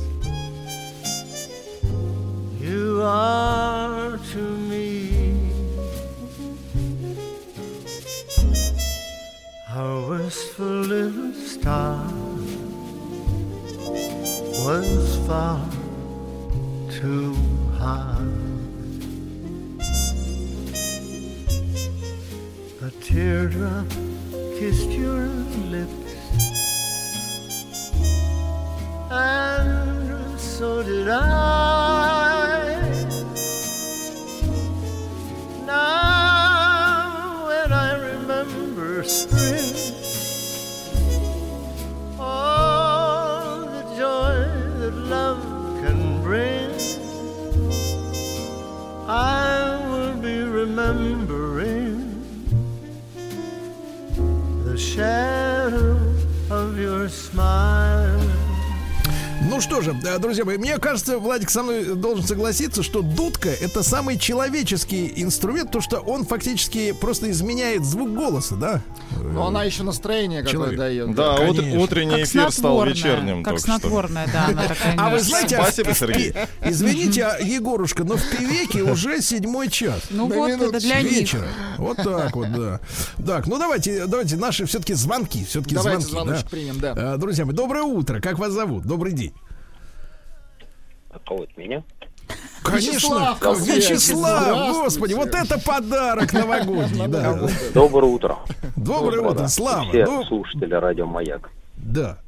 you are to me. Our wistful little star was far too high. A teardrop kissed your lips, and so did I. Now when I remember spring, all the joy that love can bring, I will be remembering the shadow of your smile. Ну что же, друзья мои, мне кажется, Владик со мной должен согласиться, что дудка — это самый человеческий инструмент, потому что он фактически просто изменяет звук голоса, да? Но она еще настроение какое дает. Да, Да, утр- конечно. утренний Как эфир стал снотворная, вечерним как только что. снотворная, да, она такая. А вы немножко. знаете, Спасибо, а в- Сергей. извините, а, Егорушка, но в Певеке уже седьмой час. Ну вот, это для них. Вечера. Вот так вот, да. Так, ну давайте, давайте наши все-таки звонки. Все-таки Давайте звонки, звоночек да. примем, да. А, друзья мои, доброе утро. Как вас зовут? Добрый день. А кого меня? Конечно, Вячеслав, как- Вячеслав, здравствуйте. господи, вот это подарок новогодний, да. Доброе утро. Доброе Господа, утро, Слава. Все Ну, слушатели радио «Маяк». да.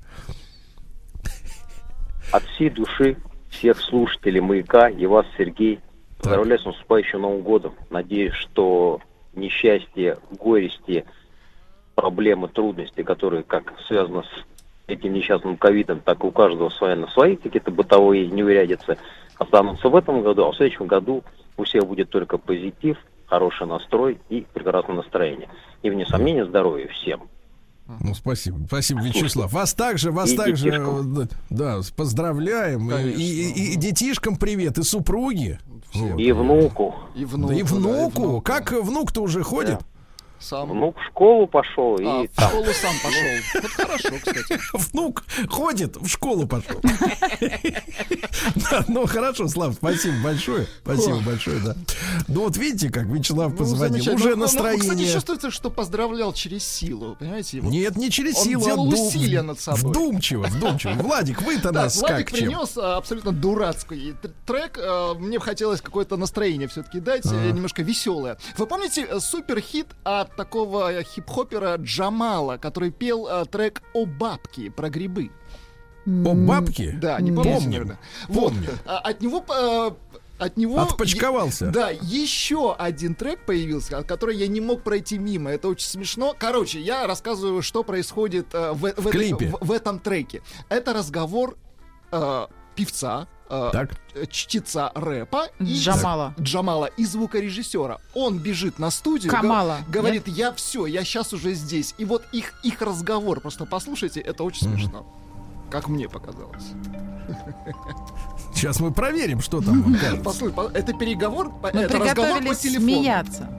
От всей души всех слушателей «Маяка» и вас, Сергей, поздравляю с наступающим Новым годом. Надеюсь, что несчастье, горести, проблемы, трудности, которые как связаны с этим несчастным ковидом, так и у каждого свои, на свои какие-то бытовые неурядицы, останутся в этом году, а в следующем году у всех будет только позитив, хороший настрой и прекрасное настроение. И, вне сомнения, здоровья всем. Ну, спасибо. Спасибо, Вячеслав. Вас также, вас И также, детишкам. э, да, поздравляем. И, и- и детишкам привет, и супруге. Вот. И внуку. И Да внуку. и да, внуку. Как внук-то уже ходит? Сам. Внук в школу пошел, А, и в там школу сам пошел. Вот хорошо, кстати. Внук ходит, в школу пошел. Да, ну хорошо, Слав, спасибо большое. Спасибо большое, да. Ну вот видите, как Вячеслав Ну, позвонил. замечательно. Уже Ну, ну, Кстати, настроение. чувствуется, что поздравлял через силу, понимаете? Вот Нет, не через он силу, делал а вду- усилия над собой. Вдумчиво, вдумчиво. Владик, вы-то Да, нас Владик как чем? принес а, абсолютно дурацкий т- трек. а, Мне бы хотелось какое-то настроение все-таки дать, э, немножко веселое. Вы помните э, суперхит от такого э, хип-хопера Джамала, который пел э, трек «О бабки» про грибы? О бабке? Да, не помните, Помню. наверное. Вот, Помню. а, от него... э, От него Отпочковался. е- Да, еще один трек появился, от который я не мог пройти мимо. Это очень смешно. Короче, я рассказываю, что происходит э, в, в, этой- клипе. в- в этом треке. Это разговор э, певца, э, Так. э, чтеца рэпа и Джамала. Джамала и звукорежиссера. Он бежит на студию, го- Камала. говорит: я все, я сейчас уже здесь. И вот их их разговор, просто послушайте, это очень смешно, как мне показалось. Сейчас мы проверим, что там. окажется. Послушай, по- это переговор, по- Мы это разговор по приготовились телефону. смеяться.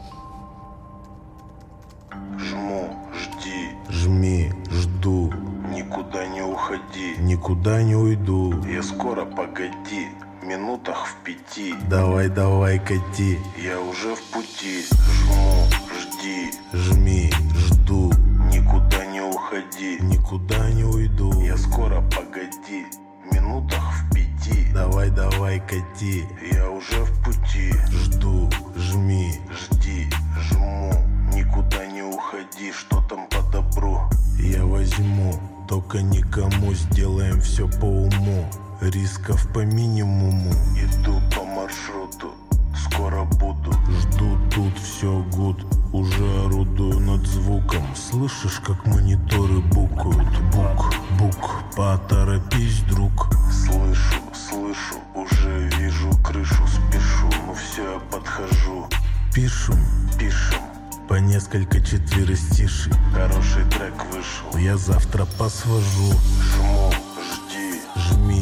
Жму, жди, жми, жду, никуда не уходи, никуда не уйду. Я скоро, погоди, минутах в пяти. Давай, давай, кати, я уже в пути. Жму, жди, жми, жду, никуда не уходи, никуда не уйду. Я скоро, погоди, минутах в пяти. Давай, давай, кати, я уже в пути. Жду, жми, жди, жму, никуда не уходи, что там по добру. Я возьму, только никому, сделаем все по уму. Рисков по минимуму. Иду по маршруту, скоро буду. Жду тут все гуд, уже орудую над звуком. Слышишь, как мониторы букают? Бук, бук, поторопись, друг. Слышу, слышу, уже вижу крышу, спешу. Ну все, я подхожу. Пишем, пишем по несколько четверостишей. Хороший трек вышел, я завтра посвожу. Жму, жди, жми,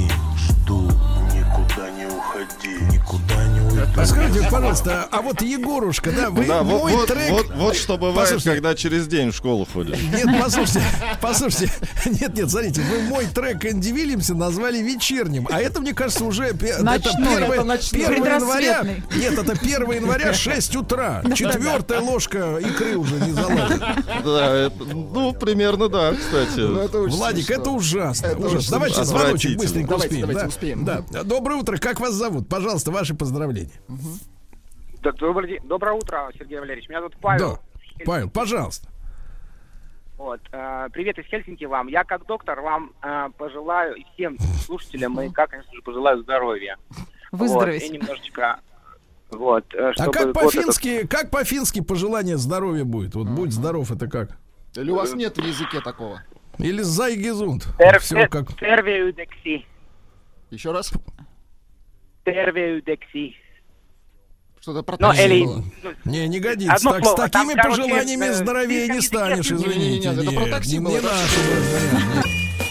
уходи, никуда не уйду. Скажите, пожалуйста, а вот Егорушка, да, вы Да, вот, мой вот, трек... вот, вот что бывает, Послушайте, когда через день в школу ходишь. Нет, послушайте, послушайте, нет, нет, смотрите, вы мой трек Энди Вильямса назвали вечерним, а это, мне кажется, уже пе- Ночной, это первое, это ночной. первое января. Предрассветный. Нет, это первое января, шесть утра. Четвертая ложка икры уже не заладит. Да, это, ну, примерно да, кстати. Ну, это очень Владик, смешно. это ужасно. Это ужасно. очень Давайте смешно. звоночек Отвратительно. быстренько Давайте, успеем. давайте да. успеем. Да. Доброе утро, как вас зовут? Пожалуйста, ваши поздравления. Так, добрый день. Доброе утро, Сергей Валерьевич. Меня зовут Павел. Да. Павел, пожалуйста. Вот, э, привет из Хельсинки вам. Я как доктор вам э, пожелаю, и всем слушателям, и как, конечно же, пожелаю здоровья. Выздороветь. Вот, и немножечко... Вот, э, А чтобы как год по-фински, как по-фински пожелание здоровья будет? Вот будь здоров, это как? Или у вас нет в языке такого? Или зайгезунд? этот... Все как... Тервеюдекси. Еще раз? Тервеюдекси. Что-то про Ну, такси или... было. Не, не годится. Одно Так, слово. с такими Там, короче, пожеланиями э, здоровее не слишком станешь, естественно. извините. Не-не-не, это про Нет, такси не, было, не да? наше вариант.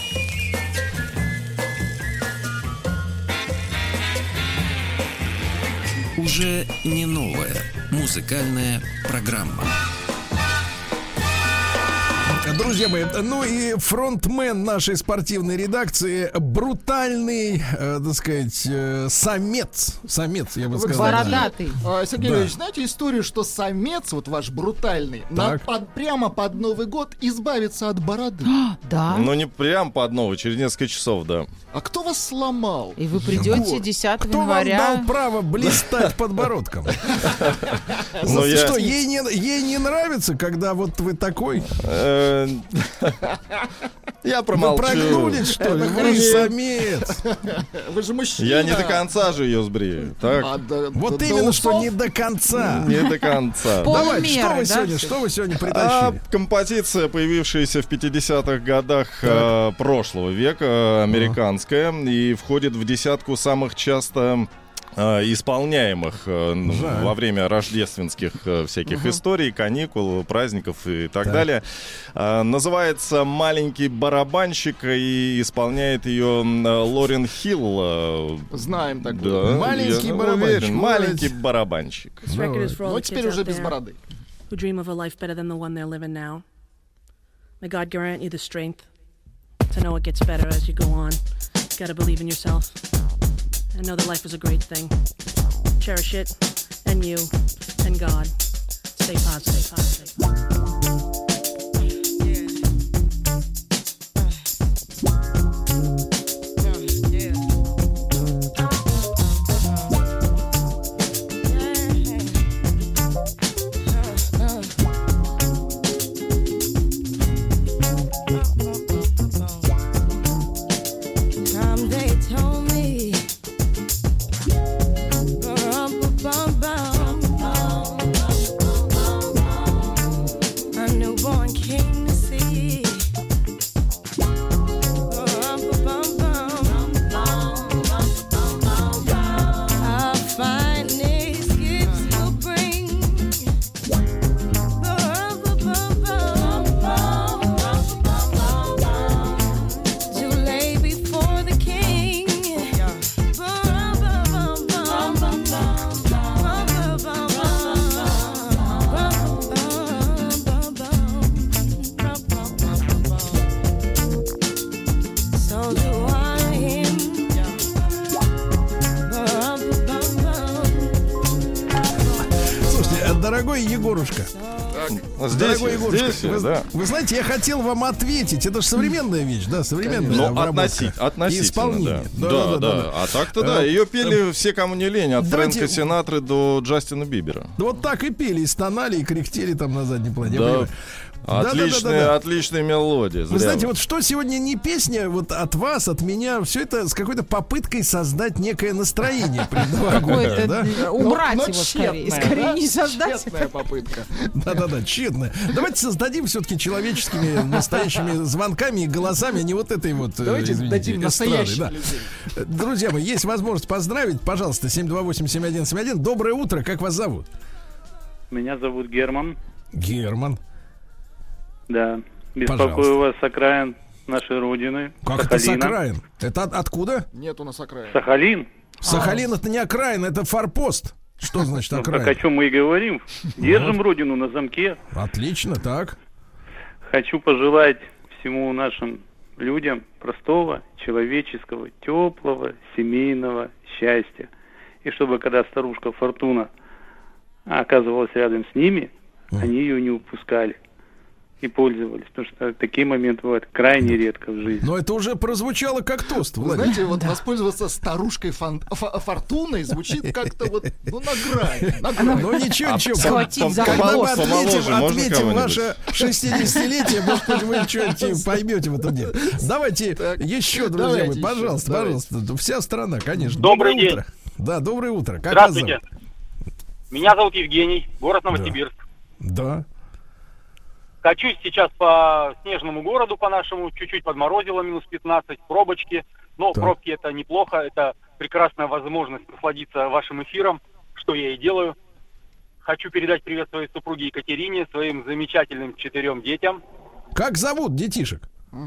Уже не новая музыкальная программа. Друзья мои, ну и фронтмен нашей спортивной редакции, брутальный, э, так сказать, э, самец, самец, я бы Вы, сказал. кстати, Бородатый. а, Сергей Да. Ильич, знаете историю, что самец, вот ваш брутальный, на- Так. под- прямо под Новый год избавится от бороды? Да. Ну, не прям по одному, через несколько часов, да. А кто вас сломал? И вы придете десятого Кто вам января. дал право блистать подбородком? Ну, я- Что, ей не, ей не нравится, когда вот вы такой? Э, Я Вы промолчу. прогнулись, что ли? Это Вы хорошо. самец. Вы же мужчина. Я не до конца же ее сбрею. Так, А, до- Вот до- именно, до что усов? не до конца. не до конца. Пол- Давайте, что Полумеры, вы да, сегодня, всё? что вы сегодня А притащили? композиция, появившаяся в пятидесятых годах э, прошлого века, американская, и входит в десятку самых часто э, исполняемых э, н- Жаль. во время рождественских э, всяких историй, каникул, праздников и так, Так. далее. Э, называется «Маленький барабанщик», и исполняет ее м, Лорен Хилл. э, Знаем да, такую. Маленький я барабанщик. уверен, маленький барабанщик. This record is for all Но the теперь kids уже out без there бороды. who dream of a life better than the one they're living now. May God grant you the strength to know it gets better as you go on. Gotta believe in yourself and know that life is a great thing. Cherish it, and you, and God. Stay positive, stay positive. Someday told me, a newborn king to see. Our finest gifts will bring. To lay before the king. So do I him. Слушайте, дорогой Егорушка, Здесь, дорогой я, Егорушка, здесь, я, вы, да. вы знаете, я хотел вам ответить. Это же современная вещь, да, современная Ну, обработка относи- относительно, и исполнение. да. Да, да. А так-то да. Э, Ее пели все, кому не лень, от давайте- Фрэнка Синатры до Джастина Бибера. Да вот так и пели, и стонали, и кряхтели там на заднем плане. я Да. понимаю. Отличная, Да-да-да-да-да. отличная мелодия. Вы Зря знаете, вы. вот что сегодня не песня, вот от вас, от меня, все это с какой-то попыткой создать некое настроение предновогоднее, Какое-то да? э, убрать Но- но его скорее. тщетная, Скорее да? не создать. Тщетная попытка. Да-да-да, тщетно. Давайте создадим все-таки человеческими, настоящими звонками и голосами, а не вот этой вот, э, Давайте извините, дадим эстрады, настоящих да. людей. Друзья мои, есть возможность поздравить. Пожалуйста, семь два восемь семь один семь один. Доброе утро, как вас зовут? Меня зовут Герман. Герман. Да. Пожалуйста. Беспокою вас с окраин нашей родины. Как это с Сахалина. окраин? Это от- откуда? Нет у нас окраин. Сахалин. Сахалин это не окраина, это форпост. Что значит Ну, окраина? так о чем мы и говорим. Держим родину на замке. Отлично, так. Хочу пожелать всему нашим людям простого, человеческого, теплого, семейного счастья. И чтобы, когда старушка Фортуна оказывалась рядом с ними, они ее не упускали и пользовались. Потому что такие моменты бывают крайне редко в жизни. Но это уже прозвучало как тост, Вы Владимир. знаете, вот воспользоваться старушкой фон- фо- Фортуной звучит как-то вот, ну, на грани. На грани. Ну ничего, А ничего. схватить за Когда мы хвост. отметим, Помоложе можно отметим кого-нибудь? ваше шестидесятилетие, может быть, вы что-нибудь поймете в этом деле. Давайте еще, друзья давайте мои, еще, пожалуйста, давайте. пожалуйста. Вся страна, конечно. Добрый Доброе день. утро. Да, доброе утро. Как вас Здравствуйте. зовут? Меня зовут Евгений, город Новосибирск. Да. Качусь сейчас по снежному городу, по нашему, чуть-чуть подморозило, минус пятнадцать, пробочки. Но Так. пробки это неплохо, это прекрасная возможность насладиться вашим эфиром, что я и делаю. Хочу передать привет своей супруге Екатерине, своим замечательным четырем детям. Как зовут детишек?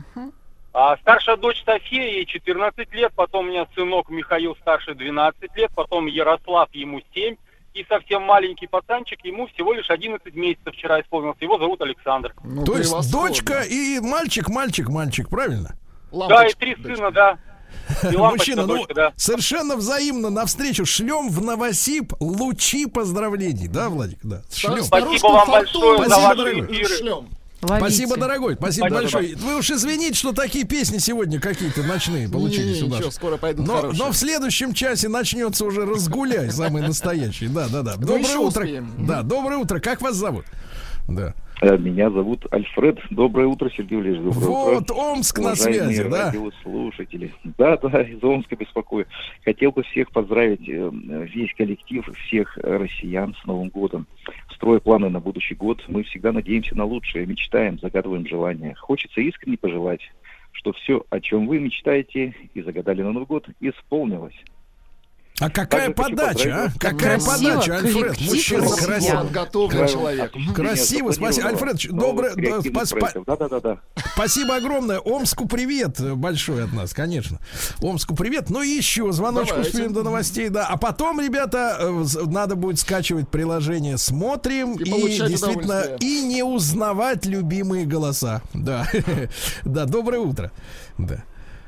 А старшая дочь София, ей четырнадцать лет, потом у меня сынок Михаил, старший двенадцать лет, потом Ярослав, ему семь, и совсем маленький пацанчик, ему всего лишь одиннадцать месяцев вчера исполнился, его зовут Александр. Ну, То есть превосходно. дочка и мальчик, мальчик, мальчик, правильно? Да, и Лампочка, три дочка. сына, да. И лампочка, Мужчина, ну, дочка, да. совершенно взаимно навстречу шлем в Новосиб лучи поздравлений, да, Владик? Да, шлем. Спасибо вам большое за Спасибо, ваши дорогой. эфиры. Шлем. Ловите. Спасибо, дорогой, спасибо Спасибо. большое. Вы уж извините, что такие песни сегодня какие-то ночные получились Не, у нас. ничего, скоро пойдут Но, хорошие. но в следующем часе начнется уже разгуляй, самый настоящий. Да, да, да. Ну, Доброе еще утро. успеем. Да, доброе утро. Как вас зовут? Да. Меня зовут Альфред. Доброе утро, Сергей Валерьевич. Доброе Вот, утро. Омск на Уважаемые связи, да? радиослушатели. Да, да, из Омска беспокою. Хотел бы всех поздравить, э, весь коллектив, всех россиян с Новым годом. Строя планы на будущий год, мы всегда надеемся на лучшее, мечтаем, загадываем желания. Хочется искренне пожелать, что все, о чем вы мечтаете и загадали на Новый год, исполнилось. А какая Также хочу подача, а? поздравить Какая Красиво, подача, Альфред? коллектив Мужчина россиян. красиво. Подготовленный Правильно. человек. Красиво, спасибо. Альфред, доброе, да, спа- Да, да, да, да. спасибо огромное. Омску привет большой от нас, конечно. Омску привет. Ну и еще звоночку Давайте. успеем до новостей, да. А потом, ребята, э, з- надо будет скачивать приложение «Смотрим» И и, получать действительно удовольствие. и не узнавать любимые голоса. Да, да. Доброе утро. Да.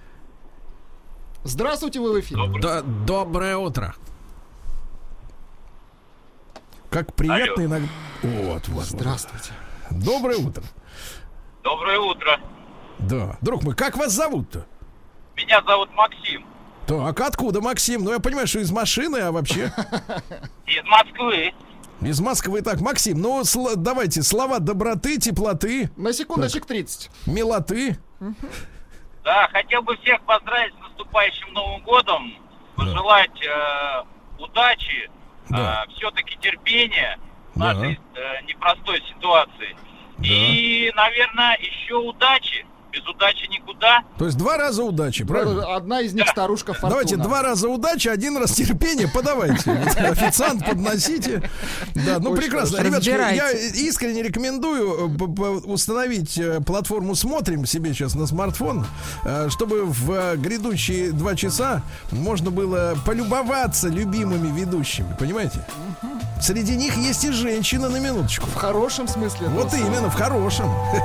Здравствуйте, вы в эфире. Да, доброе утро. Как приятно иногда. Вот, вот. Здравствуйте. Доброе утро. Доброе утро. Да. Друг мой, как вас зовут-то? Меня зовут Максим. Так, откуда, Максим? Ну, я понимаю, что из машины, а вообще Из Москвы. из Москвы. Так, Максим, ну, сл- давайте слова доброты, теплоты, На секундочек тридцать. милоты. Да, хотел бы всех поздравить с наступающим Новым годом, пожелать э, удачи, Да. э, все-таки терпения в Да. нашей э, непростой ситуации. И, наверное, еще удачи. Без удачи никуда. То есть два раза удачи, правильно? Одна из них старушка Фортуна. Давайте два раза удачи, один раз терпения, подавайте. Вот, официант, подносите. Да, ну Очень прекрасно. хорошо. Ребятушки, я Разбирайте. искренне рекомендую э, п- п- установить э, платформу «Смотрим» себе сейчас на смартфон, э, чтобы в э, грядущие два часа можно было полюбоваться любимыми ведущими, понимаете? Среди них есть и женщина, на минуточку. В хорошем смысле. этого Вот слова. именно, в хорошем.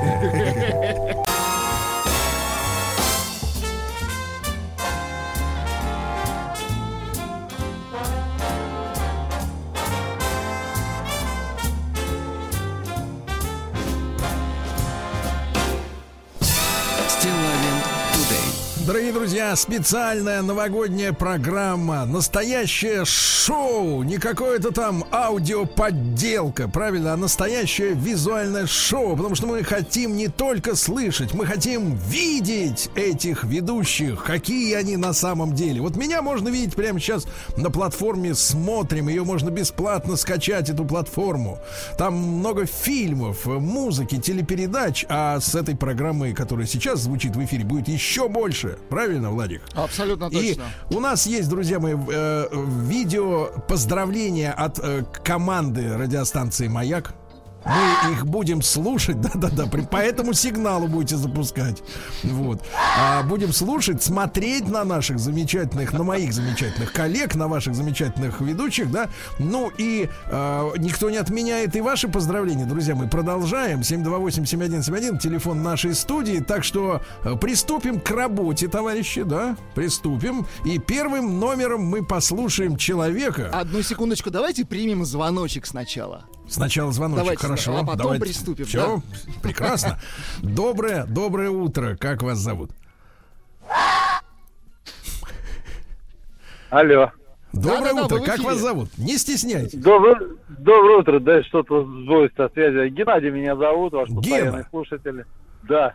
Стилавин Тудей. Дорогие друзья, специальная новогодняя программа, настоящее шоу, не какое-то там аудиоподделка, правильно, а настоящее визуальное шоу, потому что мы хотим не только слышать, мы хотим видеть этих ведущих, какие они на самом деле. Вот меня можно видеть прямо сейчас на платформе «Смотрим», ее можно бесплатно скачать, эту платформу. Там много фильмов, музыки, телепередач, а с этой программой, которая сейчас звучит в эфире, будет еще больше. Правильно, Владик? Абсолютно И точно. у нас есть, друзья мои, э, видео поздравления от э, команды радиостанции «Маяк». Мы их будем слушать, да-да-да, по этому сигналу будете запускать. Вот. А будем слушать, смотреть на наших замечательных, на моих замечательных коллег, на ваших замечательных ведущих, да. Ну и э, никто не отменяет и ваши поздравления, друзья. Мы продолжаем. семь два восемь семь один семь один, телефон нашей студии. Так что э, приступим к работе, товарищи, да. Приступим. И первым номером мы послушаем человека. Одну секундочку, давайте примем звоночек сначала. Сначала звоночек, давайте, хорошо. А потом давайте. приступим. Все, да? прекрасно. Доброе, доброе утро. Как вас зовут? Алло. Доброе Да-да-да, утро. вы в Как эфире. вас зовут? Не стесняйтесь. Доброе, доброе утро. Да, что-то сбой со связи. Геннадий меня зовут, ваш постоянный слушатель. Да.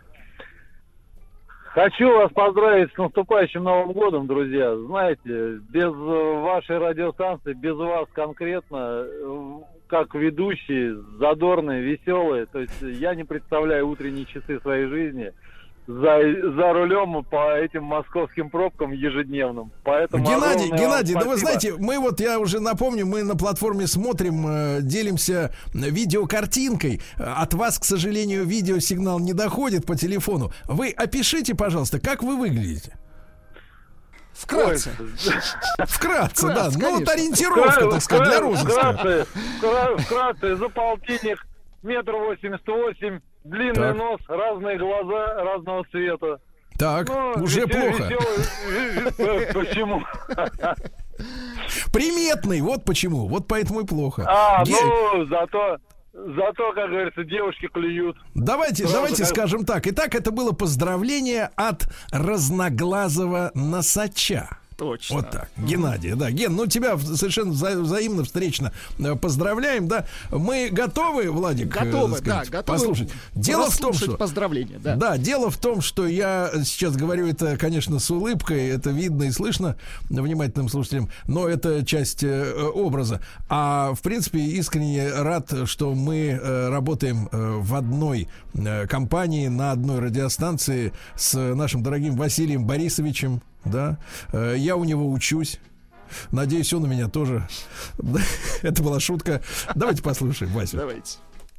Хочу вас поздравить с наступающим Новым годом, друзья. Знаете, без вашей радиостанции, без вас конкретно, как ведущие, задорные, веселые, то есть я не представляю утренние часы своей жизни за, за рулем по этим московским пробкам ежедневным. Поэтому Геннадий, огромное Геннадий, вам да вы спасибо. знаете, мы вот, я уже напомню, мы на платформе смотрим, э, делимся видеокартинкой. От вас, к сожалению, видеосигнал не доходит по телефону. Вы опишите, пожалуйста, как вы выглядите. Вкратце. Вкратце, да. Вкратце, Ну вот конечно. ориентировка, так сказать, для розыска. Вкратце, вкра- вкратце, за полтинник, метр восемьдесят восемь, длинный Так. нос, разные глаза разного цвета. Так, Ну, уже весел- плохо. веселый- Почему? Приметный, вот почему. Вот поэтому и плохо. А, Ге- ну, зато, зато, как говорится, девушки клюют. Давайте, Сразу давайте как- скажем так. Итак, это было поздравление от разноглазого носача. Точно. Вот так. Геннадий, да. Ген, ну тебя в- совершенно вза- взаимно, встречно э, поздравляем, да. Мы готовы, Владик? э, Готовы, так сказать, да, готовы послушать. Дело в том, прослушать что... поздравления, да. Да, дело в том, что я сейчас говорю это, конечно, с улыбкой, это видно и слышно внимательным слушателям, но это часть э, образа. А в принципе искренне рад, что мы э, работаем э, в одной э, компании, на одной радиостанции с нашим дорогим Василием Борисовичем. Да, Э, я у него учусь. Надеюсь, он у меня тоже. Это была шутка. Давайте послушаем, Вася. Давайте.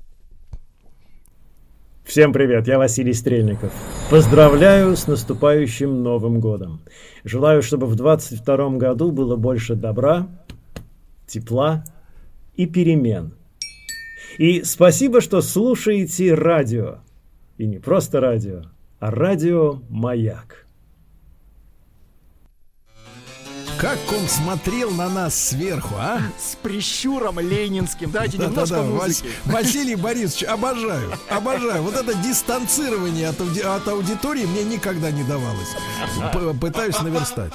Всем привет, я Василий Стрельников. Поздравляю с наступающим Новым годом. Желаю, чтобы в двадцать втором году было больше добра, тепла и перемен. И спасибо, что слушаете радио. И не просто радио, а радио «Маяк». Как он смотрел на нас сверху, а? С прищуром ленинским. Дайте Да, немножко да, да. музыки. Вас- Василий Борисович, обожаю, обожаю. Вот это дистанцирование от, ауди- от аудитории мне никогда не давалось. П- Пытаюсь наверстать.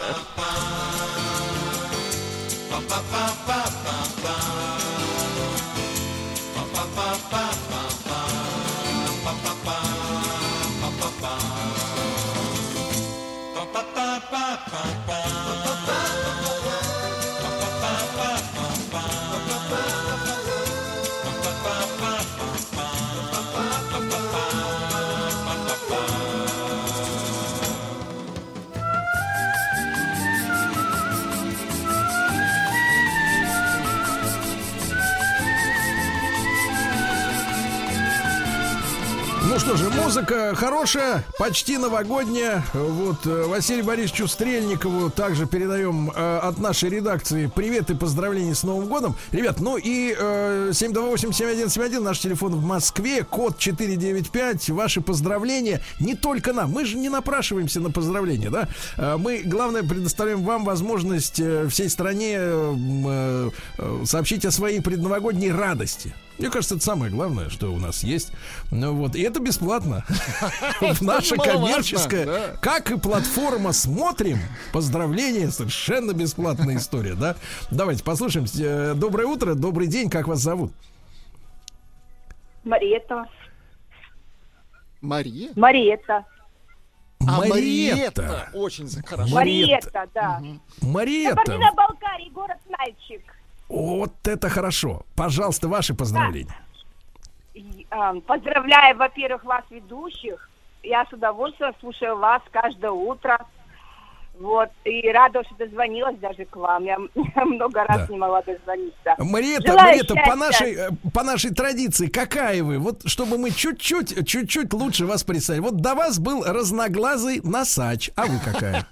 Ну что же, музыка хорошая, почти новогодняя. Вот э, Василию Борисовичу Стрельникову также передаем э, от нашей редакции привет и поздравления с Новым годом. Ребят, ну и э, семь два восемь семь один семь один, наш телефон в Москве, код четыре девять пять. Ваши поздравления не только нам. Мы же не напрашиваемся на поздравления, да? Э, мы, главное, предоставляем вам возможность э, всей стране э, э, сообщить о своей предновогодней радости. Мне кажется, это самое главное, что у нас есть. Ну вот, и это бесплатно. Наша коммерческая, как и платформа «Смотрим». Поздравления, совершенно бесплатная история, да? Давайте послушаем. Э, Доброе утро, добрый день, как вас зовут? Мариетта. Мария? Мариетта. А, Мариетта. Мариетта. Очень за- хорошо. Мариетта, да. Мариетта. Кабардино-Балкарии, город Нальчик. Вот это хорошо. Пожалуйста, ваши поздравления. И, а, Поздравляю, во-первых, вас, ведущих. Я с удовольствием слушаю вас каждое утро. Вот, и рада, что дозвонилась даже к вам. Я, я много раз Да. не могла дозвониться. Мариэта, Желаю Мариэта, по счастья. нашей, э, по нашей традиции, какая вы? Вот, чтобы мы чуть-чуть, чуть-чуть лучше вас представили. Вот до вас был разноглазый носач, а вы какая?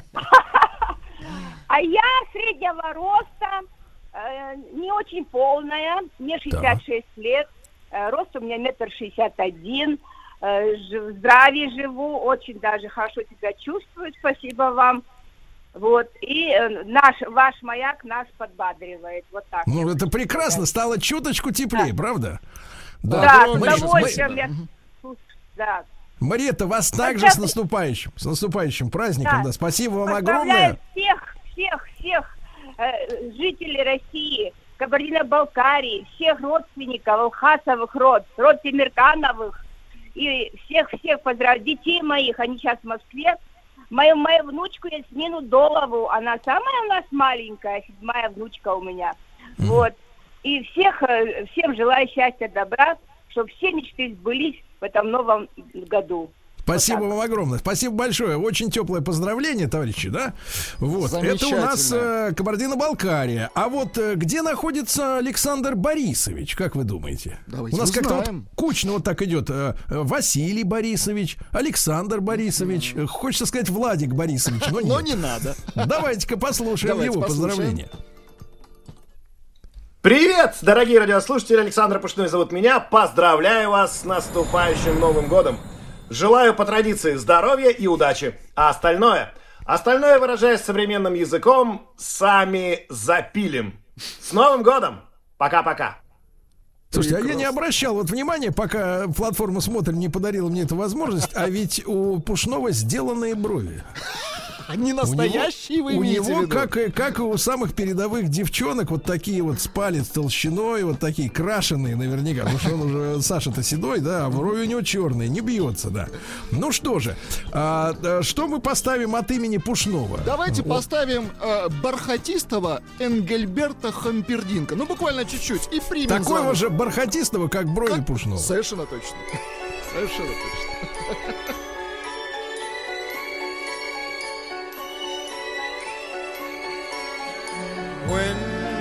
А я среднего роста, э, не очень полная, мне шестьдесят шесть лет, э, рост у меня метр шестьдесят один, э, ж- в здравии живу, очень даже хорошо себя чувствую, спасибо вам. Вот, и э, наш, ваш маяк нас подбадривает, вот так. Ну, это прекрасно, стало чуточку теплее, правда? Да, с Мариэта, удовольствием я... Да. Мариэта, вас Вот также сейчас- с наступающим, с наступающим праздником, Да. да, спасибо вам Поздравляю огромное. всех, всех, всех э, жителей России, Кабардино-Балкарии, всех родственников, Алхасовых род, род Тимиркановых, и всех-всех поздравляю, детей моих, они сейчас в Москве. Мою, мою внучку Ясмину Долову, она самая у нас маленькая, седьмая внучка у меня. Вот. И всех, э, всем желаю счастья, добра, чтобы все мечты сбылись в этом новом году. Спасибо вам огромное. Спасибо большое. Очень теплое поздравление, товарищи, да? Вот. Это у нас э, Кабардино-Балкария. А вот э, где находится Александр Борисович, как вы думаете? Давайте у нас как-то вот узнаем. кучно вот так идет. э, э, Василий Борисович, Александр Борисович, э, хочется сказать Владик Борисович, но нет. Но не надо. Давайте-ка послушаем Давайте его послушаем. поздравления. Привет, дорогие радиослушатели, Александр Пушной зовут меня. Поздравляю вас с наступающим Новым годом. Желаю по традиции здоровья и удачи. А остальное, остальное, выражаясь современным языком, сами запилим. С Новым годом! Пока-пока. Слушайте, а я не обращал вот внимания, пока платформа «Смотрим» не подарила мне эту возможность, а ведь у Пушного сделанные брови. Они настоящие, вы У имеете него, в виду? как, и- как и у самых передовых девчонок, вот такие вот с палец толщиной, вот такие крашеные наверняка. Потому что он уже, Саша-то седой, да, а брови у него черные, не бьется, да. Ну что же, а, а, что мы поставим от имени Пушного? Давайте Вот. поставим э, бархатистого Энгельберта Хампердинка. Ну, буквально чуть-чуть. И примем Такого заново. же бархатистого, как брови Пушного. Совершенно точно. Совершенно точно. When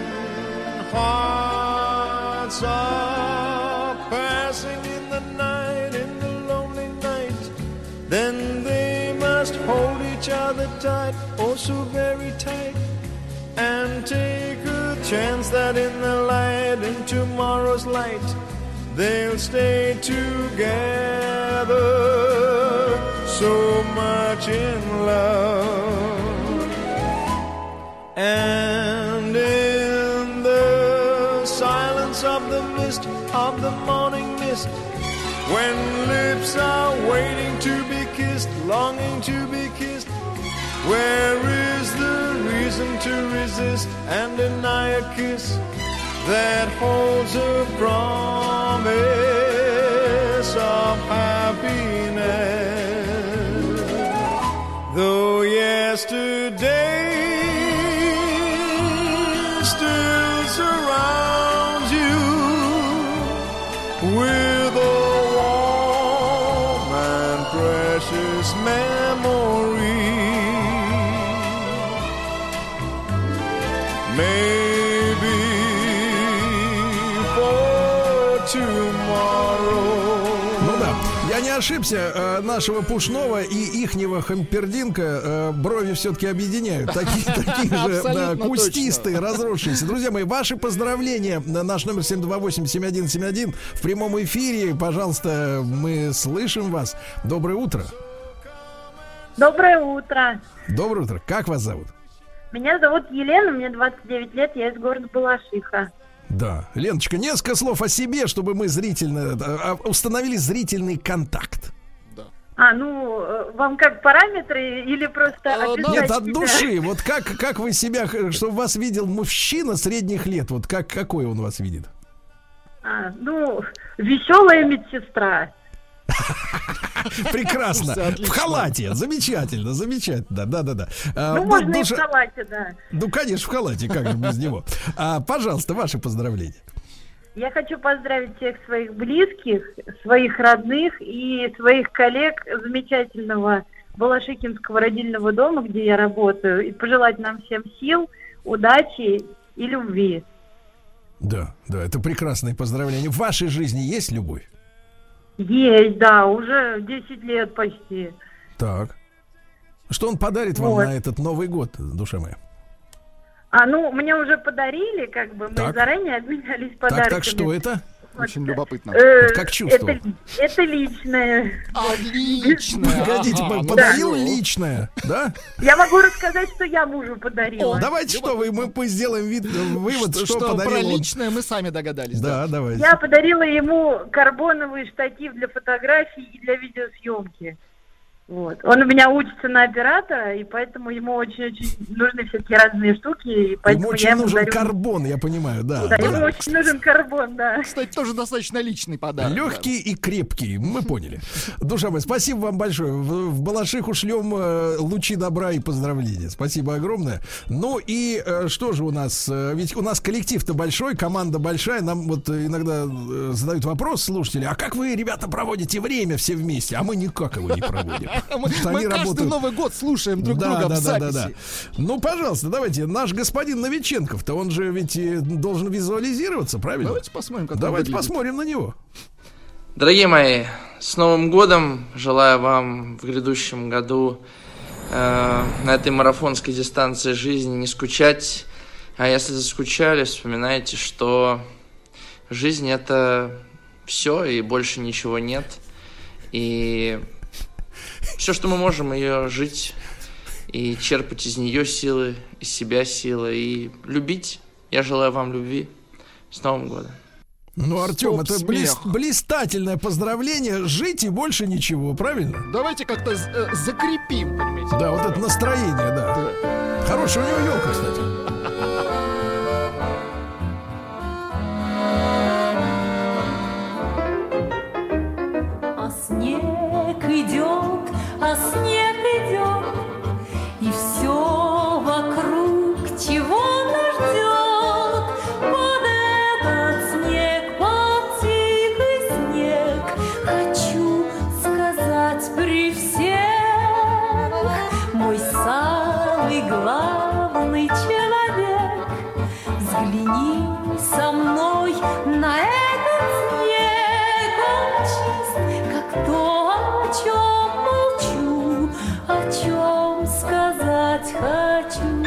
hearts are passing in the night, in the lonely night, then they must hold each other tight, oh so very tight, and take a chance that in the light, in tomorrow's light, they'll stay together, so much in love. And in the silence of the mist, of the morning mist, when lips are waiting to be kissed, longing to be kissed, where is the reason to resist and deny a kiss that holds a promise of happiness? Though yesterday still surrounds you with a warm and precious memory. Maybe for tomorrow. Ну да, я не ошибся, э, нашего Пушного и ихнего Хампердинка э, брови все-таки объединяют. Такие, такие же, да, Абсолютно кустистые, разросшиеся. Друзья мои, ваши поздравления на наш номер семь два восемь семь один семь один в прямом эфире. Пожалуйста, мы слышим вас. Доброе утро. Доброе утро. Доброе утро. Как вас зовут? Меня зовут Елена, мне двадцать девять лет, я из города Балашиха. Да. Леночка, несколько слов о себе, чтобы мы зрительно э, установили зрительный контакт. А, ну, э, вам как параметры или просто описать Нет, от себя? души. Вот как, как вы себя, чтобы вас видел мужчина средних лет, вот как, какой он вас видит? А, ну, веселая медсестра. Прекрасно. Слушайте, В халате. Замечательно, замечательно. Да, да, да. А, Ну, ду- можно и в душа- халате, да. Ну, конечно, в халате, как же без него. А, пожалуйста, ваши поздравления. Я хочу поздравить всех своих близких, своих родных и своих коллег замечательного Балашихинского родильного дома, где я работаю, и пожелать нам всем сил, удачи и любви. Да, да, это прекрасные поздравления. В вашей жизни есть любовь? Есть, да, уже десять лет почти. Так. Что он подарит вам Вот. на этот Новый год, душа моя? А, ну, мне уже подарили, как бы, мы Так. заранее обменялись Так, подарками. так, что это? Очень любопытно. Э, Вот как чувство? Это, это личное. Отлично. Погодите, Ага, ну подарил всё. личное, да? Я могу рассказать, что я мужу подарила. Давайте что вы, мы мы сделаем вид, вывод, что, Что, что про подарил он. личное мы сами догадались. Да, давайте. Я подарила ему карбоновый штатив для фотографий и для видеосъемки. Вот. Он у меня учится на оператора, и поэтому ему очень-очень нужны всякие разные штуки, и поэтому Ему я очень ему нужен дарю... карбон, я понимаю, да. Да, да. ему очень нужен карбон, да. Кстати, тоже достаточно личный подарок. Легкий и крепкий, мы поняли. Душа моя, спасибо вам большое. В, в Балашиху шлем э, лучи добра и поздравления. Спасибо огромное. Ну и э, что же у нас? Э, ведь у нас коллектив-то большой, команда большая. Нам вот э, иногда э, задают вопрос слушатели: а как вы, ребята, проводите время все вместе? А мы никак его не проводим. Мы, Потому что мы они каждый работают- Новый год слушаем друг Да, друга да, в да, да, записи. да. Ну, пожалуйста, давайте. Наш господин Новиченков-то, он же ведь э, должен визуализироваться, правильно? Давайте посмотрим, как он Давайте выглядит. посмотрим на него. Дорогие мои, с Новым годом! Желаю вам в грядущем году э, на этой марафонской дистанции жизни не скучать. А если заскучали, вспоминайте, что жизнь — это все, и больше ничего нет. И все, что мы можем, ее жить и черпать из нее силы, из себя силы и любить. Я желаю вам любви. С Новым годом! Ну, Артем, Стоп, это смех. блист- блистательное поздравление. Жить и больше ничего, правильно? Давайте как-то э, закрепим, понимаете? Да, вот это настроение, да. Хорошая у него елка, кстати. А снег идет, а снег идет, и все вокруг чего нас ждет. Под этот снег, под тихий снег, хочу сказать при всех: мой самый главный человек, взгляни со мной на этот снег. Он чист, как то, о чем молчу, о чем сказать хочу.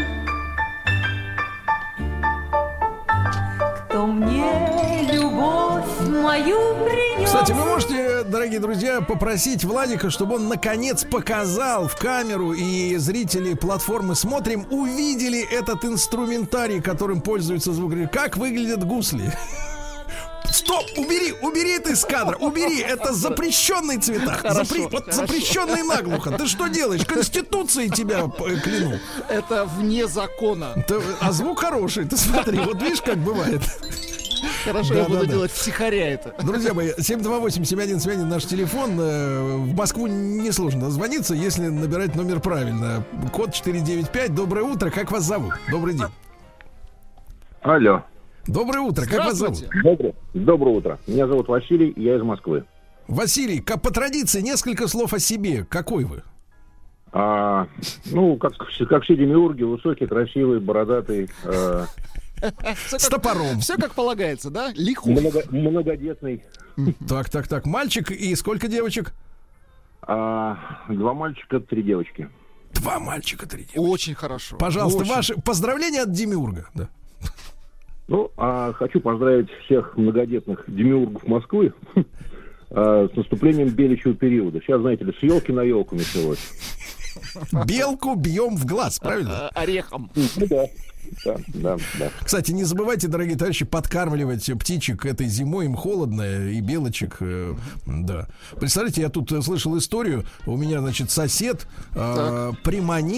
Кто мне любовь мою принес. Кстати, вы можете, дорогие друзья, попросить Владика, чтобы он наконец показал в камеру, и зрители платформы «Смотрим» увидели этот инструментарий, которым пользуются звукорежиссеры. Как выглядят гусли. Стоп! Убери! Убери это из кадра! Убери! Это запрещенный цвета! Хорошо, Запре- вот хорошо. запрещенный наглухо! Ты что делаешь? Конституцией тебя э, кляну! Это вне закона. Ты- а звук хороший, ты смотри, вот видишь, как бывает. Хорошо, Да, я да, буду да. делать втихаря это. Друзья мои, семь два восемь семь один семь один наш телефон. Э, В Москву несложно дозвониться, если набирать номер правильно. Код четыре девять пять. Доброе утро. Как вас зовут? Добрый день. Алло. Доброе утро. Как вас зовут? Доброе, доброе утро. Меня зовут Василий, я из Москвы. Василий, как по традиции, несколько слов о себе. Какой вы? А, ну, как, как все демиурги, высокий, красивый, бородатый, э, С топором. Все как полагается, да? Лихо. много, многодетный. Так, так, так. Мальчик и сколько девочек? А, два мальчика, три девочки. Два мальчика, три девочки. Очень хорошо. Пожалуйста, Очень. ваши поздравления от демиурга. Да. Ну, а хочу поздравить всех многодетных демиургов Москвы а, с наступлением беличьего периода. Сейчас, знаете ли, с елки на елку началось. Белку бьем в глаз, правильно? Орехом. Ну да. Да, да, да. Кстати, не забывайте, дорогие товарищи, подкармливать птичек этой зимой, им холодно, и белочек, э, да. Представляете, я тут э, слышал историю, у меня, значит, сосед э, приманил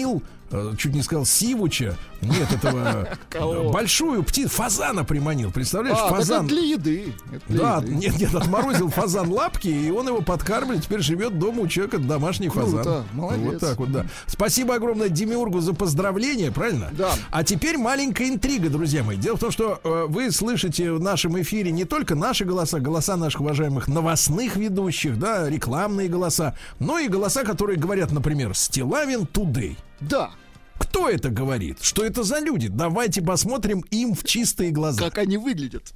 э, чуть не сказал Сивуча, нет, этого большую птицу, фазана приманил, представляешь, А, фазан. так это для еды. Это для Да, еды. нет, нет, отморозил фазан лапки, и он его подкармливает, теперь живет дома у человека домашний Круто, фазан. молодец. Вот так вот, да. Спасибо огромное Демиургу за поздравление, правильно? Да. А теперь маленькая интрига, друзья мои. Дело в том, что э, вы слышите в нашем эфире не только наши голоса, голоса наших уважаемых новостных ведущих, да, рекламные голоса, но и голоса, которые говорят, например, Стилавин Today. Да. Кто это говорит? Что это за люди? Давайте посмотрим им в чистые глаза. Как они выглядят.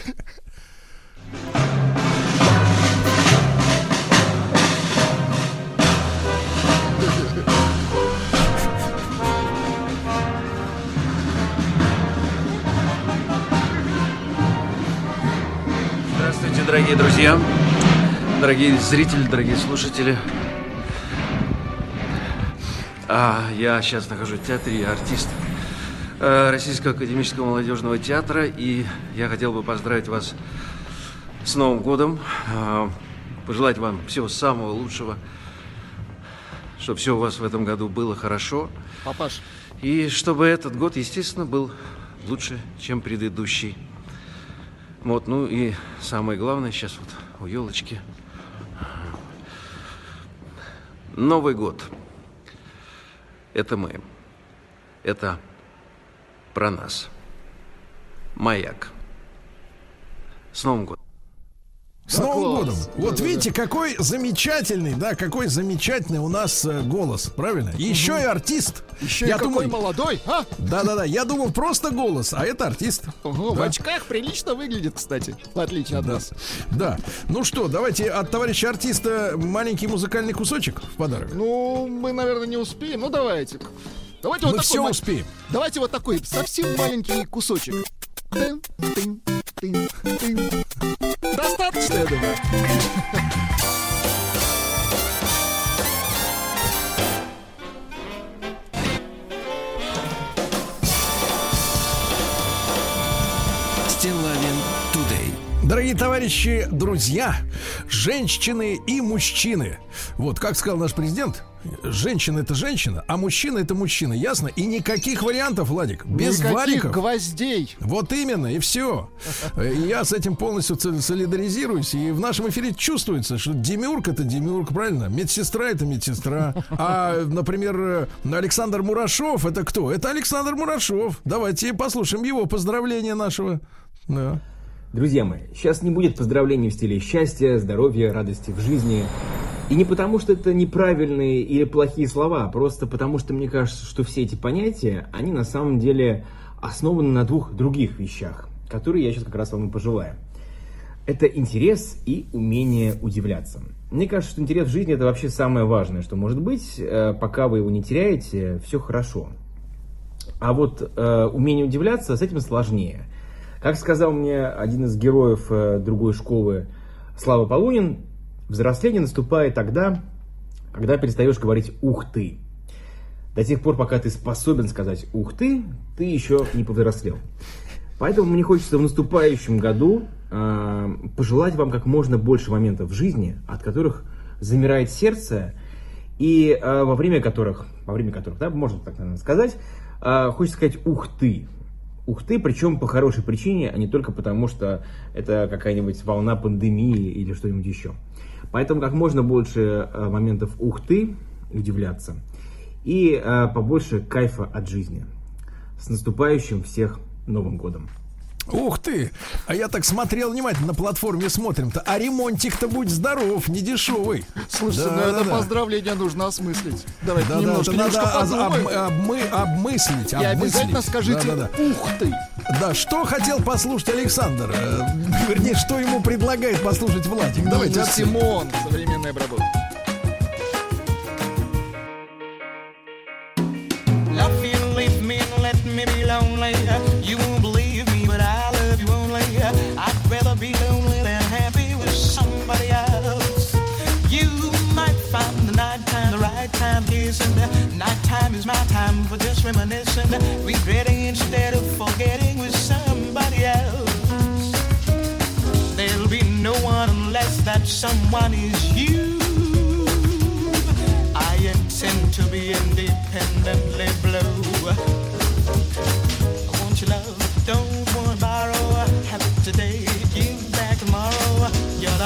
Здравствуйте, дорогие друзья, дорогие зрители, дорогие слушатели. А, я сейчас нахожусь в театре, я артист э, Российского академического молодежного театра, и я хотел бы поздравить вас с Новым годом, э, пожелать вам всего самого лучшего, чтобы все у вас в этом году было хорошо. Папаш. И чтобы этот год, естественно, был лучше, чем предыдущий. Вот, ну и самое главное, сейчас вот у елочки. Новый год. Это мы. Это про нас. Маяк. С Новым годом. С Новым годом. Вот видите, какой замечательный, да, какой замечательный у нас э, голос, правильно? Еще и артист. Еще и какой молодой, а? Да-да-да, я думал просто голос, а это артист. Ого, Да. в очках прилично выглядит, кстати, в отличие от Да. нас. Да. Ну что, давайте от товарища артиста маленький музыкальный кусочек в подарок. Ну, мы, наверное, не успеем. Ну, давайте. Давайте Мы вот такой все ма- успеем. Давайте вот такой совсем маленький кусочек. Тын, тын, тын, тын. Достаточно, я думаю. Стилавин Today. Дорогие товарищи, друзья, женщины и мужчины. Вот, как сказал наш президент, женщина — это женщина, а мужчина — это мужчина, ясно? И никаких вариантов, Владик, без Никаких вариков. гвоздей. Вот именно, и все. Я с этим полностью ц- солидаризируюсь. И в нашем эфире чувствуется, что демиург — это демиург, правильно? Медсестра — это медсестра. А, например, Александр Мурашов — это кто? Это Александр Мурашов. Давайте послушаем его поздравления нашего. Да. Друзья мои, сейчас не будет поздравлений в стиле счастья, здоровья, радости в жизни. И не потому, что это неправильные или плохие слова, а просто потому, что мне кажется, что все эти понятия, они на самом деле основаны на двух других вещах, которые я сейчас как раз вам и пожелаю. Это интерес и умение удивляться. Мне кажется, что интерес в жизни — это вообще самое важное, что может быть. Пока вы его не теряете, все хорошо. А вот э, умение удивляться, с этим сложнее. Как сказал мне один из героев э, другой школы, Слава Полунин, взросление наступает тогда, когда перестаешь говорить «ух ты». До тех пор, пока ты способен сказать «ух ты», ты еще не повзрослел. Поэтому мне хочется в наступающем году э, пожелать вам как можно больше моментов в жизни, от которых замирает сердце, и э, во время которых, во время которых, да, можно так наверное, сказать, э, хочется сказать «ух ты». Ух ты, причем по хорошей причине, а не только потому, что это какая-нибудь волна пандемии или что-нибудь еще. Поэтому как можно больше э, моментов «ух ты», удивляться, и э, побольше кайфа от жизни. С наступающим всех Новым годом! Ух ты! А я так смотрел внимательно, на платформе смотрим-то, а ремонтик-то будь здоров, не дешевый. Слушайте, Да, ну это да, да. поздравление нужно осмыслить. Давайте Да, да, немножко, это немножко надо подумаем. об- обмы- обмыслить, И обмыслить. обязательно скажите Да, да, да. «ух ты». Да, что хотел послушать Александр? Э, Вернее, что ему предлагает послушать Владик? Давайте Нина оценим. Симон, современная обработка. Love you, leave me, let me be lonely. You won't believe me, but I love you only. I'd rather be lonely than happy with somebody else. You might find the nighttime the right time kissing. Nighttime is my time for just reminiscing. Regretting instead of forgetting with somebody else. There'll be no one unless that someone is you. I intend to be independently blessed.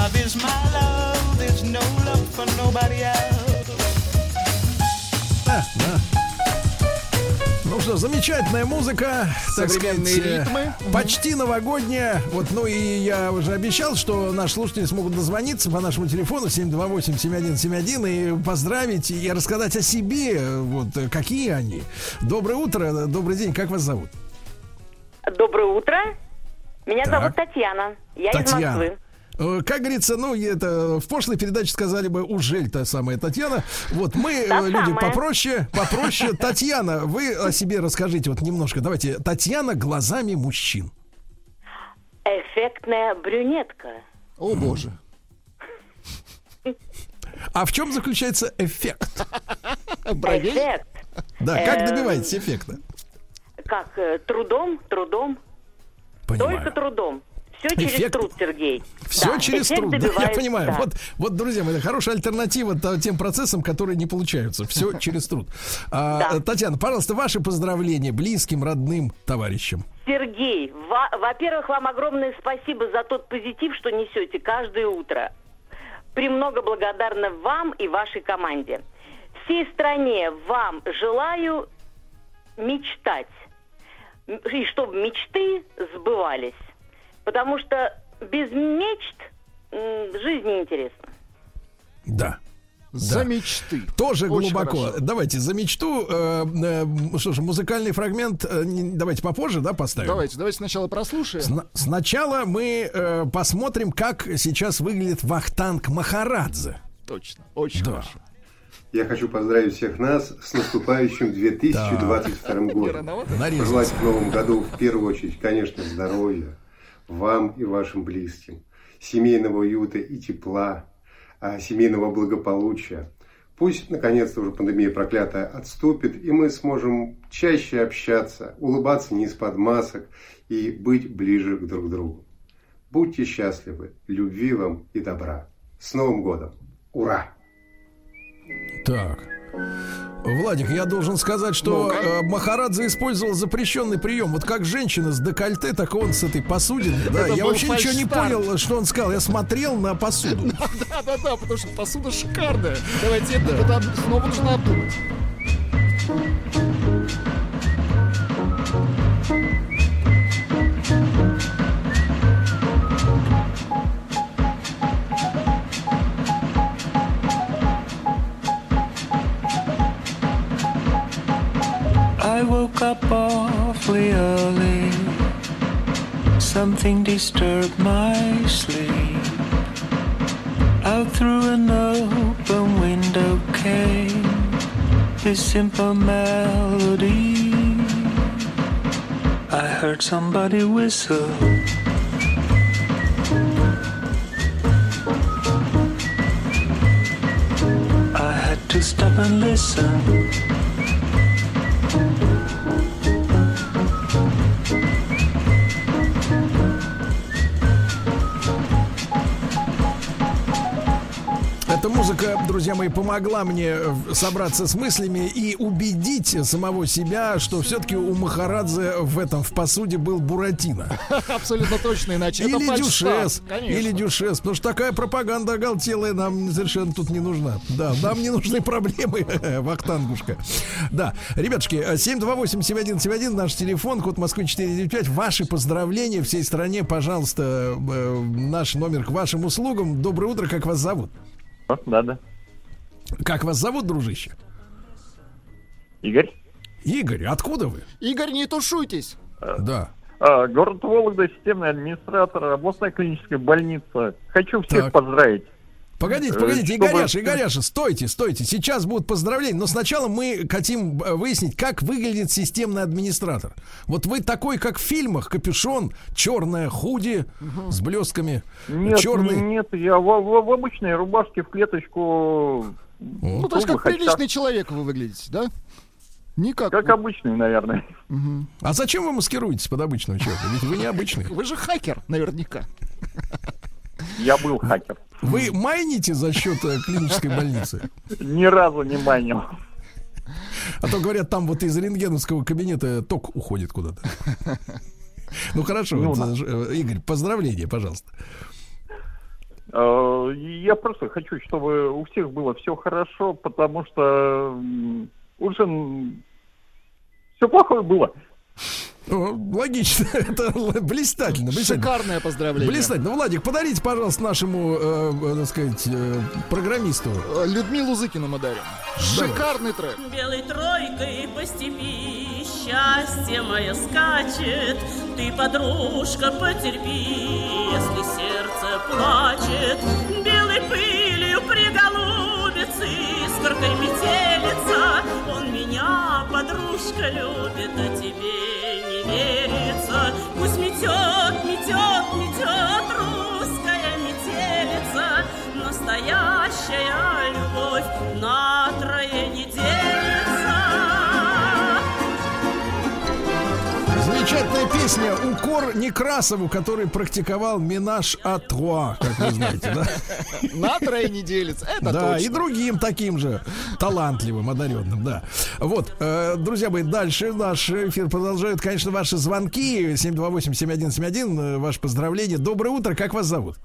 love is my love, there's no love for nobody else. Да, да. Ну что, замечательная музыка, так сказать, ритмы. почти новогодняя. Вот, ну и я уже обещал, что наши слушатели смогут дозвониться по нашему телефону семь два восемь семь один семь один и поздравить и рассказать о себе, вот какие они. Доброе утро, добрый день, как вас зовут? Доброе утро. Меня Так. зовут Татьяна. Я из Татьяна. Москвы. Э, Как говорится, ну, это в прошлой передаче сказали бы, ужель та самая Татьяна. Вот мы, Та э, люди самая. попроще, попроще. Татьяна, вы о себе расскажите вот немножко. Давайте, Татьяна глазами мужчин. Эффектная брюнетка. О, боже. А в чем заключается эффект? Эффект. Да, как Эм, добиваетесь эффекта? Как? э, Трудом, трудом. Понимаю. Только трудом. Все через Эффект- труд, Сергей. Все Да, через эффект труд, да, я добивается, понимаю. да. Вот, вот, друзья мои, хорошая альтернатива та- тем процессам, которые не получаются. Все через труд. А, Да. Татьяна, пожалуйста, ваши поздравления близким, родным, товарищам. Сергей, во- во-первых, вам огромное спасибо за тот позитив, что несете каждое утро. Премного благодарна вам и вашей команде. Всей стране вам желаю мечтать. М- И чтобы мечты сбывались. Потому что без мечт м, жизнь неинтересна. Да. За Да. мечты. Тоже Очень глубоко. хорошо. Давайте за мечту. э, э, что ж, музыкальный фрагмент. э, не- давайте попозже, да, поставим. Давайте, давайте сначала прослушаем. Сна- Сначала мы э, посмотрим, как сейчас выглядит Вахтанг Махарадзе. Точно. Очень Да. хорошо. Я хочу поздравить всех нас с наступающим две тысячи двадцать вторым годом. Нарезался. Пожелать в новом году, в первую очередь, конечно, здоровья вам и вашим близким, семейного уюта и тепла, а, семейного благополучия. Пусть, наконец-то, уже пандемия проклятая отступит, и мы сможем чаще общаться, улыбаться не из-под масок и быть ближе к друг другу. Будьте счастливы, любви вам и добра. С Новым годом! Ура! Так. Владик, я должен сказать, что э, Махарадзе использовал запрещенный прием. Вот как женщина с декольте, так он с этой посудиной. Да, Это я был вообще ничего не фальшстарт. понял, что он сказал. Я смотрел на посуду. Да-да-да, потому что посуда шикарная. Давайте это, это снова нужно обдумать. I woke up awfully early. Something disturbed my sleep. Out through an open window came this simple melody. I heard somebody whistle. I had to stop and listen. Эта музыка, друзья мои, помогла мне собраться с мыслями и убедить самого себя, что все-таки у Махарадзе в этом, в посуде был Буратино. Абсолютно точно, иначе это Или фальшстарт, Дюшес, конечно. или Дюшес, потому что такая пропаганда оголтелая нам совершенно тут не нужна. Да, нам не нужны проблемы, Вахтангушка. Да, ребятушки, семь два восемь семь один семь один наш телефон, код Москвы четыре девять пять. Ваши поздравления всей стране, пожалуйста, э, наш номер к вашим услугам. Доброе утро, как вас зовут? Да, да. Как вас зовут, дружище? Игорь. Игорь, откуда вы? Игорь, не тушуйтесь. Да. А, город Вологда, системный администратор, областная клиническая больница. Хочу всех Так. поздравить. Погодите, Э, погодите, чтобы- Игоряша, Игоряша, стойте, стойте. Сейчас будут поздравления, но сначала мы хотим э, выяснить, как выглядит системный администратор. Вот вы такой, как в фильмах, капюшон, черная худи с блестками, Нет, черный. нет, я в, в- в обычной рубашке в клеточку. Ну, то есть как приличный человек вы выглядите, да? Никак. Как обычный, наверное. А зачем вы маскируетесь под обычного человека? Ведь вы необычный. Вы же хакер, наверняка. Я был хакер. Вы майните за счет э, клинической больницы? Ни разу не майнил. А то, говорят, там вот из рентгеновского кабинета ток уходит куда-то. Ну хорошо, Ну, вот, да. э, Игорь, поздравления, пожалуйста. Э, Я просто хочу, чтобы у всех было все хорошо, потому что м, уже все плохое было. О, логично, это блистательно, блистательно. Шикарное поздравление. Блистательно. Ну, Владик, подарите, пожалуйста, нашему, э, э, так сказать, э, программисту. Людмилу Зыкину мы дарим. Шикарный трек. Белой тройкой по степи счастье мое скачет. Ты, подружка, потерпи, если сердце плачет. Белой пылью приголубится, искоркой метелица. Он меня, подружка, любит, а тебе не верится. Пусть метет, метет, метет русская метелица. Настоящая любовь на трое не делится. Замечательная песня «Укор Некрасову», который практиковал Менаж а Труа, как вы знаете, да? На трое не делится, это да, точно. и другим таким же талантливым, одаренным, да. Вот, э, друзья мои, дальше наш эфир продолжает, конечно, ваши звонки. семь два восемь семь один семь один, э, ваше поздравление. Доброе утро, как вас зовут?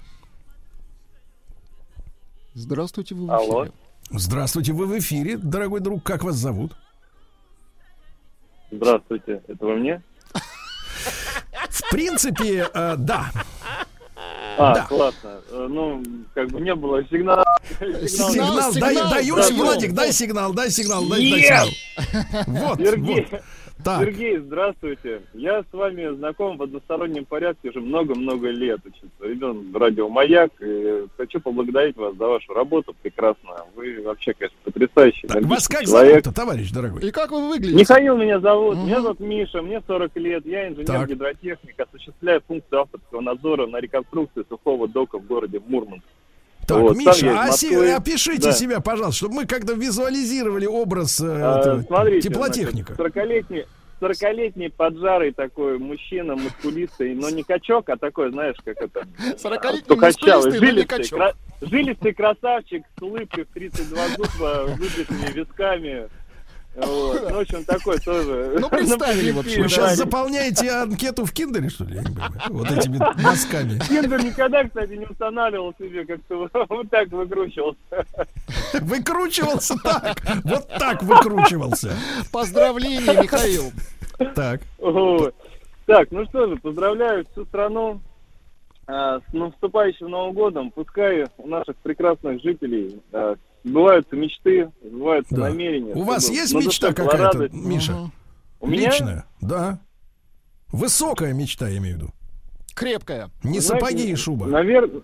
Здравствуйте, вы в Алло. эфире. Здравствуйте, вы в эфире, дорогой друг, как вас зовут? Здравствуйте, это вы мне? В принципе, э, да. А, да. классно. Э, Ну, как бы не было сигнала. Сигнал, сигнал, дай, даешь, да, Владик, дай сигнал, дай сигнал, дай, дай сигнал. Вот, Сергей, вот. Так. Сергей, здравствуйте. Я с вами знаком в одностороннем порядке уже много-много лет. Очень времен радио «Маяк». И хочу поблагодарить вас за вашу работу прекрасную. Вы вообще, конечно, потрясающий. Так, вас как человек. зовут-то, товарищ дорогой? И как вы выглядите? Михаил меня зовут. Меня зовут Миша, мне сорок лет. Я Так. инженер-гидротехник, осуществляю функцию авторского надзора на реконструкции сухого дока в городе Мурманск. Так, Вот, сам Миша, я из а си- Москвы. опишите Да. себя, пожалуйста, чтобы мы как-то визуализировали образ э, А, этого смотрите, теплотехника. значит, сорокалетний, сорокалетний поджарый такой мужчина, мускулистый, но не качок, а такой, знаешь, как это... сорокалетний сухощавый, мускулистый, но не жилистый, качок. кра- жилистый красавчик с улыбкой в тридцать два зуба, выбитыми висками. Вот. Ну, в общем, такой тоже. Ну, представили, в общем. Вы сейчас заполняете анкету в Киндере, что ли? Я не понимаю. Вот этими мазками. Киндер никогда, кстати, не устанавливал себе, как-то вот так выкручивался. Выкручивался так. Вот так выкручивался. Поздравления, Михаил. Так. Вот. Так, ну что же, поздравляю всю страну а, с наступающим Новым годом. Пускай у наших прекрасных жителей а, сбываются мечты, сбываются Да. намерения. У вас чтобы есть на мечта душе была какая-то, радость. Миша? У меня? Личная? Да. Высокая мечта, я имею в виду. Крепкая. Не Вы сапоги знаете, и шуба. Наверное.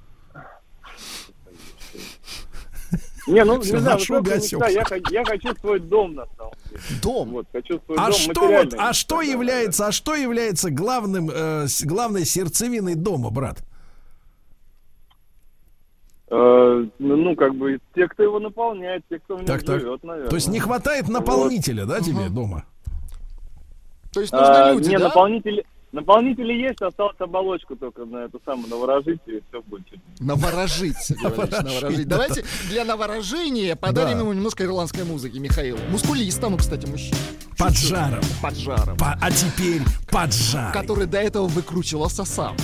Не, ну, Всё, не знаю, на шубе высокая мечта. осёкся. Я, х- я хочу свой дом, на самом деле. Дом? Вот, хочу свой А дом что, вот, материальный. а что является, а что является главным, э, с- главной сердцевиной дома, брат? Э, ну, ну, как бы, те, кто его наполняет, те, кто в нем Так, так. живет, наверное. То есть не хватает наполнителя, да, тебе дома? То есть нужны нужны люди, люди, не, да? наполнители, наполнители есть, осталось оболочку только на эту самую наворожить, и все будет. Наворожить, Сергей Валерьевич, наворожить. Давайте для наворожения подарим Да. ему немножко ирландской музыки, Михаил. Мускулистому, кстати, мужчине. Под жаром. Под жаром. По- а теперь под жаром. Который до этого выкручивался сам.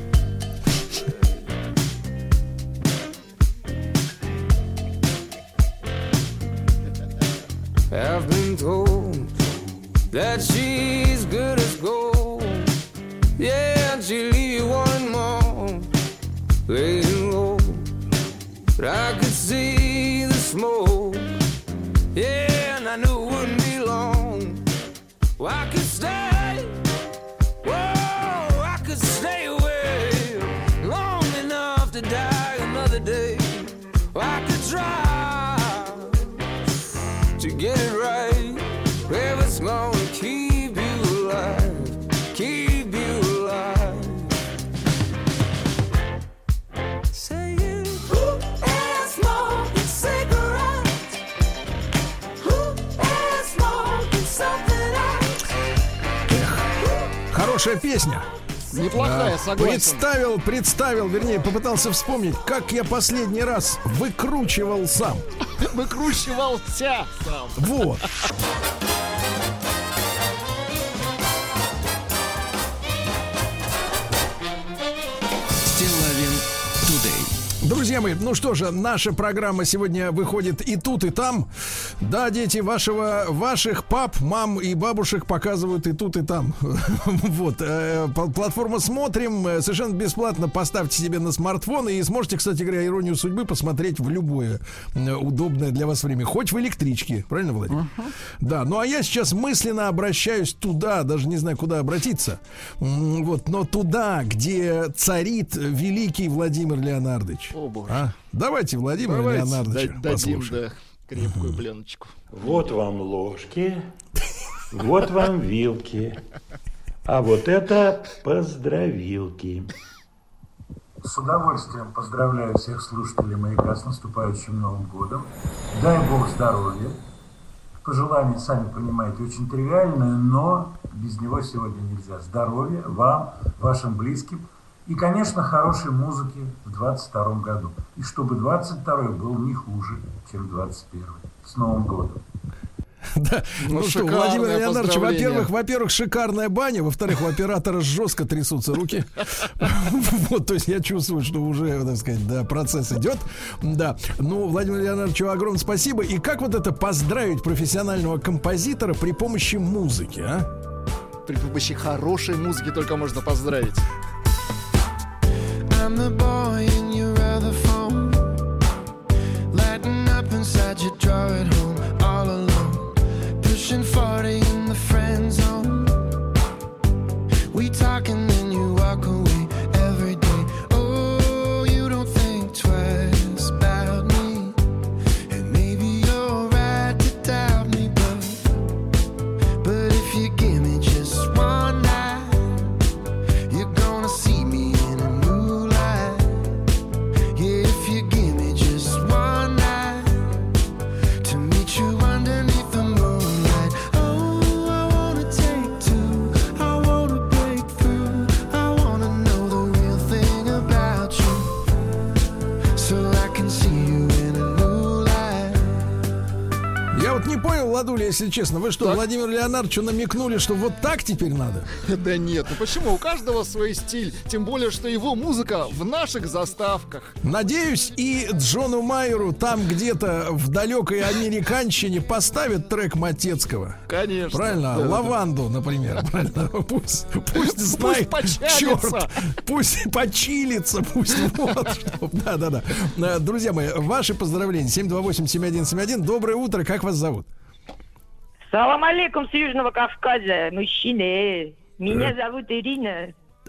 I've been told that she's good as gold. Yeah, and she'll leave you wanting more, laying low. But I could see the smoke. Yeah, and I knew it wouldn't be long. Well, I could stay. Whoa, I could stay away long enough to die another day. Well, I could try to get it right. If it's gonna keep you alive, keep you alive. Saying, who is smoking cigarettes? Who is smoking something else? Хорошая песня. Неплохая, А, согласен. Представил, представил, вернее, попытался вспомнить, как я последний раз выкручивал сам. Выкручивался сам. Вот. Стилавин Тудей. Друзья мои, ну что же, наша программа сегодня выходит и тут, и там. Да, дети вашего, ваших пап, мам и бабушек показывают и тут, и там. Вот. Платформа «Смотрим» совершенно бесплатно. Поставьте себе на смартфон и сможете, кстати говоря, «Иронию судьбы» посмотреть в любое удобное для вас время. Хоть в электричке. Правильно, Владимир? Uh-huh. Да. Ну, а я сейчас мысленно обращаюсь туда, даже не знаю, куда обратиться. Вот. Но туда, где царит великий Владимир Леонардович. О, боже. А? Давайте Владимира Давайте Леонардовича дадим, послушаем. да, крепкую uh-huh. пленочку. Вот вам ложки, вот вам вилки, а вот это поздравилки. С удовольствием поздравляю всех слушателей «Маяка» с наступающим Новым годом. Дай Бог здоровья. Пожелание, сами понимаете, очень тривиальное, но без него сегодня нельзя. Здоровья вам, вашим близким и, конечно, хорошей музыки в двадцать втором году. И чтобы двадцать второй был не хуже, чем двадцать первый. С Новым годом! Да. Ну, ну что, Владимир Леонардович, во-первых, во-первых, шикарная баня, во-вторых, у оператора жестко трясутся руки. Вот, то есть я чувствую, что уже, так сказать, да, процесс идет. Да. Ну, Владимир Леонардович, огромное спасибо. И как вот это поздравить профессионального композитора при помощи музыки, а? При помощи хорошей музыки только можно поздравить. I'm the boy in your other phone, lighting up inside your drawer at home, all alone, pushing forty in the friend zone. We talk and then you walk away every day. Oh, you don't think twice about me, and maybe you're right to doubt me, but but if you give me just one night, you're gonna see me in a new light. Yeah, if you give me just one night to meet you underneath the moonlight. Oh, I wanna take two, I wanna break through, I wanna know the real thing about you, so I can see you in a new light. Я вот не понял, Владуля, если честно, вы что, так? Владимиру Леонардовичу намекнули, что вот так теперь надо? Да нет, ну почему? У каждого свой стиль. Тем более, что его музыка в наших заставках. Надеюсь, и Джону Майеру там где-то в далекой американщине поставят трек Матецкого. Конечно. Правильно? Да, Лаванду, да. Например. Правильно? Пусть, пусть знает, черт, пусть почилится, пусть вот. Да-да-да. Друзья мои, ваши поздравления. семь два восемь семь один семь один. Доброе утро, как вас зовут? Салам алейкум с Южного Кавказа, мужчины. Меня зовут Ирина.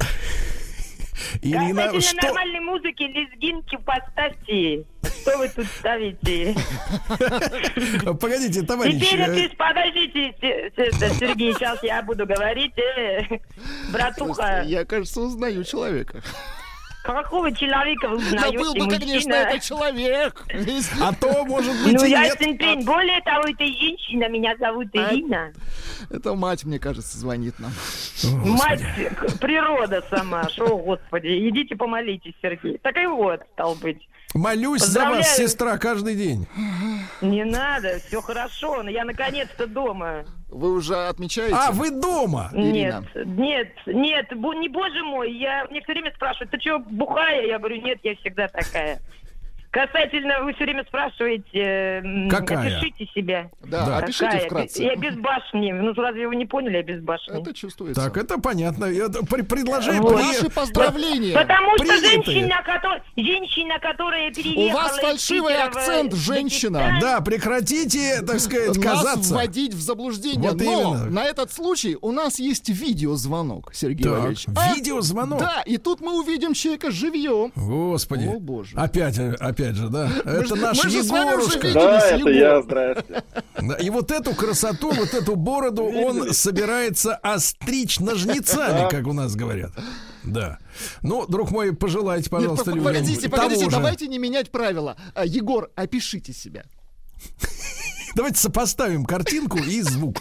Ирина, касательно что? Нормальной музыки, лезгинки поставьте. Что вы тут ставите? Погодите, товарищ. Теперь, подождите, Сергей, сейчас я буду говорить. Братуха. Я, кажется, узнаю человека. Какого человека вы узнаете, да был бы, конечно, это человек. А то, может быть, ну, и ясен нет. пень. Более того, это женщина, меня зовут а Ирина. Это мать, мне кажется, звонит нам. О, мать, природа сама. Шо, господи, идите помолитесь, Сергей. Так и вот, стал быть. Молюсь за вас, сестра, каждый день. Не надо, все хорошо, но я наконец-то дома. Вы уже отмечаете? А, вы дома? Нет, нет, нет, не боже мой, я, мне все время спрашивают, ты что, бухая? Я говорю, нет, я всегда такая. Касательно, вы все время спрашиваете, какая? Опишите себя. Да, да. Опишите вкратце. Я без башни. Ну, разве вы не поняли, я без башни? Это чувствуется. Так, это понятно. Это при, предложение... Вот. Наши поздравления. Потому что женщина, которая, женщина, которая переехала... У вас фальшивый акцент, женщина. Да, прекратите, так сказать, казаться. Нас вводить в заблуждение. Вот Но именно. На этот случай у нас есть видеозвонок, Сергей так, Валерьевич. Видеозвонок? Да, и тут мы увидим человека живьем. Господи. О, боже. Опять, опять. Опять же, да. Мы это же, наш Егорушка. Да, это я, здрасте. И вот эту красоту, вот эту бороду он собирается остричь ножницами, как у нас говорят. Да. Ну, друг мой, пожелайте, пожалуйста, людям. Погодите, погодите, давайте не менять правила. Егор, опишите себя. Давайте сопоставим картинку и звук.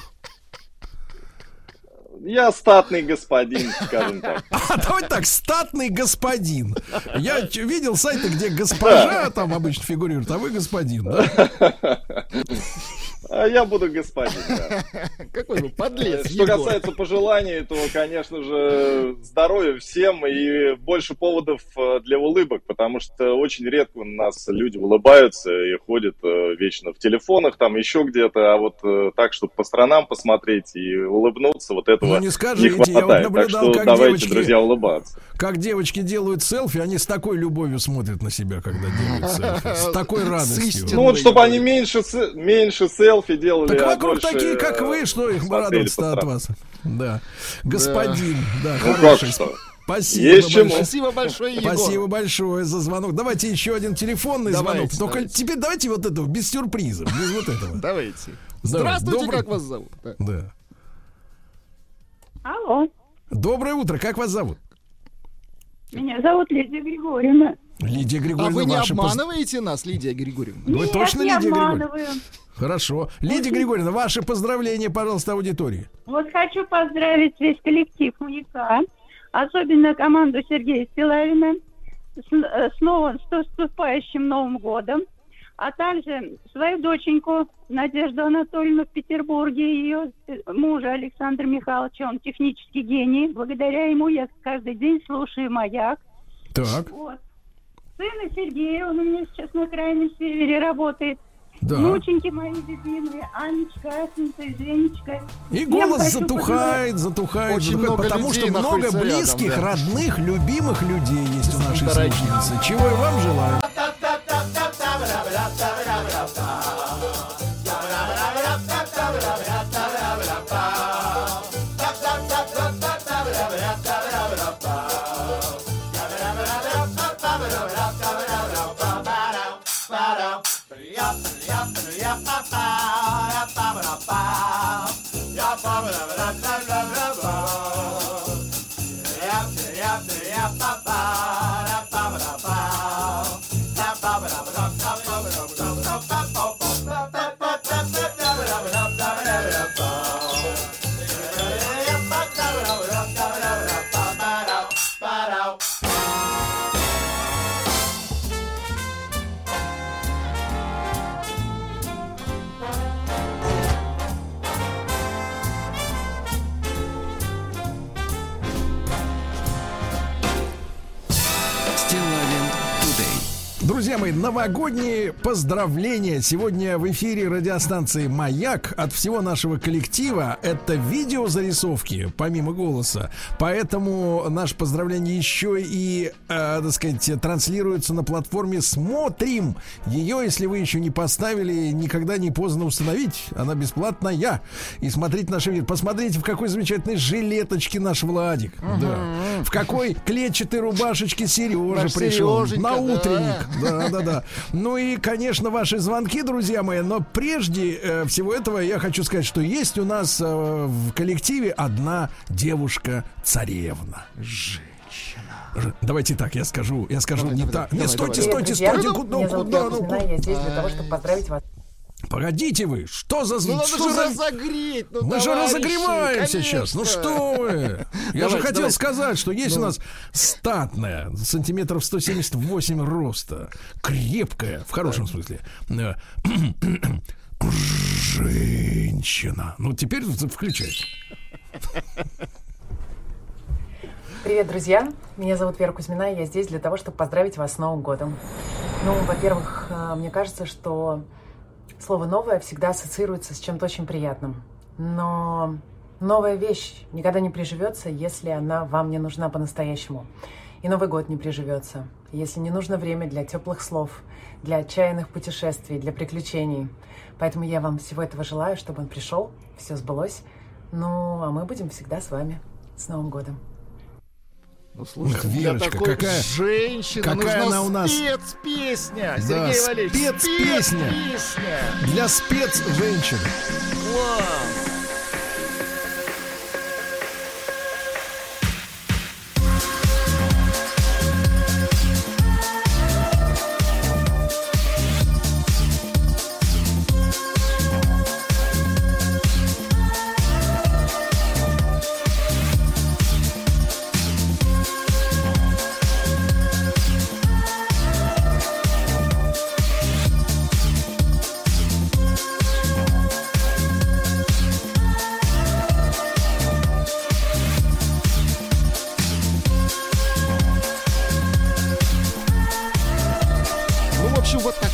Я статный господин, скажем так. А давайте так, статный господин. Я видел сайты, где госпожа там обычно фигурирует, а вы господин, да? А я буду господин, да. Какой вы подлец, Что Егор. касается пожеланий, то, конечно же, здоровья всем и больше поводов для улыбок, потому что очень редко у нас люди улыбаются и ходят вечно в телефонах, там еще где-то, а вот так, чтобы по сторонам посмотреть и улыбнуться, вот этого Ну, не скажите, не я вот хватает. наблюдал, Так что как давайте, девочки- друзья, улыбаться. Как девочки делают селфи, они с такой любовью смотрят на себя, когда делают селфи. С такой радостью. Ну вот, чтобы они меньше, се- меньше селфи делали, Так а вокруг больше, такие, как вы, что их смотрели радоваться по от сторонам. вас. Да. Господин, да, Ну, хороший. как что? Спасибо Есть чему. большое. Спасибо большое, Егор. Спасибо большое за звонок. Давайте еще один телефонный Давайте, звонок. Только давайте. теперь давайте вот этого, без сюрпризов, без вот этого. Давайте. Давай, Здравствуйте, добрый- как вас зовут? Да. Да. Алло, Доброе утро, как вас зовут? меня зовут Лидия Григорьевна. Лидия А Григорьевна, вы не ваши поз- обманываете нас, Лидия Григорьевна? Вы Нет, точно не Лидия Григорьевна? обманываю. Хорошо. Лидия Григорьевна, ваши поздравления, пожалуйста, аудитории. Вот хочу поздравить весь коллектив «Маяка», особенно команду Сергея Стилавина с, э, с новым, с наступающим Новым годом, а также свою доченьку Надежду Анатольевну в Петербурге, ее мужа Александра Михайловича, он технический гений. Благодаря ему я каждый день слушаю «Маяк». Так. Вот. Сына Сергея, он у меня сейчас на Крайнем Севере работает. Да. Внученьки мои любимые, Анечка, Асенька и Женечка. И Всем голос хочу затухает, затухает, Очень затухает, много потому людей что много находится рядом, близких, да. родных, любимых людей есть у нашей Дорогие. слушательницы. Чего и вам желаю. Друзья мои, новогодние поздравления. Сегодня в эфире радиостанции «Маяк» от всего нашего коллектива. Это видеозарисовки, помимо голоса. Поэтому наше поздравление еще и, э, так сказать, транслируется на платформе «Смотрим». Ее, если вы еще не поставили, никогда не поздно установить. Она бесплатная. И смотрите наш эфир. Посмотрите, в какой замечательной жилеточке наш Владик. Да. В какой клетчатой рубашечке Сережа Наш пришел. Сереженька, На да. утренник. Да, да, да. Ну и, конечно, ваши звонки, друзья мои. Но прежде э, всего этого я хочу сказать, что есть у нас э, в коллективе одна девушка-царевна. Женщина. Давайте так, я скажу, я скажу Давай, не давай, так. давай, Не, стойте, давай, стойте, Друзья, стойте, куда, меня зовут куда, Вера ну, Кузьмина, куда? я здесь для того, чтобы поздравить вас. Погодите вы, что за... Ну надо что же за... разогреть, ну, Мы же товарищи, разогреваемся сейчас. Ну конечно. что вы? Я Давайте, же хотел давайте. сказать, что есть Ну. у нас статная, сантиметров сто семьдесят восемь роста, крепкая, в хорошем смысле, э, женщина. Ну теперь включайте. Привет, друзья! Меня зовут Вера Кузьмина, и я здесь для того, чтобы поздравить вас с Новым годом. Ну, во-первых, э, мне кажется, что слово «новое» всегда ассоциируется с чем-то очень приятным. Но новая вещь никогда не приживется, если она вам не нужна по-настоящему. И Новый год не приживется, если не нужно время для теплых слов, для отчаянных путешествий, для приключений. Поэтому я вам всего этого желаю, чтобы он пришел, все сбылось. Ну, а мы будем всегда с вами. С Новым годом! Ну, слушайте, Ах, Верочка, для такой какая- женщины какая нужна она у нас- спецпесня. Да, Сергей Валерьевич, спецпесня. спецпесня. Для спецженщин. Класс.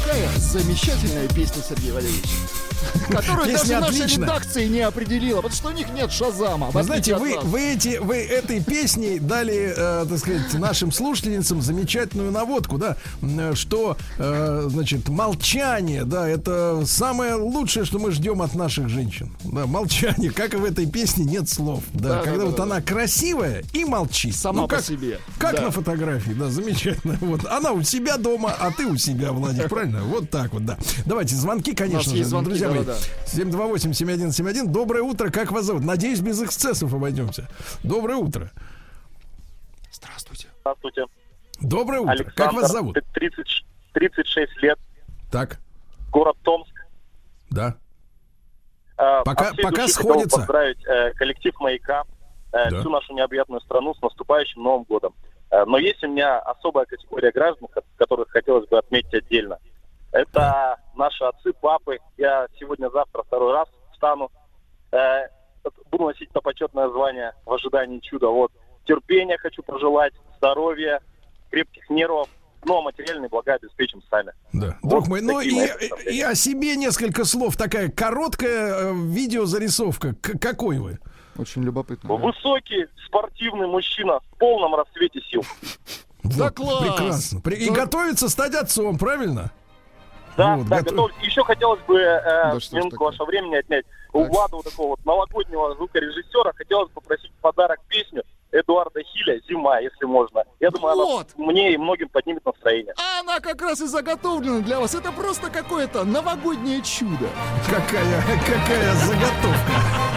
какая замечательная песня, Сергей Валерьевич. Которую Песня даже наша отличная. редакция не определила, потому что у них нет Шазама. Вы знаете, вы, вы, эти, вы этой песней дали, э, так сказать, нашим слушательницам замечательную наводку, да, м, что, э, значит, молчание, да, это самое лучшее, что мы ждем от наших женщин. Да, молчание, как и в этой песне нет слов. Да, Да, когда да, вот да, она красивая и молчит. Сама ну, по как, себе. Как Да. на фотографии, да, замечательно. Вот, она у себя дома, а ты у себя, Владик, правильно? Вот так вот, да. Давайте, звонки, конечно же, есть звонки, друзья да, мои. да. семь два восемь семь один семь один. Доброе утро, как вас зовут? Надеюсь, без эксцессов обойдемся. Доброе утро. Здравствуйте. Здравствуйте. Доброе утро. Александр, Как вас зовут? тридцать, тридцать шесть лет. Так. Город Томск. Да. Э, Пока- от всей пока души сходится. хотел поздравить э, коллектив «Маяка», э, Да. всю нашу необъятную страну с наступающим Новым годом. Э, но есть у меня особая категория граждан, ко- которых хотелось бы отметить отдельно. Это наши отцы, папы. Я сегодня-завтра второй раз встану. Э, буду носить это почетное звание в ожидании чуда. Вот. Терпения хочу пожелать, здоровья, крепких нервов. Ну, а материальные блага обеспечим сами. Да. Вот Друг мой, ну такие и, мои представления. и о себе несколько слов. Такая короткая э, видеозарисовка. К- какой вы? Очень любопытно. Высокий, спортивный мужчина в полном расцвете сил. Вот, класс! Прекрасно. При- И Да. готовится стать отцом, правильно? Да, Вот, да, готов- готов. Еще хотелось бы э, Да что ж минутку такое. вашего времени отнять. У Влада, вот такого вот новогоднего звукорежиссера, хотелось попросить в подарок песню Эдуарда Хиля «Зима», если можно. Я думаю, Вот. она мне и многим поднимет настроение. А она как раз и заготовлена для вас. Это просто какое-то новогоднее чудо. Какая, какая заготовка.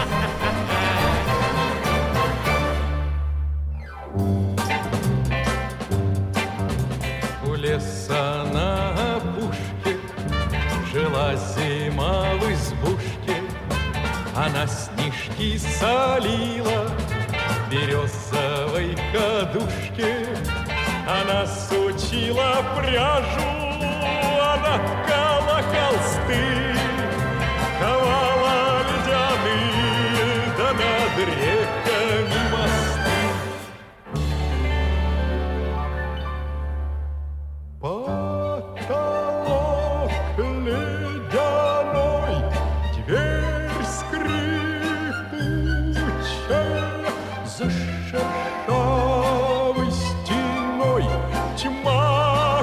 У леса на опушке жила зима в избушке. Она снежки солила в березовой кадушке. Она сучила пряжу, она ткала холсты, ковала ледяные, да над реками мосты. Потолок ледяной, дверь скрипучая, за шершавой стеной тьма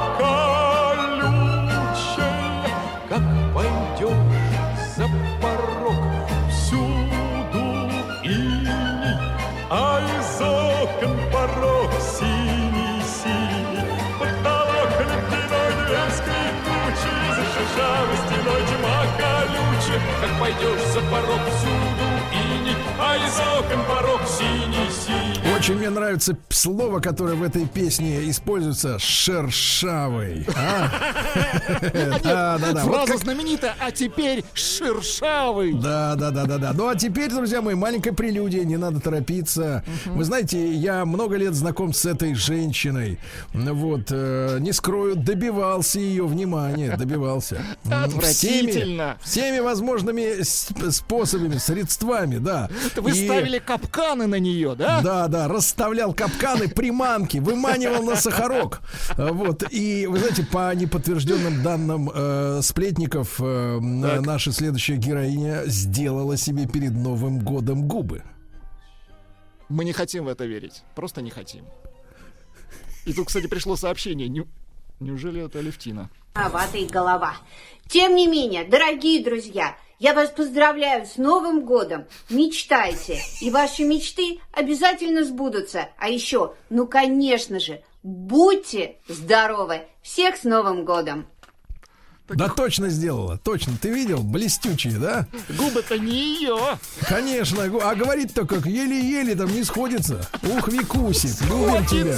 колючая. Как пойдешь за порог, всюду иней, а из окон порог синий-синий. Потолок ледяной, дверь скрипучая, за шершавой стеной тьма колючая. Как пойдешь за порог, всюду иней, а из окон порог синий-синий. Очень мне нравится слово, которое в этой песне используется. Шершавый. А? Да, да, да. Вот Фраза как- знаменитая, а теперь шершавый. Да, да, да, да, да. Ну а теперь, друзья мои, маленькая прелюдия, не надо торопиться. Вы знаете, я много лет знаком с этой женщиной. Вот, э, не скрою, добивался ее внимания, добивался. Отвратительно. Всеми, всеми возможными с- способами, средствами, да. Вы И- ставили капканы на нее, да? Да, да, расставлял капканы, приманки, выманивал на сахарок. А, Вот. И вы знаете, по неподтвержденным данным э, сплетников, э, на- наша следующая героиня сделала себе перед Новым годом губы. Мы не хотим в это верить. Просто не хотим. И тут, кстати, пришло сообщение. Не- Неужели это Алевтина? Виновата голова. Тем не менее, дорогие друзья, я вас поздравляю с Новым годом. Мечтайте, и ваши мечты обязательно сбудутся. А еще, ну, конечно же, будьте здоровы. Всех с Новым годом. Да точно сделала, точно. Ты видел? Блестючие, да? Губы-то не ее. Конечно. гу- А говорит-то как еле-еле там не сходится. Ух, Викусик, любим тебя.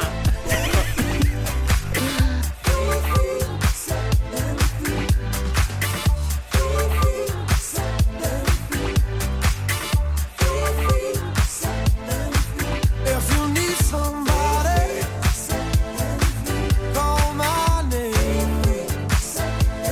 If you need somebody, call my name.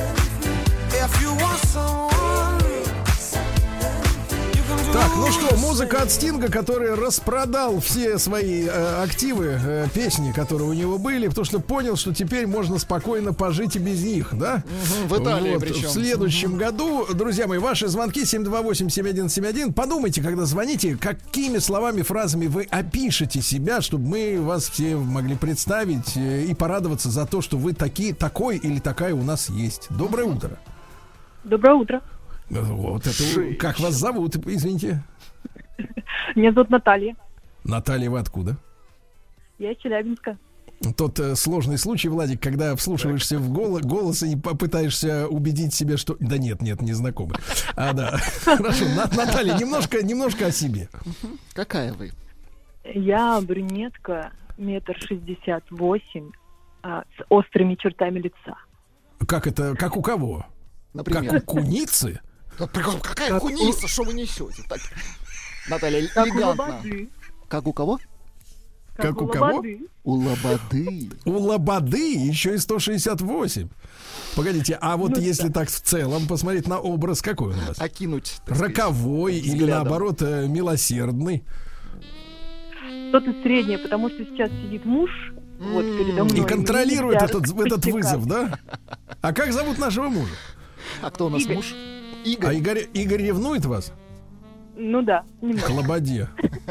If you want someone, you can do Так, ну что, музыка музыка от Стинга, который распродал все свои э, активы, э, песни, которые у него были, потому что понял, что теперь можно спокойно пожить и без них, да? Угу, в Италии вот. причем. В следующем угу. году, друзья мои, ваши звонки семь два восемь семь один семь один. Подумайте, когда звоните, какими словами, фразами вы опишете себя, чтобы мы вас все могли представить э, и порадоваться за то, что вы такие, такой или такая у нас есть. Доброе утро. Доброе утро. Вот это, как вас зовут, извините? Меня зовут Наталья. Наталья, вы откуда? Я из Челябинска. Тот э, сложный случай, Владик, когда вслушиваешься в голос, голос и попытаешься убедить себя, что... Да нет, нет, не знакомы. А, да. Хорошо, Наталья, немножко, немножко о себе. Какая вы? Я брюнетка, метр шестьдесят восемь, а, с острыми чертами лица. Как это, как у кого? Например? Как у куницы? Какая Как куница? у- Что вы несете? Так, Наталья, Как у элегантно. лободы. Как у кого? Как Как у у кого? лободы. У лободы. У лободы еще и сто шестьдесят восемь. Погодите, а вот Ну если да. так в целом посмотреть на образ, какой он у вас? Окинуть. так сказать, Роковой или взглядом. наоборот э, милосердный? Что-то среднее, потому что сейчас сидит муж вот передо мной. И контролирует Нельзя этот, этот распустить вызов, да? А как зовут нашего мужа? А кто у нас Игорь. муж? А Игорь. Игорь, Игорь ревнует вас? Ну да, немного. К лободе.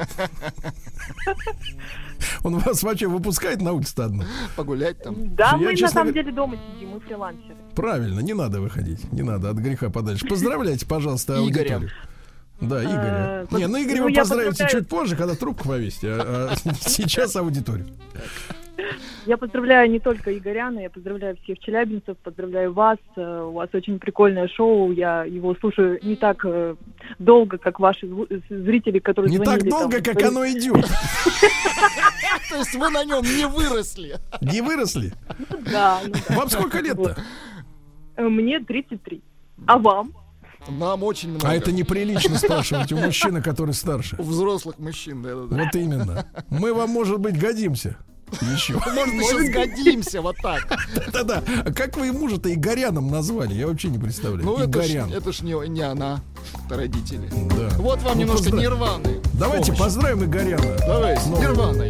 Он вас вообще выпускает на улицу одну? Погулять там. Да, Я, мы на честно самом говоря- деле дома сидим, мы фрилансеры. Правильно, не надо выходить. Не надо, от греха подальше. Поздравляйте, пожалуйста, Игоря. аудиторию. Да, Игоря. Э, Не, ну Игоря ну, вы я поздравите поздравляю. чуть позже, когда трубку повесите. А, а сейчас аудиторию. Я поздравляю не только Игоряна, я поздравляю всех челябинцев, поздравляю вас. Э, У вас очень прикольное шоу. Я его слушаю не так э, долго, как ваши зву- зрители, которые Не так звонили. там, долго, как говорили- оно идет. То есть вы на нем не выросли. Не выросли? Да, ну да. Вам сколько лет-то? Э, Мне тридцать три. А вам? Нам очень много. А это неприлично спрашивать у мужчины, который старше. У взрослых мужчин, да, да, да. Вот именно. Мы вам, может быть, годимся. Еще. Может, еще сгодимся вот так. Да-да. А как вы мужа-то Игоряном назвали? Я вообще не представляю. Ну, это ж, Игорян. это ж не, не она, это родители. Да. Вот вам Ну, немножко поздравь. нирваны. Давайте Помощь. поздравим Игоряна. Давай, с С Новым нирваной.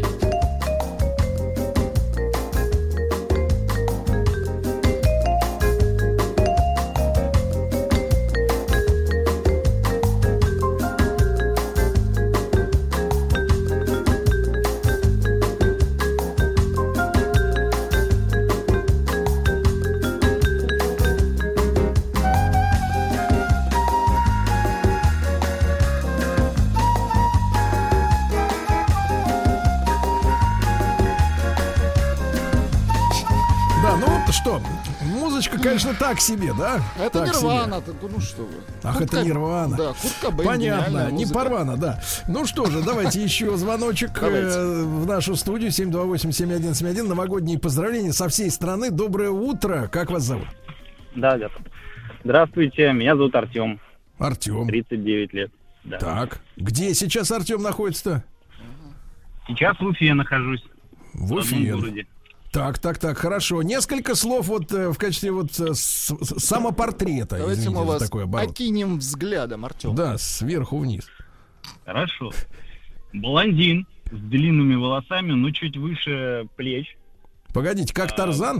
Да, ну вот что, музычка, конечно, так себе, да? Это Так нирвана. себе. ты- Ну что вы. Ах, Курт это Коб- нирвана. Да, Курт Кобейн, Понятно, гениальная не музыка. порвано, да. Ну что же, давайте еще звоночек Давайте. э, в нашу студию семь два восемь семь один семь один. Новогодние поздравления со всей страны. Доброе утро. Как вас зовут? Да, готов. Здравствуйте, меня зовут Артем. Артем. тридцать девять лет. Да. Так, где сейчас Артем находится-то? Сейчас в Уфе нахожусь. В одном Уфе. городе. Так, так, так, хорошо. Несколько слов вот э, в качестве вот э, с- с- самопортрета. Давайте извините мы за вас такой оборот. окинем взглядом, Артем. Да, сверху вниз. Хорошо. Блондин с длинными волосами, но чуть выше плеч. Погодите, как Тарзан?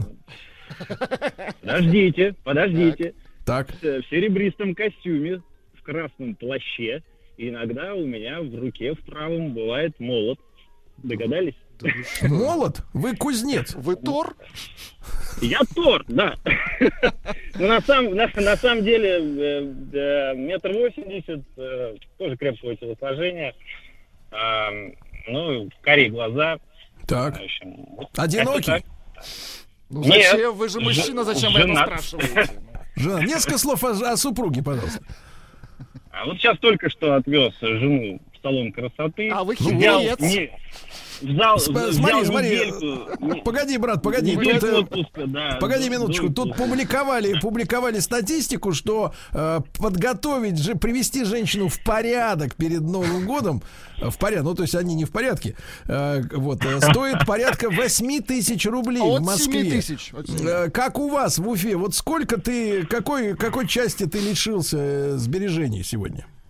Подождите, подождите. Так. В серебристом костюме, в красном плаще. И иногда у меня в руке в правом бывает молот. Догадались? Молот? Вы кузнец? Вы Тор? Я Тор, да. Но на самом, на, на самом деле э, э, метр восемьдесят, э, тоже крепкого телосложения. Э, ну, карие глаза. Так. В общем, вот Одинокий? как-то так. Ну Нет. зачем? Вы же мужчина, зачем вы это Женат. спрашиваете? Жена, несколько слов о, о супруге, пожалуйста. А вот сейчас только что отвез жену в салон красоты. А вы Взял хитрец. не- Взял, Сп- взял Смотри, смотри. недельку, не- Погоди, брат, погоди. недельку Тут, э, отпуска, да, Погоди до- минуточку. до Тут отпуска. публиковали, публиковали статистику, что э, подготовить же, привести женщину в порядок перед Новым годом, э, в порядок, ну то есть они не в порядке, э, вот, э, стоит порядка восемь тысяч рублей От в Москве. семи тысяч. От семи. Э, Как у вас в Уфе? Вот сколько ты, какой, какой части ты лишился э, сбережений сегодня?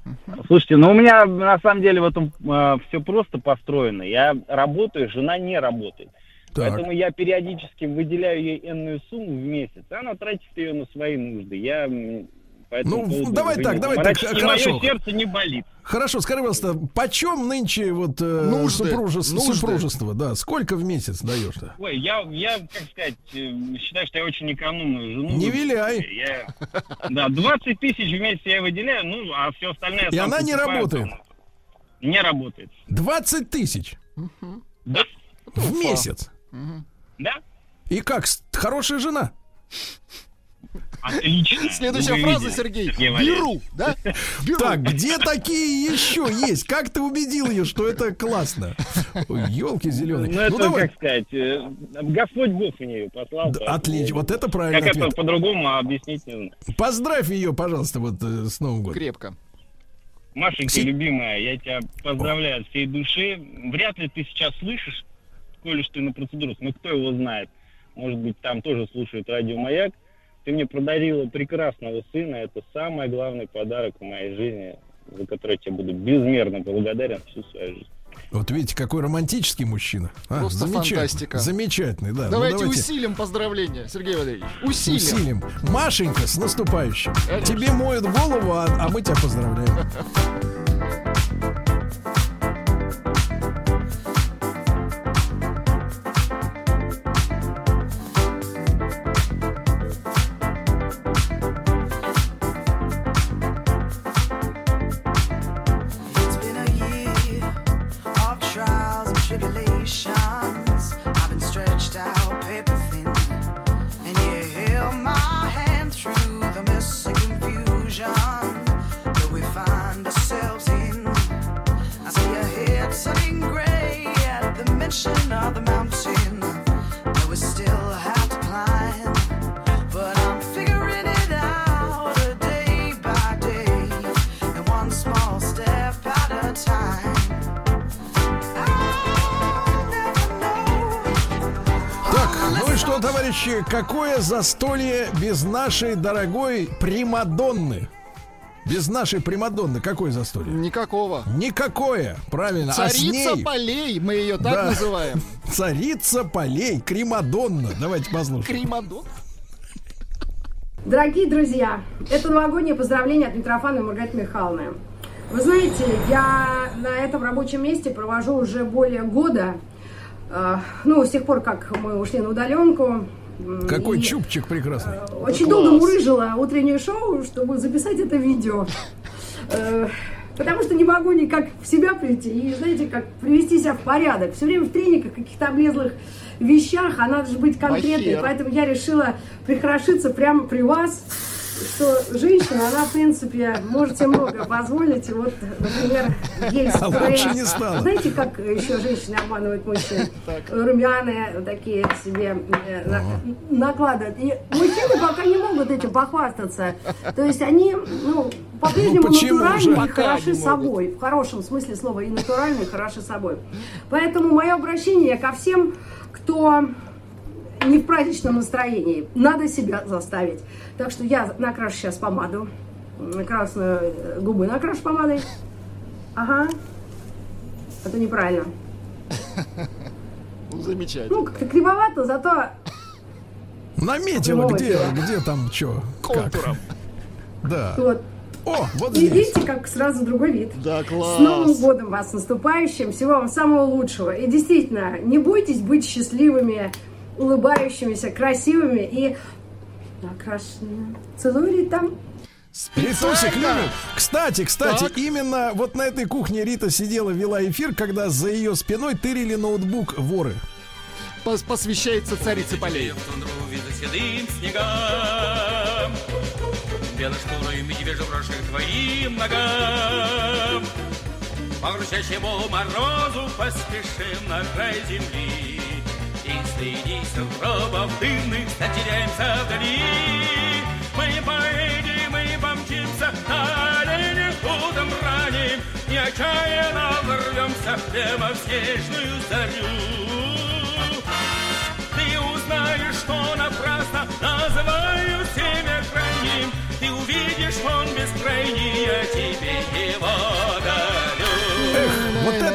Слушайте, ну у меня на самом деле в этом э, все просто построено. Я работаю, жена не работает. Так. Поэтому я периодически выделяю ей энную сумму в месяц, и она тратит ее на свои нужды. Я м, по этому Ну, поводу давай не так, давай морочусь, так, и хорошо. мое сердце не болит. Хорошо, скажи, пожалуйста, почем нынче вот э, Нужды, супружес- нужды. супружество, да, сколько в месяц даешь-то? Ой, я, я, как сказать, э, считаю, что я очень экономную жену. Не виляй. Я, да, двадцать тысяч в месяц я выделяю, ну, а все остальное... И сам она не покупаю, работает? там. Не работает. двадцать тысяч Да. в месяц? Да. И как, с- хорошая жена? Отлично. Следующая Вы фраза, видели, Сергей. Сергей Валерьевич. Беру, да? Беру. Так, где такие еще есть? Как ты убедил ее, что это классно? Елки зеленые. Ну, это, как сказать, э, Господь Бог мне ее послал. Да, поэтому отлично, вот это правильный Как это ответ. по-другому объяснить не знаю. Поздравь ее, пожалуйста, вот э, с Новым годом. Крепко. Машенька, Си- любимая, я тебя поздравляю от всей души. Вряд ли ты сейчас слышишь, коль уж ты на процедурах, но кто его знает. Может быть, там тоже слушают радио «Маяк». Ты мне подарила прекрасного сына. Это самый главный подарок в моей жизни, за который я тебе буду безмерно благодарен всю свою жизнь. Вот видите, какой романтический мужчина. А, Просто замечательный, фантастика. Замечательный, да. Ну, Давайте, усилим поздравления, Сергей Валерьевич. Усилим. Усилим. Машенька, с наступающим. Конечно. Тебе моют голову, а, а мы тебя поздравляем. It's been a year of trials and tribulations. I've been stretched out paper thin, and you held my hand through the mess and confusion that we find ourselves in. I see your head turning gray at the mention of the mountain that we still have to climb, but I'm figuring it out a day by day, and one small step at a time. Так, ну и что, товарищи, какое застолье без нашей дорогой Примадонны? Без нашей Примадонны какое застолье? Никакого. Никакое, правильно. А с Царица ней... полей, мы ее так Да. называем. Царица полей, Кримадонна. Давайте послушаем. Кримадон. Дорогие друзья, это новогоднее поздравление от Митрофана и Маргариты Михайловны. Вы знаете, я на этом рабочем месте провожу уже более года. Э, ну, с тех пор, как мы ушли на удаленку. М, Какой и чубчик прекрасный. Очень долго мурыжила утреннее шоу, чтобы записать это видео. Э, Потому что не могу никак в себя прийти и, знаете, как привести себя в порядок. Все время в трениках, каких-то облезлых вещах, а надо же быть конкретной. Бахер. Поэтому я решила прихорошиться прямо при вас, что женщина, она, в принципе, может себе многое позволить. Вот, например, гель-спрей. А лучше не стало. Знаете, как еще женщины обманывают мужчин? Румяные такие себе э, на- накладывают. И мужчины пока не могут этим похвастаться. То есть они, ну, по-прежнему Ну, почему натуральны же? и Пока хороши не собой. В хорошем смысле слова. И натуральны, и хороши собой. Поэтому мое обращение ко всем, кто не в праздничном настроении. Надо себя заставить. Так что я накрашу сейчас помаду. Красную э, губы накрашу помадой. Ага. Это неправильно. Ну, замечательно. Ну, как-то кривовато, зато... Наметила, Прямого где, дела. где там что, как. Да. Вот. О, вот И здесь. видите, как сразу другой вид. Да, класс. С Новым годом вас, с наступающим. Всего вам самого лучшего. И действительно, не бойтесь быть счастливыми, улыбающимися, красивыми и накрашенными. Целули там. Ритусик, Люля. Кстати, кстати, Так. именно вот на этой кухне Рита сидела, вела эфир, когда за ее спиной тырили ноутбук воры. Пос- Посвящается царице полей. седым снегам, белой шкурой медвежью брошек твоим ногам. По грузящему морозу поспешим на край земли, и среди сугробов дымных затеряемся вдали. Мы поедем, мы помчимся на оленях будем раним, и отчаянно ворвемся прямо в снежную зарю. Ты узнаешь, что напрасно называю семя крайним, ты увидишь он бескрайний, а тебе его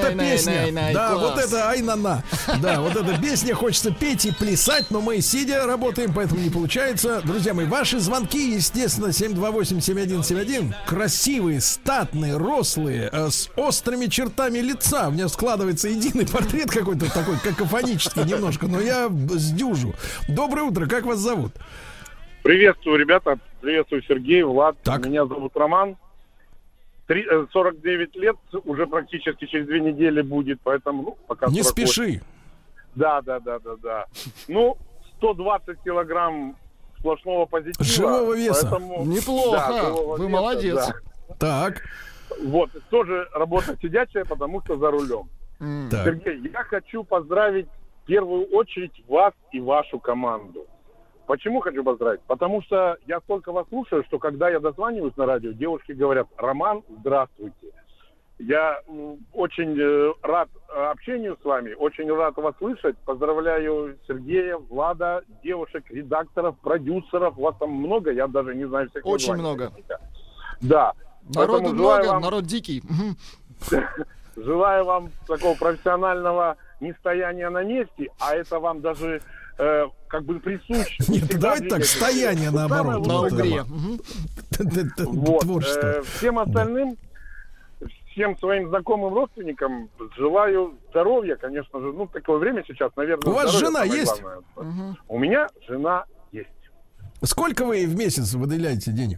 эта песня. Да, вот это ай-на-на. Да, вот эта песня хочется петь и плясать, но мы сидя работаем, поэтому не получается. Друзья мои, ваши звонки, естественно, семь два восемь семь один семь один. Красивые, статные, рослые, э, с острыми чертами лица. У меня складывается единый портрет какой-то такой, какофонический немножко, но я сдюжу. Доброе утро, как вас зовут? Приветствую, ребята. Приветствую, Сергей, Влад. Так. Меня зовут Роман. Три, сорок девять лет, уже практически через две недели будет, поэтому, ну, пока не сорок восемь. Спеши. Да, да, да, да, да. Ну, сто двадцать килограмм сплошного позитива. Живого веса. Поэтому, неплохо, да, живого вы веса, молодец. Да. Так. Вот, тоже работа сидячая, потому что за рулем. Mm. Сергей, я хочу поздравить в первую очередь вас и вашу команду. Почему хочу поздравить? Потому что я столько вас слушаю, что когда я дозваниваюсь на радио, девушки говорят: Роман, здравствуйте. Я м, очень э, рад общению с вами, очень рад вас слышать. Поздравляю Сергея, Влада, девушек, редакторов, продюсеров. Вас там много, я даже не знаю всех. Очень названий. много. Да. Народу Поэтому много, вам... народ дикий. Желаю вам такого профессионального нестояния на месте, а это вам даже э, как бы присуще. Нет, давайте так, стояние наоборот. На угре. Вот. Э, всем остальным, всем своим знакомым родственникам желаю здоровья, конечно же. Ну, в такое время сейчас, наверное, у вас жена есть? Угу. У меня жена есть. Сколько вы в месяц выделяете денег?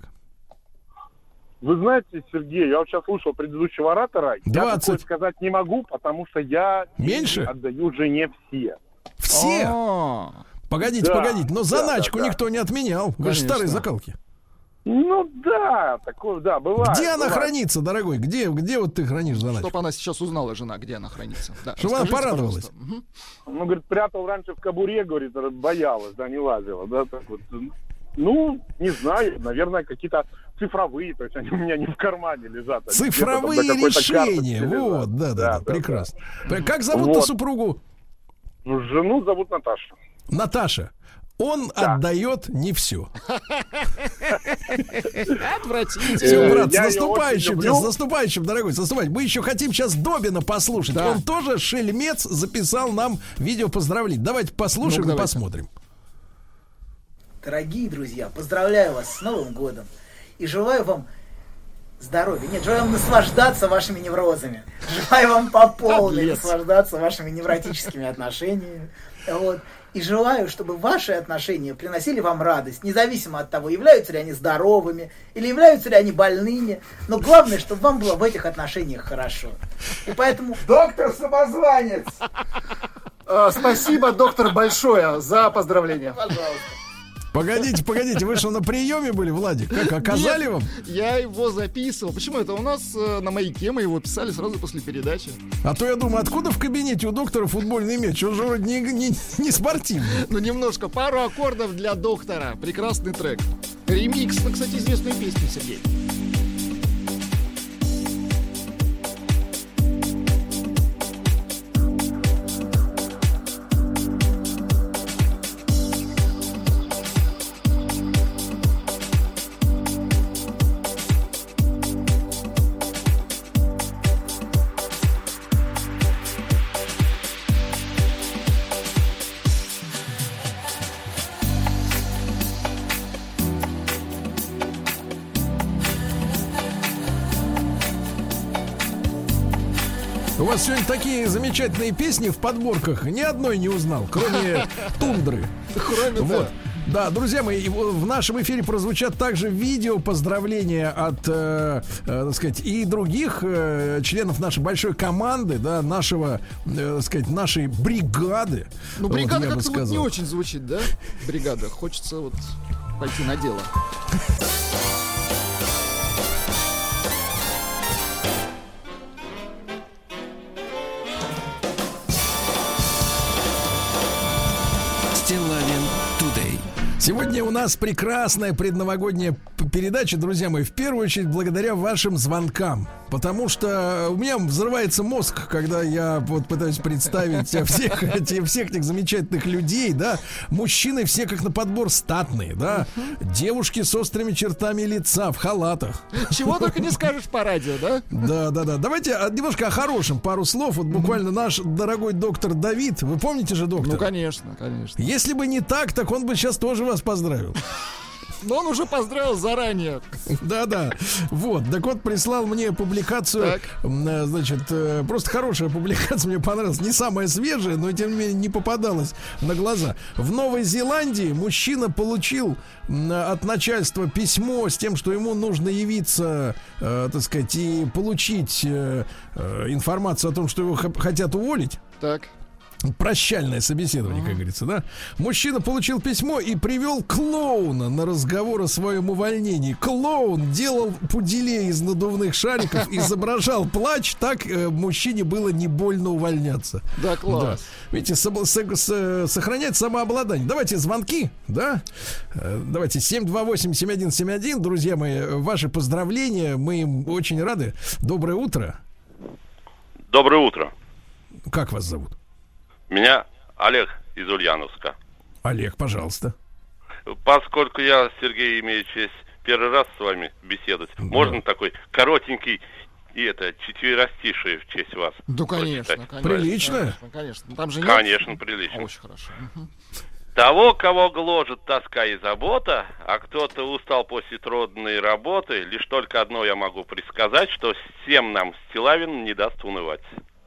Вы знаете, Сергей, я вот сейчас слушал предыдущего оратора. двадцать. Я такое сказать не могу, потому что я меньше отдаю жене все. Все? А-а-а. Погодите, да, погодите, но заначку да, да, никто да. не отменял. Вы же старые закалки. Ну да, такое, да, бывает. Где она бывает. хранится, дорогой? Где, где вот ты хранишь заначку? Чтобы она сейчас узнала, жена, где она хранится. Да, чтобы она порадовалась. Угу. Ну, говорит, прятал раньше в кобуре, говорит, боялась, да, не лазила, да, так вот. Ну, не знаю, наверное, какие-то цифровые, то есть они у меня не в кармане лежат. Цифровые решения, вот, да, да, да, да, прекрасно. Да. Как зовут-то вот. Супругу? Жену зовут Наташа. Наташа. Он да. отдает не все. Отвратительно. Все, брат, с наступающим, с наступающим, дорогой, с наступающим. Мы еще хотим сейчас Добина послушать. Да. Он тоже, шельмец, записал нам видео поздравления. Давайте послушаем ну, и посмотрим. Дорогие друзья, поздравляю вас с Новым годом и желаю вам здоровья. Нет, желаю вам наслаждаться вашими неврозами. Желаю вам по полной наслаждаться вашими невротическими отношениями. Вот. И желаю, чтобы ваши отношения приносили вам радость, независимо от того, являются ли они здоровыми или являются ли они больными. Но главное, чтобы вам было в этих отношениях хорошо. И поэтому... Доктор Самозванец! Спасибо, доктор, большое за поздравления. Пожалуйста. Погодите, погодите, вы что, на приеме были, Владик? Как, оказали Нет, вам? Я его записывал. Почему это? У нас э, на Маяке мы его писали сразу после передачи. А то я думаю, откуда в кабинете у доктора футбольный мяч? Он же вроде не, не, не спортивный. Ну, немножко, пару аккордов для доктора. Прекрасный трек. Ремикс на, кстати, известную песню, Сергей. У вас сегодня такие замечательные песни в подборках. Ни одной не узнал, кроме «Тундры». Кроме вот. Да, друзья мои, в нашем эфире прозвучат также видео поздравления от, э, э, так сказать, и других э, членов нашей большой команды, да, нашего, э, так сказать, нашей бригады. Ну, бригада вот, как-то вот не очень звучит, да? Бригада. Хочется вот пойти на дело. Сегодня у нас прекрасная предновогодняя передача, друзья мои, в первую очередь благодаря вашим звонкам. потому что у меня взрывается мозг, когда я вот пытаюсь представить всех, этих, всех этих замечательных людей, да, мужчины все как на подбор статные, да, девушки с острыми чертами лица, в халатах. Чего только не скажешь по радио, да? Да, да, да. Давайте немножко о хорошем, пару слов. Вот буквально наш дорогой доктор Давид, вы помните же доктора? Ну, конечно, конечно. Если бы не так, так он бы сейчас тоже вас поздравил. Но он уже поздравил заранее. Да-да. Вот. Так вот, прислал мне публикацию. Так. Значит, просто хорошая публикация, мне понравилась. Не самая свежая, но тем не менее не попадалась на глаза. В Новой Зеландии мужчина получил от начальства письмо с тем, что ему нужно явиться, э, так сказать, и получить э, информацию о том, что его х- хотят уволить. Так. Прощальное собеседование, как говорится, да? Мужчина получил письмо и привел клоуна на разговор о своем увольнении. Клоун делал пуделей из надувных шариков, изображал плач, так э, мужчине было не больно увольняться. Да, класс. Да. Видите, со- со- со- сохранять самообладание. Давайте звонки, да? Э, давайте семь два восемь семь один семь один. Друзья мои, ваши поздравления, мы им очень рады. Доброе утро. Доброе утро. Как вас зовут? Меня Олег из Ульяновска. Олег, пожалуйста. Поскольку я, Сергей, имею честь первый раз с вами беседовать, да. Можно такой коротенький и это четверостишие в честь вас? Ну, конечно, конечно. Прилично? Конечно, конечно. Там же нет... Конечно, прилично. Очень хорошо. Угу. Того, кого гложет тоска и забота, а кто-то устал после трудной работы, лишь только одно я могу предсказать, что всем нам Стилавин не даст унывать.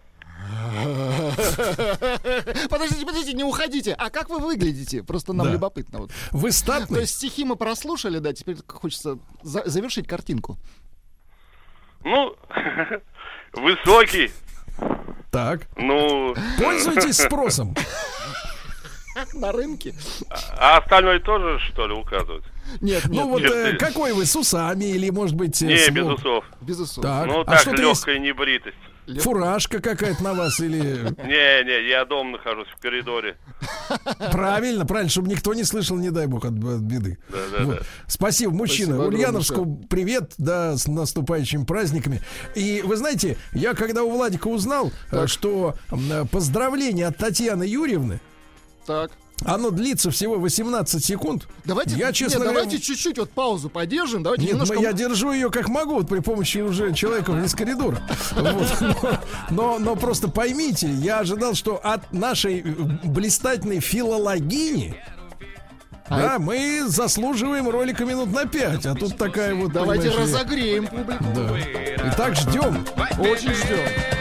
Подождите, подождите, не уходите. А как вы выглядите? Просто нам да. любопытно. Вот. Вы статный? То есть стихи мы прослушали, да, теперь хочется за- завершить картинку. Ну, высокий. Так. Ну... Пользуйтесь спросом. На рынке. А остальное тоже, что ли, указывать? Нет, нет. Ну вот нет, э, нет. какой вы, с усами или, может быть... Не, с... без усов. Без усов. Так. Ну, а так, что-то легкая есть? небритость. Фуражка какая-то на вас или... Не, не, я дома нахожусь в коридоре. Правильно, правильно, чтобы никто не слышал, не дай бог, от, от беды. Да, да, вот. да. Спасибо, мужчина. Спасибо Ульяновску огромное. привет, да, с наступающими праздниками. И вы знаете, я когда у Владика узнал, так. что э, поздравление от Татьяны Юрьевны, так. оно длится всего восемнадцать секунд. Давайте, я, честно нет, говоря, давайте чуть-чуть вот паузу подержим. Давайте Нет, немножко... я держу ее как могу, вот при помощи уже человека из коридора. Вот. Но, но, но просто поймите, я ожидал, что от нашей блистательной филологини а да, это... мы заслуживаем ролика минут на пять, а тут такая вот... Давайте разогреем публику. Да. Итак, ждем. Очень ждем.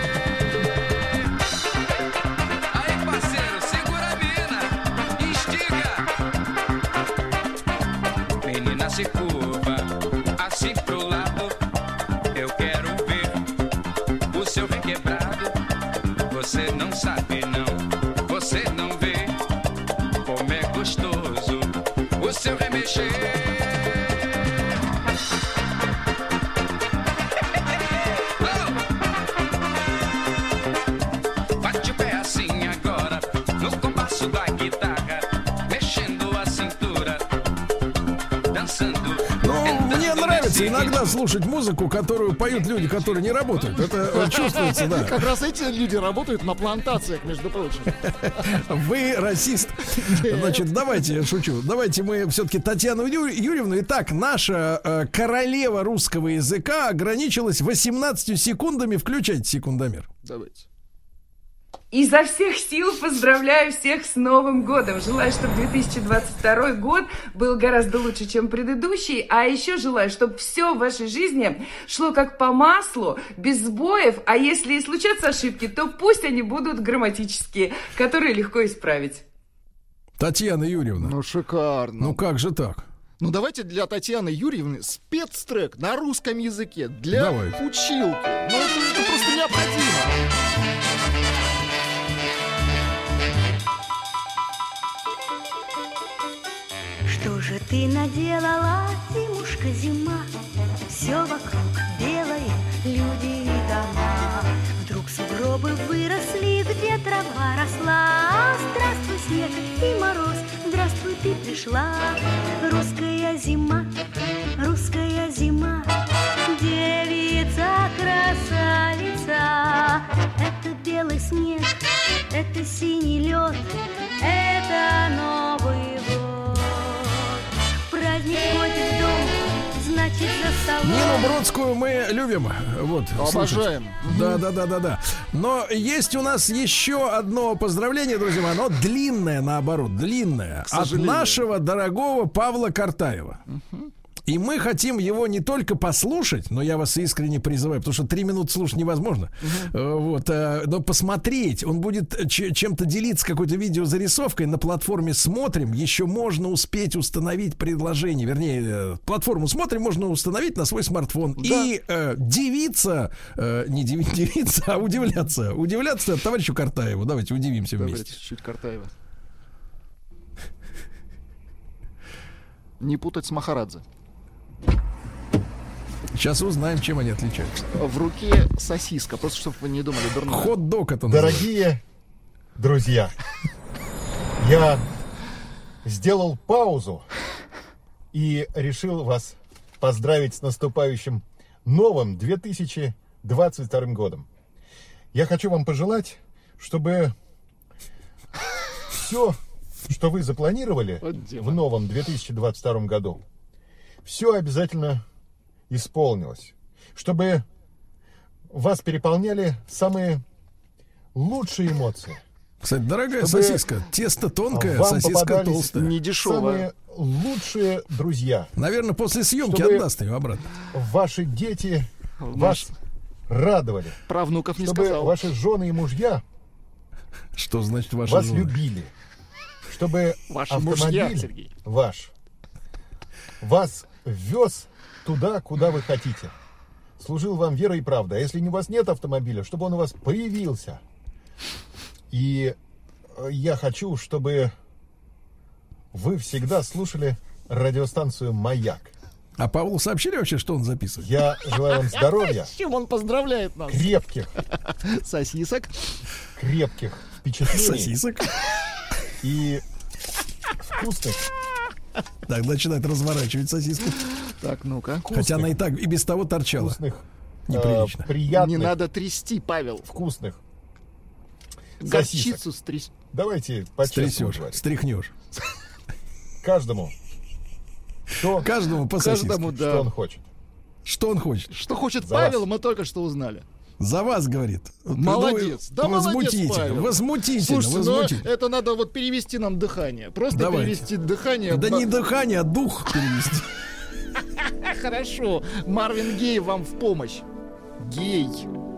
Se curva assim pro lado, eu quero ver o seu requebrado. Você não sabe não, você não vê como é gostoso o seu remexer. Bate o pé assim agora no compasso da guitarra, mexendo a cintura. Ну, мне нравится иногда слушать музыку, которую поют люди, которые не работают. Это чувствуется, да. Как раз эти люди работают на плантациях, между прочим. Вы расист. Значит, давайте, я шучу. Давайте мы все-таки Татьяну Ю- Юрьевну. Итак, наша э, королева русского языка ограничилась восемнадцатью секундами. Включайте секундомер. Давайте. Изо всех сил поздравляю всех с Новым годом. Желаю, чтобы две тысячи двадцать второй год был гораздо лучше, чем предыдущий. А еще желаю, чтобы все в вашей жизни шло как по маслу, без сбоев. А если и случатся ошибки, то пусть они будут грамматические, которые легко исправить. Татьяна Юрьевна. Ну, шикарно. Ну, как же так? Ну, давайте для Татьяны Юрьевны спецтрек на русском языке для Давай. училки. Ну, это, это просто необходимо. Что же ты наделала, зимушка, зима? Все вокруг белое, люди и дома. Вдруг сугробы выросли, где трава росла. Здравствуй, снег и мороз, здравствуй, ты пришла. Русская зима, русская зима, девица красавица. это белый снег, это синий лед, это Новый год. Праздник входит в дом, значит за столом. Нину Бродскую мы любим. Вот, обожаем. Да, да, да, да, да. Но есть у нас еще одно поздравление, друзья мои. Оно длинное, наоборот, длинное. От нашего дорогого Павла Картаева. Угу. И мы хотим его не только послушать, но я вас искренне призываю, потому что три минуты слушать невозможно. Uh-huh. Вот, но посмотреть. Он будет чем-то делиться, какой-то видеозарисовкой на платформе «Смотрим». Еще можно успеть установить предложение. Вернее, платформу «Смотрим» можно установить на свой смартфон. Да. И э, дивиться, э, не диви, дивиться, а удивляться. Удивляться товарищу Картаеву. Давайте удивимся вместе. Давайте чуть-чуть Картаева. Не путать с Махарадзе. Сейчас узнаем, чем они отличаются. В руке сосиска, просто чтобы вы не думали дурного. Хот-дог это называется. Дорогие друзья, я сделал паузу и решил вас поздравить с наступающим новым две тысячи двадцать вторым годом. Я хочу вам пожелать, чтобы все, что вы запланировали в новом две тысячи двадцать втором году, все обязательно исполнилось. Чтобы вас переполняли самые лучшие эмоции. Кстати, дорогая чтобы сосиска. Тесто тонкое, вам сосиска толстая. Не дешевая. Самые лучшие друзья. Наверное, после съемки чтобы отдаст ее обратно. Ваши дети вас радовали. Правнуков не чтобы сказал. Ваши жены и мужья Что значит ваши вас жены? любили. Чтобы ваши автомобиль мужья, Сергей. ваш вас вез туда, куда вы хотите. Служил вам верой и правдой. А если у вас нет автомобиля, чтобы он у вас появился. И я хочу, чтобы вы всегда слушали радиостанцию «Маяк». А Павлу сообщили вообще, что он записывает? Я желаю вам здоровья. С чем он поздравляет нас? Крепких. Сосисок. Крепких впечатлений. Сосисок. И вкусных. Так, начинает разворачивать сосиску. Так, ну-ка. Хотя она и так, и без того торчала. Вкусных. Неприлично. Э, приятных. Не надо трясти, Павел. Вкусных. Горчицу стряс. Давайте по-честному говорить. Стряхнешь. Каждому. Что, Каждому по Каждому, да. Что он хочет. Что он хочет. Что хочет За Павел, вас. мы только что узнали. За вас, говорит. Молодец. Да, возмутительно. молодец, Павел. Возмутительно. Слушайте, возмутительно. ну, это надо вот перевести нам дыхание. Просто Давайте. перевести дыхание. Да не дыхание, а дух перевести. Хорошо. Марвин Гей вам в помощь. Гей.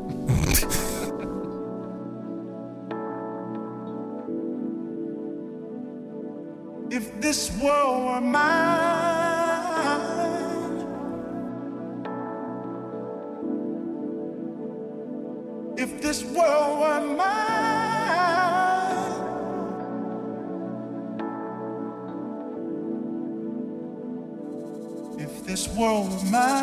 If this world were mine, if this world were mine, if this world were mine,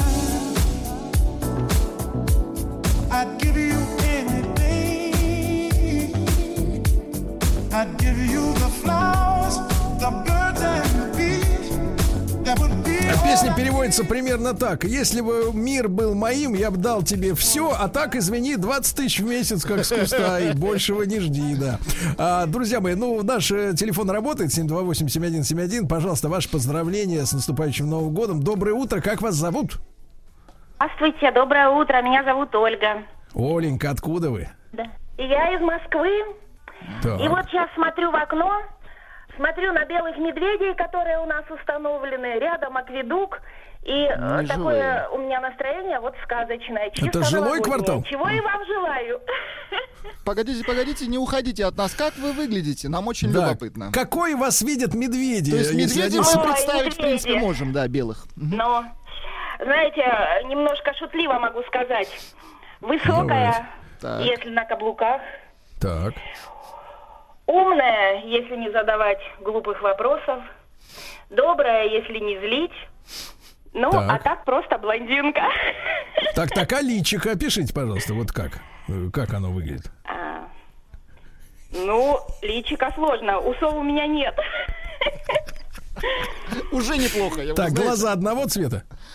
I'd give you anything. I'd give you the flowers, the birds and the bees. That would be Песня переводится примерно так. Если бы мир был моим, я бы дал тебе все, а так, извини, двадцать тысяч в месяц, как с куста, и большего не жди, да. А, друзья мои, ну, наш телефон работает, семь два восемь семь один семь один. Пожалуйста, ваше поздравление с наступающим Новым годом. Доброе утро, как вас зовут? Здравствуйте, доброе утро, меня зовут Ольга. Оленька, откуда вы? Да. Я из Москвы. Так. И вот сейчас смотрю в окно, смотрю на белых медведей, которые у нас установлены, рядом акведук. И Ну, э, такое у меня настроение вот сказочное. Чисто Это жилой новогоднее. квартал? Чего и вам желаю. Погодите, погодите, не уходите от нас. Как вы выглядите? Нам очень Да. любопытно. Какой вас видят медведи? То есть если медведей они- мы Ой, представить, в принципе, медведи. можем, да, белых. Но, знаете, немножко шутливо могу сказать. Высокая, Так. если на каблуках. Так. Умная, если не задавать глупых вопросов. Добрая, если не злить. Ну, Так. а так просто блондинка. Так, так, а личико опишите, пожалуйста, вот как? Э, Как оно выглядит? А, ну, личико сложно. Усов у меня нет. Уже неплохо. я- вы Так, знаете, глаза одного цвета?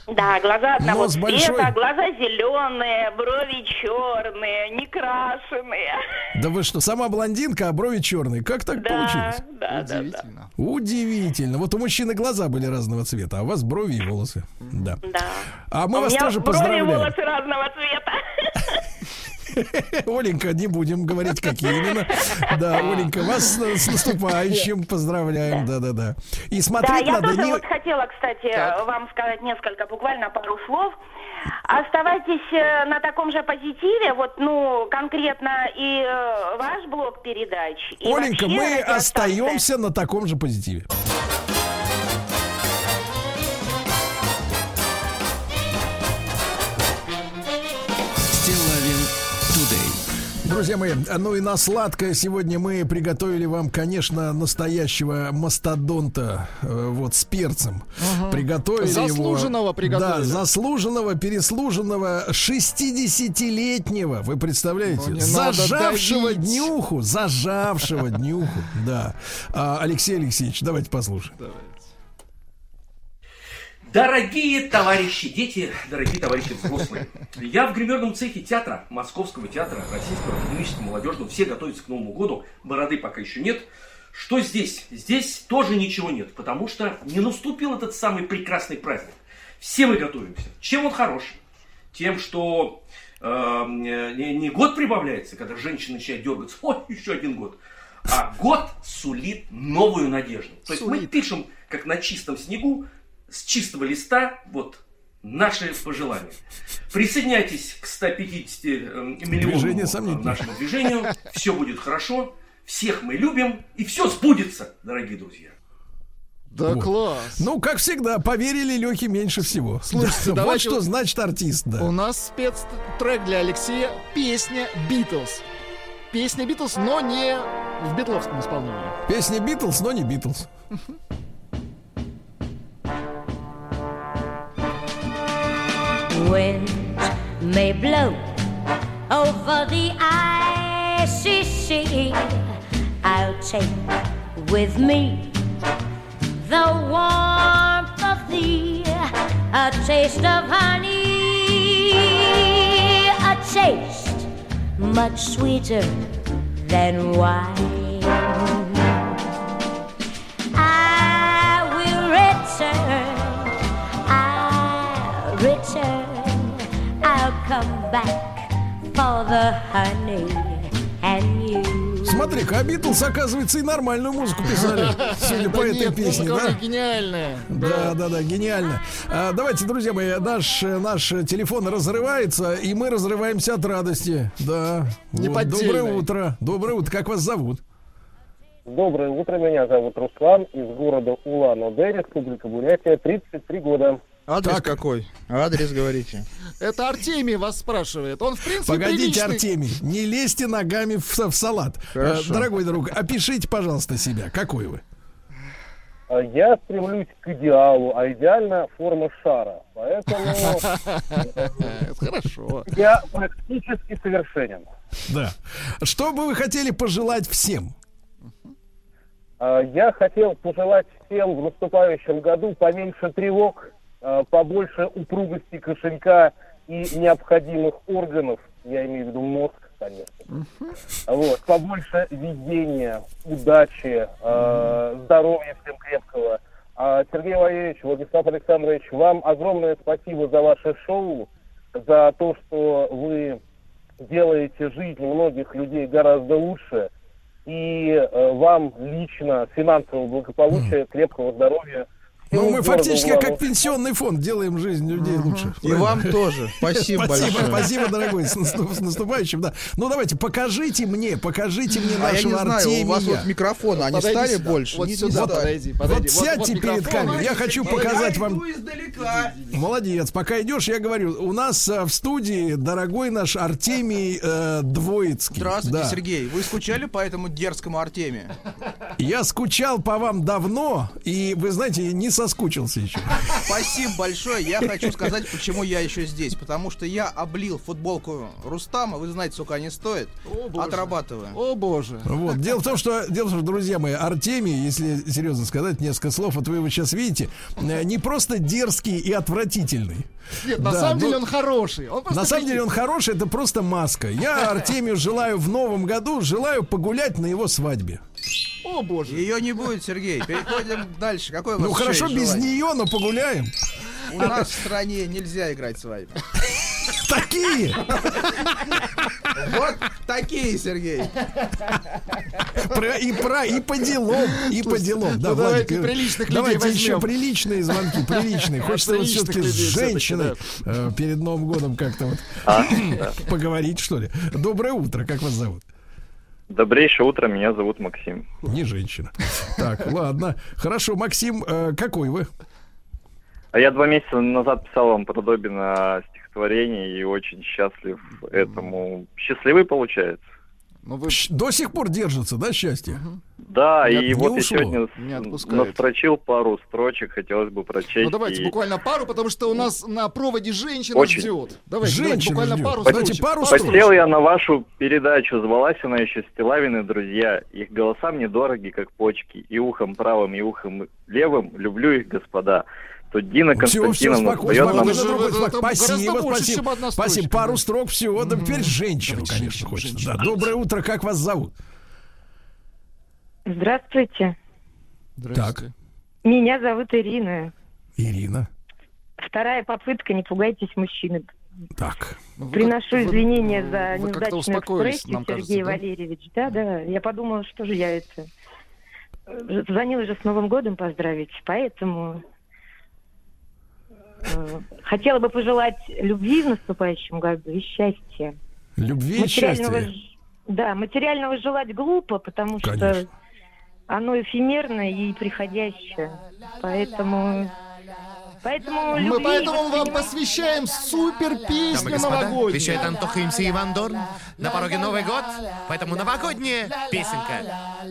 Да, глаза одного Нос цвета, большой. глаза зеленые, брови черные, не крашеные. Да вы что, сама блондинка, а брови черные. Как так Да, получилось? да, да, Удивительно. Удивительно. Вот у мужчины глаза были разного цвета, а у вас брови и волосы. Да. Да. А мы У вас меня тоже брови и поздравляем. волосы разного цвета. Оленька, не будем говорить, какие именно. Да, Оленька, вас с наступающим поздравляем. Да-да-да. И Да, смотреть я надо тоже не... вот хотела, кстати, вам сказать несколько, буквально пару слов. Оставайтесь э, на таком же позитиве, вот, ну, конкретно и э, ваш блок передач. И Оленька, вообще мы радиостанция. остаемся на таком же позитиве. Друзья мои, ну и на сладкое сегодня мы приготовили вам, конечно, настоящего мастодонта э, вот с перцем. Ага. Приготовили Заслуженного его, приготовили. Да, заслуженного, переслуженного шестидесятилетнего, вы представляете? Ну, не надо зажавшего давить. днюху, зажавшего днюху, да. А, Алексей Алексеевич, давайте послушаем. Дорогие товарищи, дети, дорогие товарищи взрослые. Я в гримерном цехе театра, Московского театра, Российского академического молодежного. Все готовятся к Новому году, бороды пока еще нет. Что здесь? Здесь тоже ничего нет, потому что не наступил этот самый прекрасный праздник. Все мы готовимся. Чем он хорош? Тем, что э, не, не год прибавляется, когда женщина начинает дергаться, о, еще один год. А год сулит новую надежду. То есть мы пишем, как на чистом снегу, с чистого листа, вот, наши пожелания. Присоединяйтесь к ста пятидесяти миллионам нашему движению. Все будет хорошо. Всех мы любим. И все сбудется, дорогие друзья. Да, Вот. класс. Ну, как всегда, поверили Лехе меньше всего. Слушайте, Да, давайте вот что вот- значит артист, да. У нас спецтрек для Алексея. Песня «Битлз». Песня «Битлз», но не в битловском исполнении. Песня Битлз, но не Битлз. Wind may blow over the icy sea. I'll take with me the warmth of thee, a taste of honey, a taste much sweeter than wine. I will return, I'll return, I'll come back for the honey and you. Смотри-ка, а Битлз, оказывается, и нормальную музыку писали, судя по Да этой нет, песне, музыка у да? них гениальная. Да, да, да, гениально. А, давайте, друзья мои, наш, наш телефон разрывается, и мы разрываемся от радости. Да. Вот. Неподдельной. Доброе утро. Доброе утро. Как вас зовут? Доброе утро, меня зовут Руслан, из города Улан-Удэ, Республика Бурятия, тридцать три года. Адрес Так. какой? Адрес говорите. Это Артемий вас спрашивает. Он, в принципе, Погодите, приличный. Артемий, не лезьте ногами в, в салат. Хорошо. Э, Дорогой друг, опишите, пожалуйста, себя. Какой вы? А Я стремлюсь к идеалу, а идеально форма шара. Поэтому Хорошо. я практически совершенен. Да. Что бы вы хотели пожелать всем? А Я хотел пожелать всем в наступающем году поменьше тревог, а, побольше упругости кошелька и необходимых органов, я имею в виду мозг, конечно. Вот, побольше везения, удачи, э, здоровья всем крепкого. А, Сергей Валерьевич, Владислав Александрович, вам огромное спасибо за ваше шоу, за то, что вы делаете жизнь многих людей гораздо лучше. И э, вам лично финансового благополучия, крепкого здоровья. Ну, всего мы города фактически Улан-Удэ. как пенсионный фонд делаем жизнь людей лучше. И вам тоже. Спасибо Спасибо, большое. спасибо, дорогой, с, наступ- с наступающим, да. Ну, давайте, покажите мне, покажите мне А я не нашего знаю, Артемия. у вас вот микрофоны, они Подойди стали сюда. больше? Вот Не- не сюда стали. подойди, Вот подойди. сядьте вот перед микрофон. камерой. Я хочу показать вам. издалека. Молодец. Пока идешь, я говорю, у нас а, в студии дорогой наш Артемий э, Двоицкий. Здравствуйте, Да. Сергей. Вы скучали по этому дерзкому Артемию? Я скучал по вам давно, и, вы знаете, не соскучился еще. Спасибо большое. Я хочу сказать, почему я еще здесь. Потому что я облил футболку Рустама. Вы знаете, сколько они стоят. О, боже. Отрабатываю. О, боже. Вот. Дело в том, что, дело в том, что, друзья мои, Артемий, если серьезно сказать, несколько слов, вот вы его сейчас видите, не просто дерзкий и отвратительный. Нет, на Да, самом но- деле он хороший. Он просто На самом прикид- деле он хороший, это просто маска. Я Артемию желаю в новом году, желаю погулять на его свадьбе. О, боже. Ее не будет, Сергей. Переходим дальше. Какое у вас Ну еще хорошо, есть без желание? нее, но погуляем. У нас в стране нельзя играть свадьбы. Такие! Вот такие, Сергей. Про, и про, и по делам, и по делам. Да, ну, давайте Владик, приличных людей давайте возьмем. еще приличные звонки, приличные. Хочется вот Приличных все-таки людей с всё-таки, женщиной э, перед Новым годом как-то вот А, поговорить, что ли. Доброе утро, как вас зовут? Добрейшее утро, меня зовут Максим. Не женщина. Так, ладно. Хорошо, Максим, э, какой вы? А я два месяца назад писал вам подобие стихотворение и очень счастлив этому. Счастливый получается. Ну, вы... Щ- До сих пор держится, да, счастье? Да, Не- и не вот я ушло. сегодня Не с- отпускает. настрочил пару строчек, хотелось бы прочесть. Ну давайте и- буквально пару, потому что у нас на проводе женщина Очень. ждет. Давайте, Женщина давайте буквально ждет. пару Давайте строчек. пару Хотел я на вашу передачу, звалась она еще Стилавины друзья. Их голоса мне дороги, как почки. И ухом правым, и ухом левым люблю их, господа. Тут Дина Все, все, Константиновна спокойно, споет нам... спокойно, другой, это спокойно. гораздо Спасибо, больше, чем спасибо. одна Спасибо, строчка, пару да. строк всего. Да теперь женщину, Давайте конечно, женщину, хочется. женщину. Да. Доброе утро, как вас зовут? Здравствуйте. Так, Меня зовут Ирина. Ирина. Вторая попытка, не пугайтесь мужчины. Так. Ну, вы Приношу как- вы- извинения за вы как-то неудачную успокоились, экспрессию, нам Сергей кажется, да? Валерьевич. Да, да. Я подумала, что же я это... э, Звонила же с Новым годом поздравить, поэтому... э, Хотела бы пожелать любви в наступающем году и счастья. Любви и Материального счастья. ж- Да, материального желать глупо, потому что Конечно. оно эфемерное и приходящее. Поэтому... Поэтому Мы любви, поэтому вам воспринимайте- посвящаем супер Дамы и песню господа, новогоднюю. вещает Антоха МС Иван Дорн. На пороге Новый год, поэтому новогодняя песенка.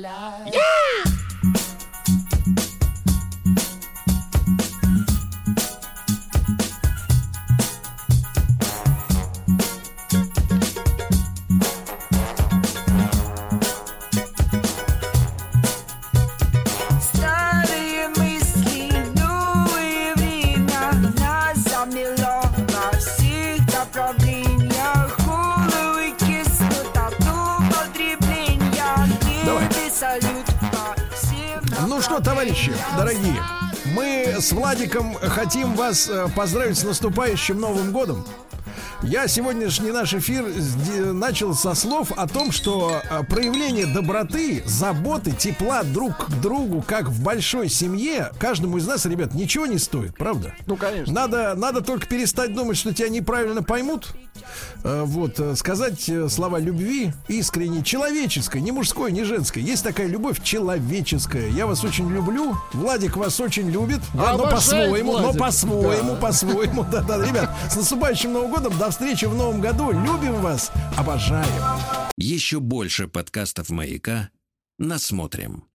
Старые мысли, новое время нас замело во всех направлениях. Головы киснут от употребления. Небе салют по всем Ну что, товарищи, дорогие, мы с Владиком хотим вас э, поздравить с наступающим Новым годом. Я сегодняшний наш эфир сде- начал со слов о том, что э, проявление доброты, заботы, тепла друг к другу, как в большой семье, каждому из нас, ребят, ничего не стоит, правда? Ну, конечно. Надо, надо только перестать думать, что тебя неправильно поймут. Э, Вот, э, сказать э, слова любви искренней, человеческой, не мужской, не женской. Есть такая любовь человеческая. Я вас очень люблю. Владик вас очень любит. Да, но Обожает по-своему, но Владик. по-своему, Да. по-своему. Да-да, ребят, с наступающим Новым годом. До встречи в Новом году. Любим вас, обожаем. Еще больше подкастов «Маяка» насмотрим.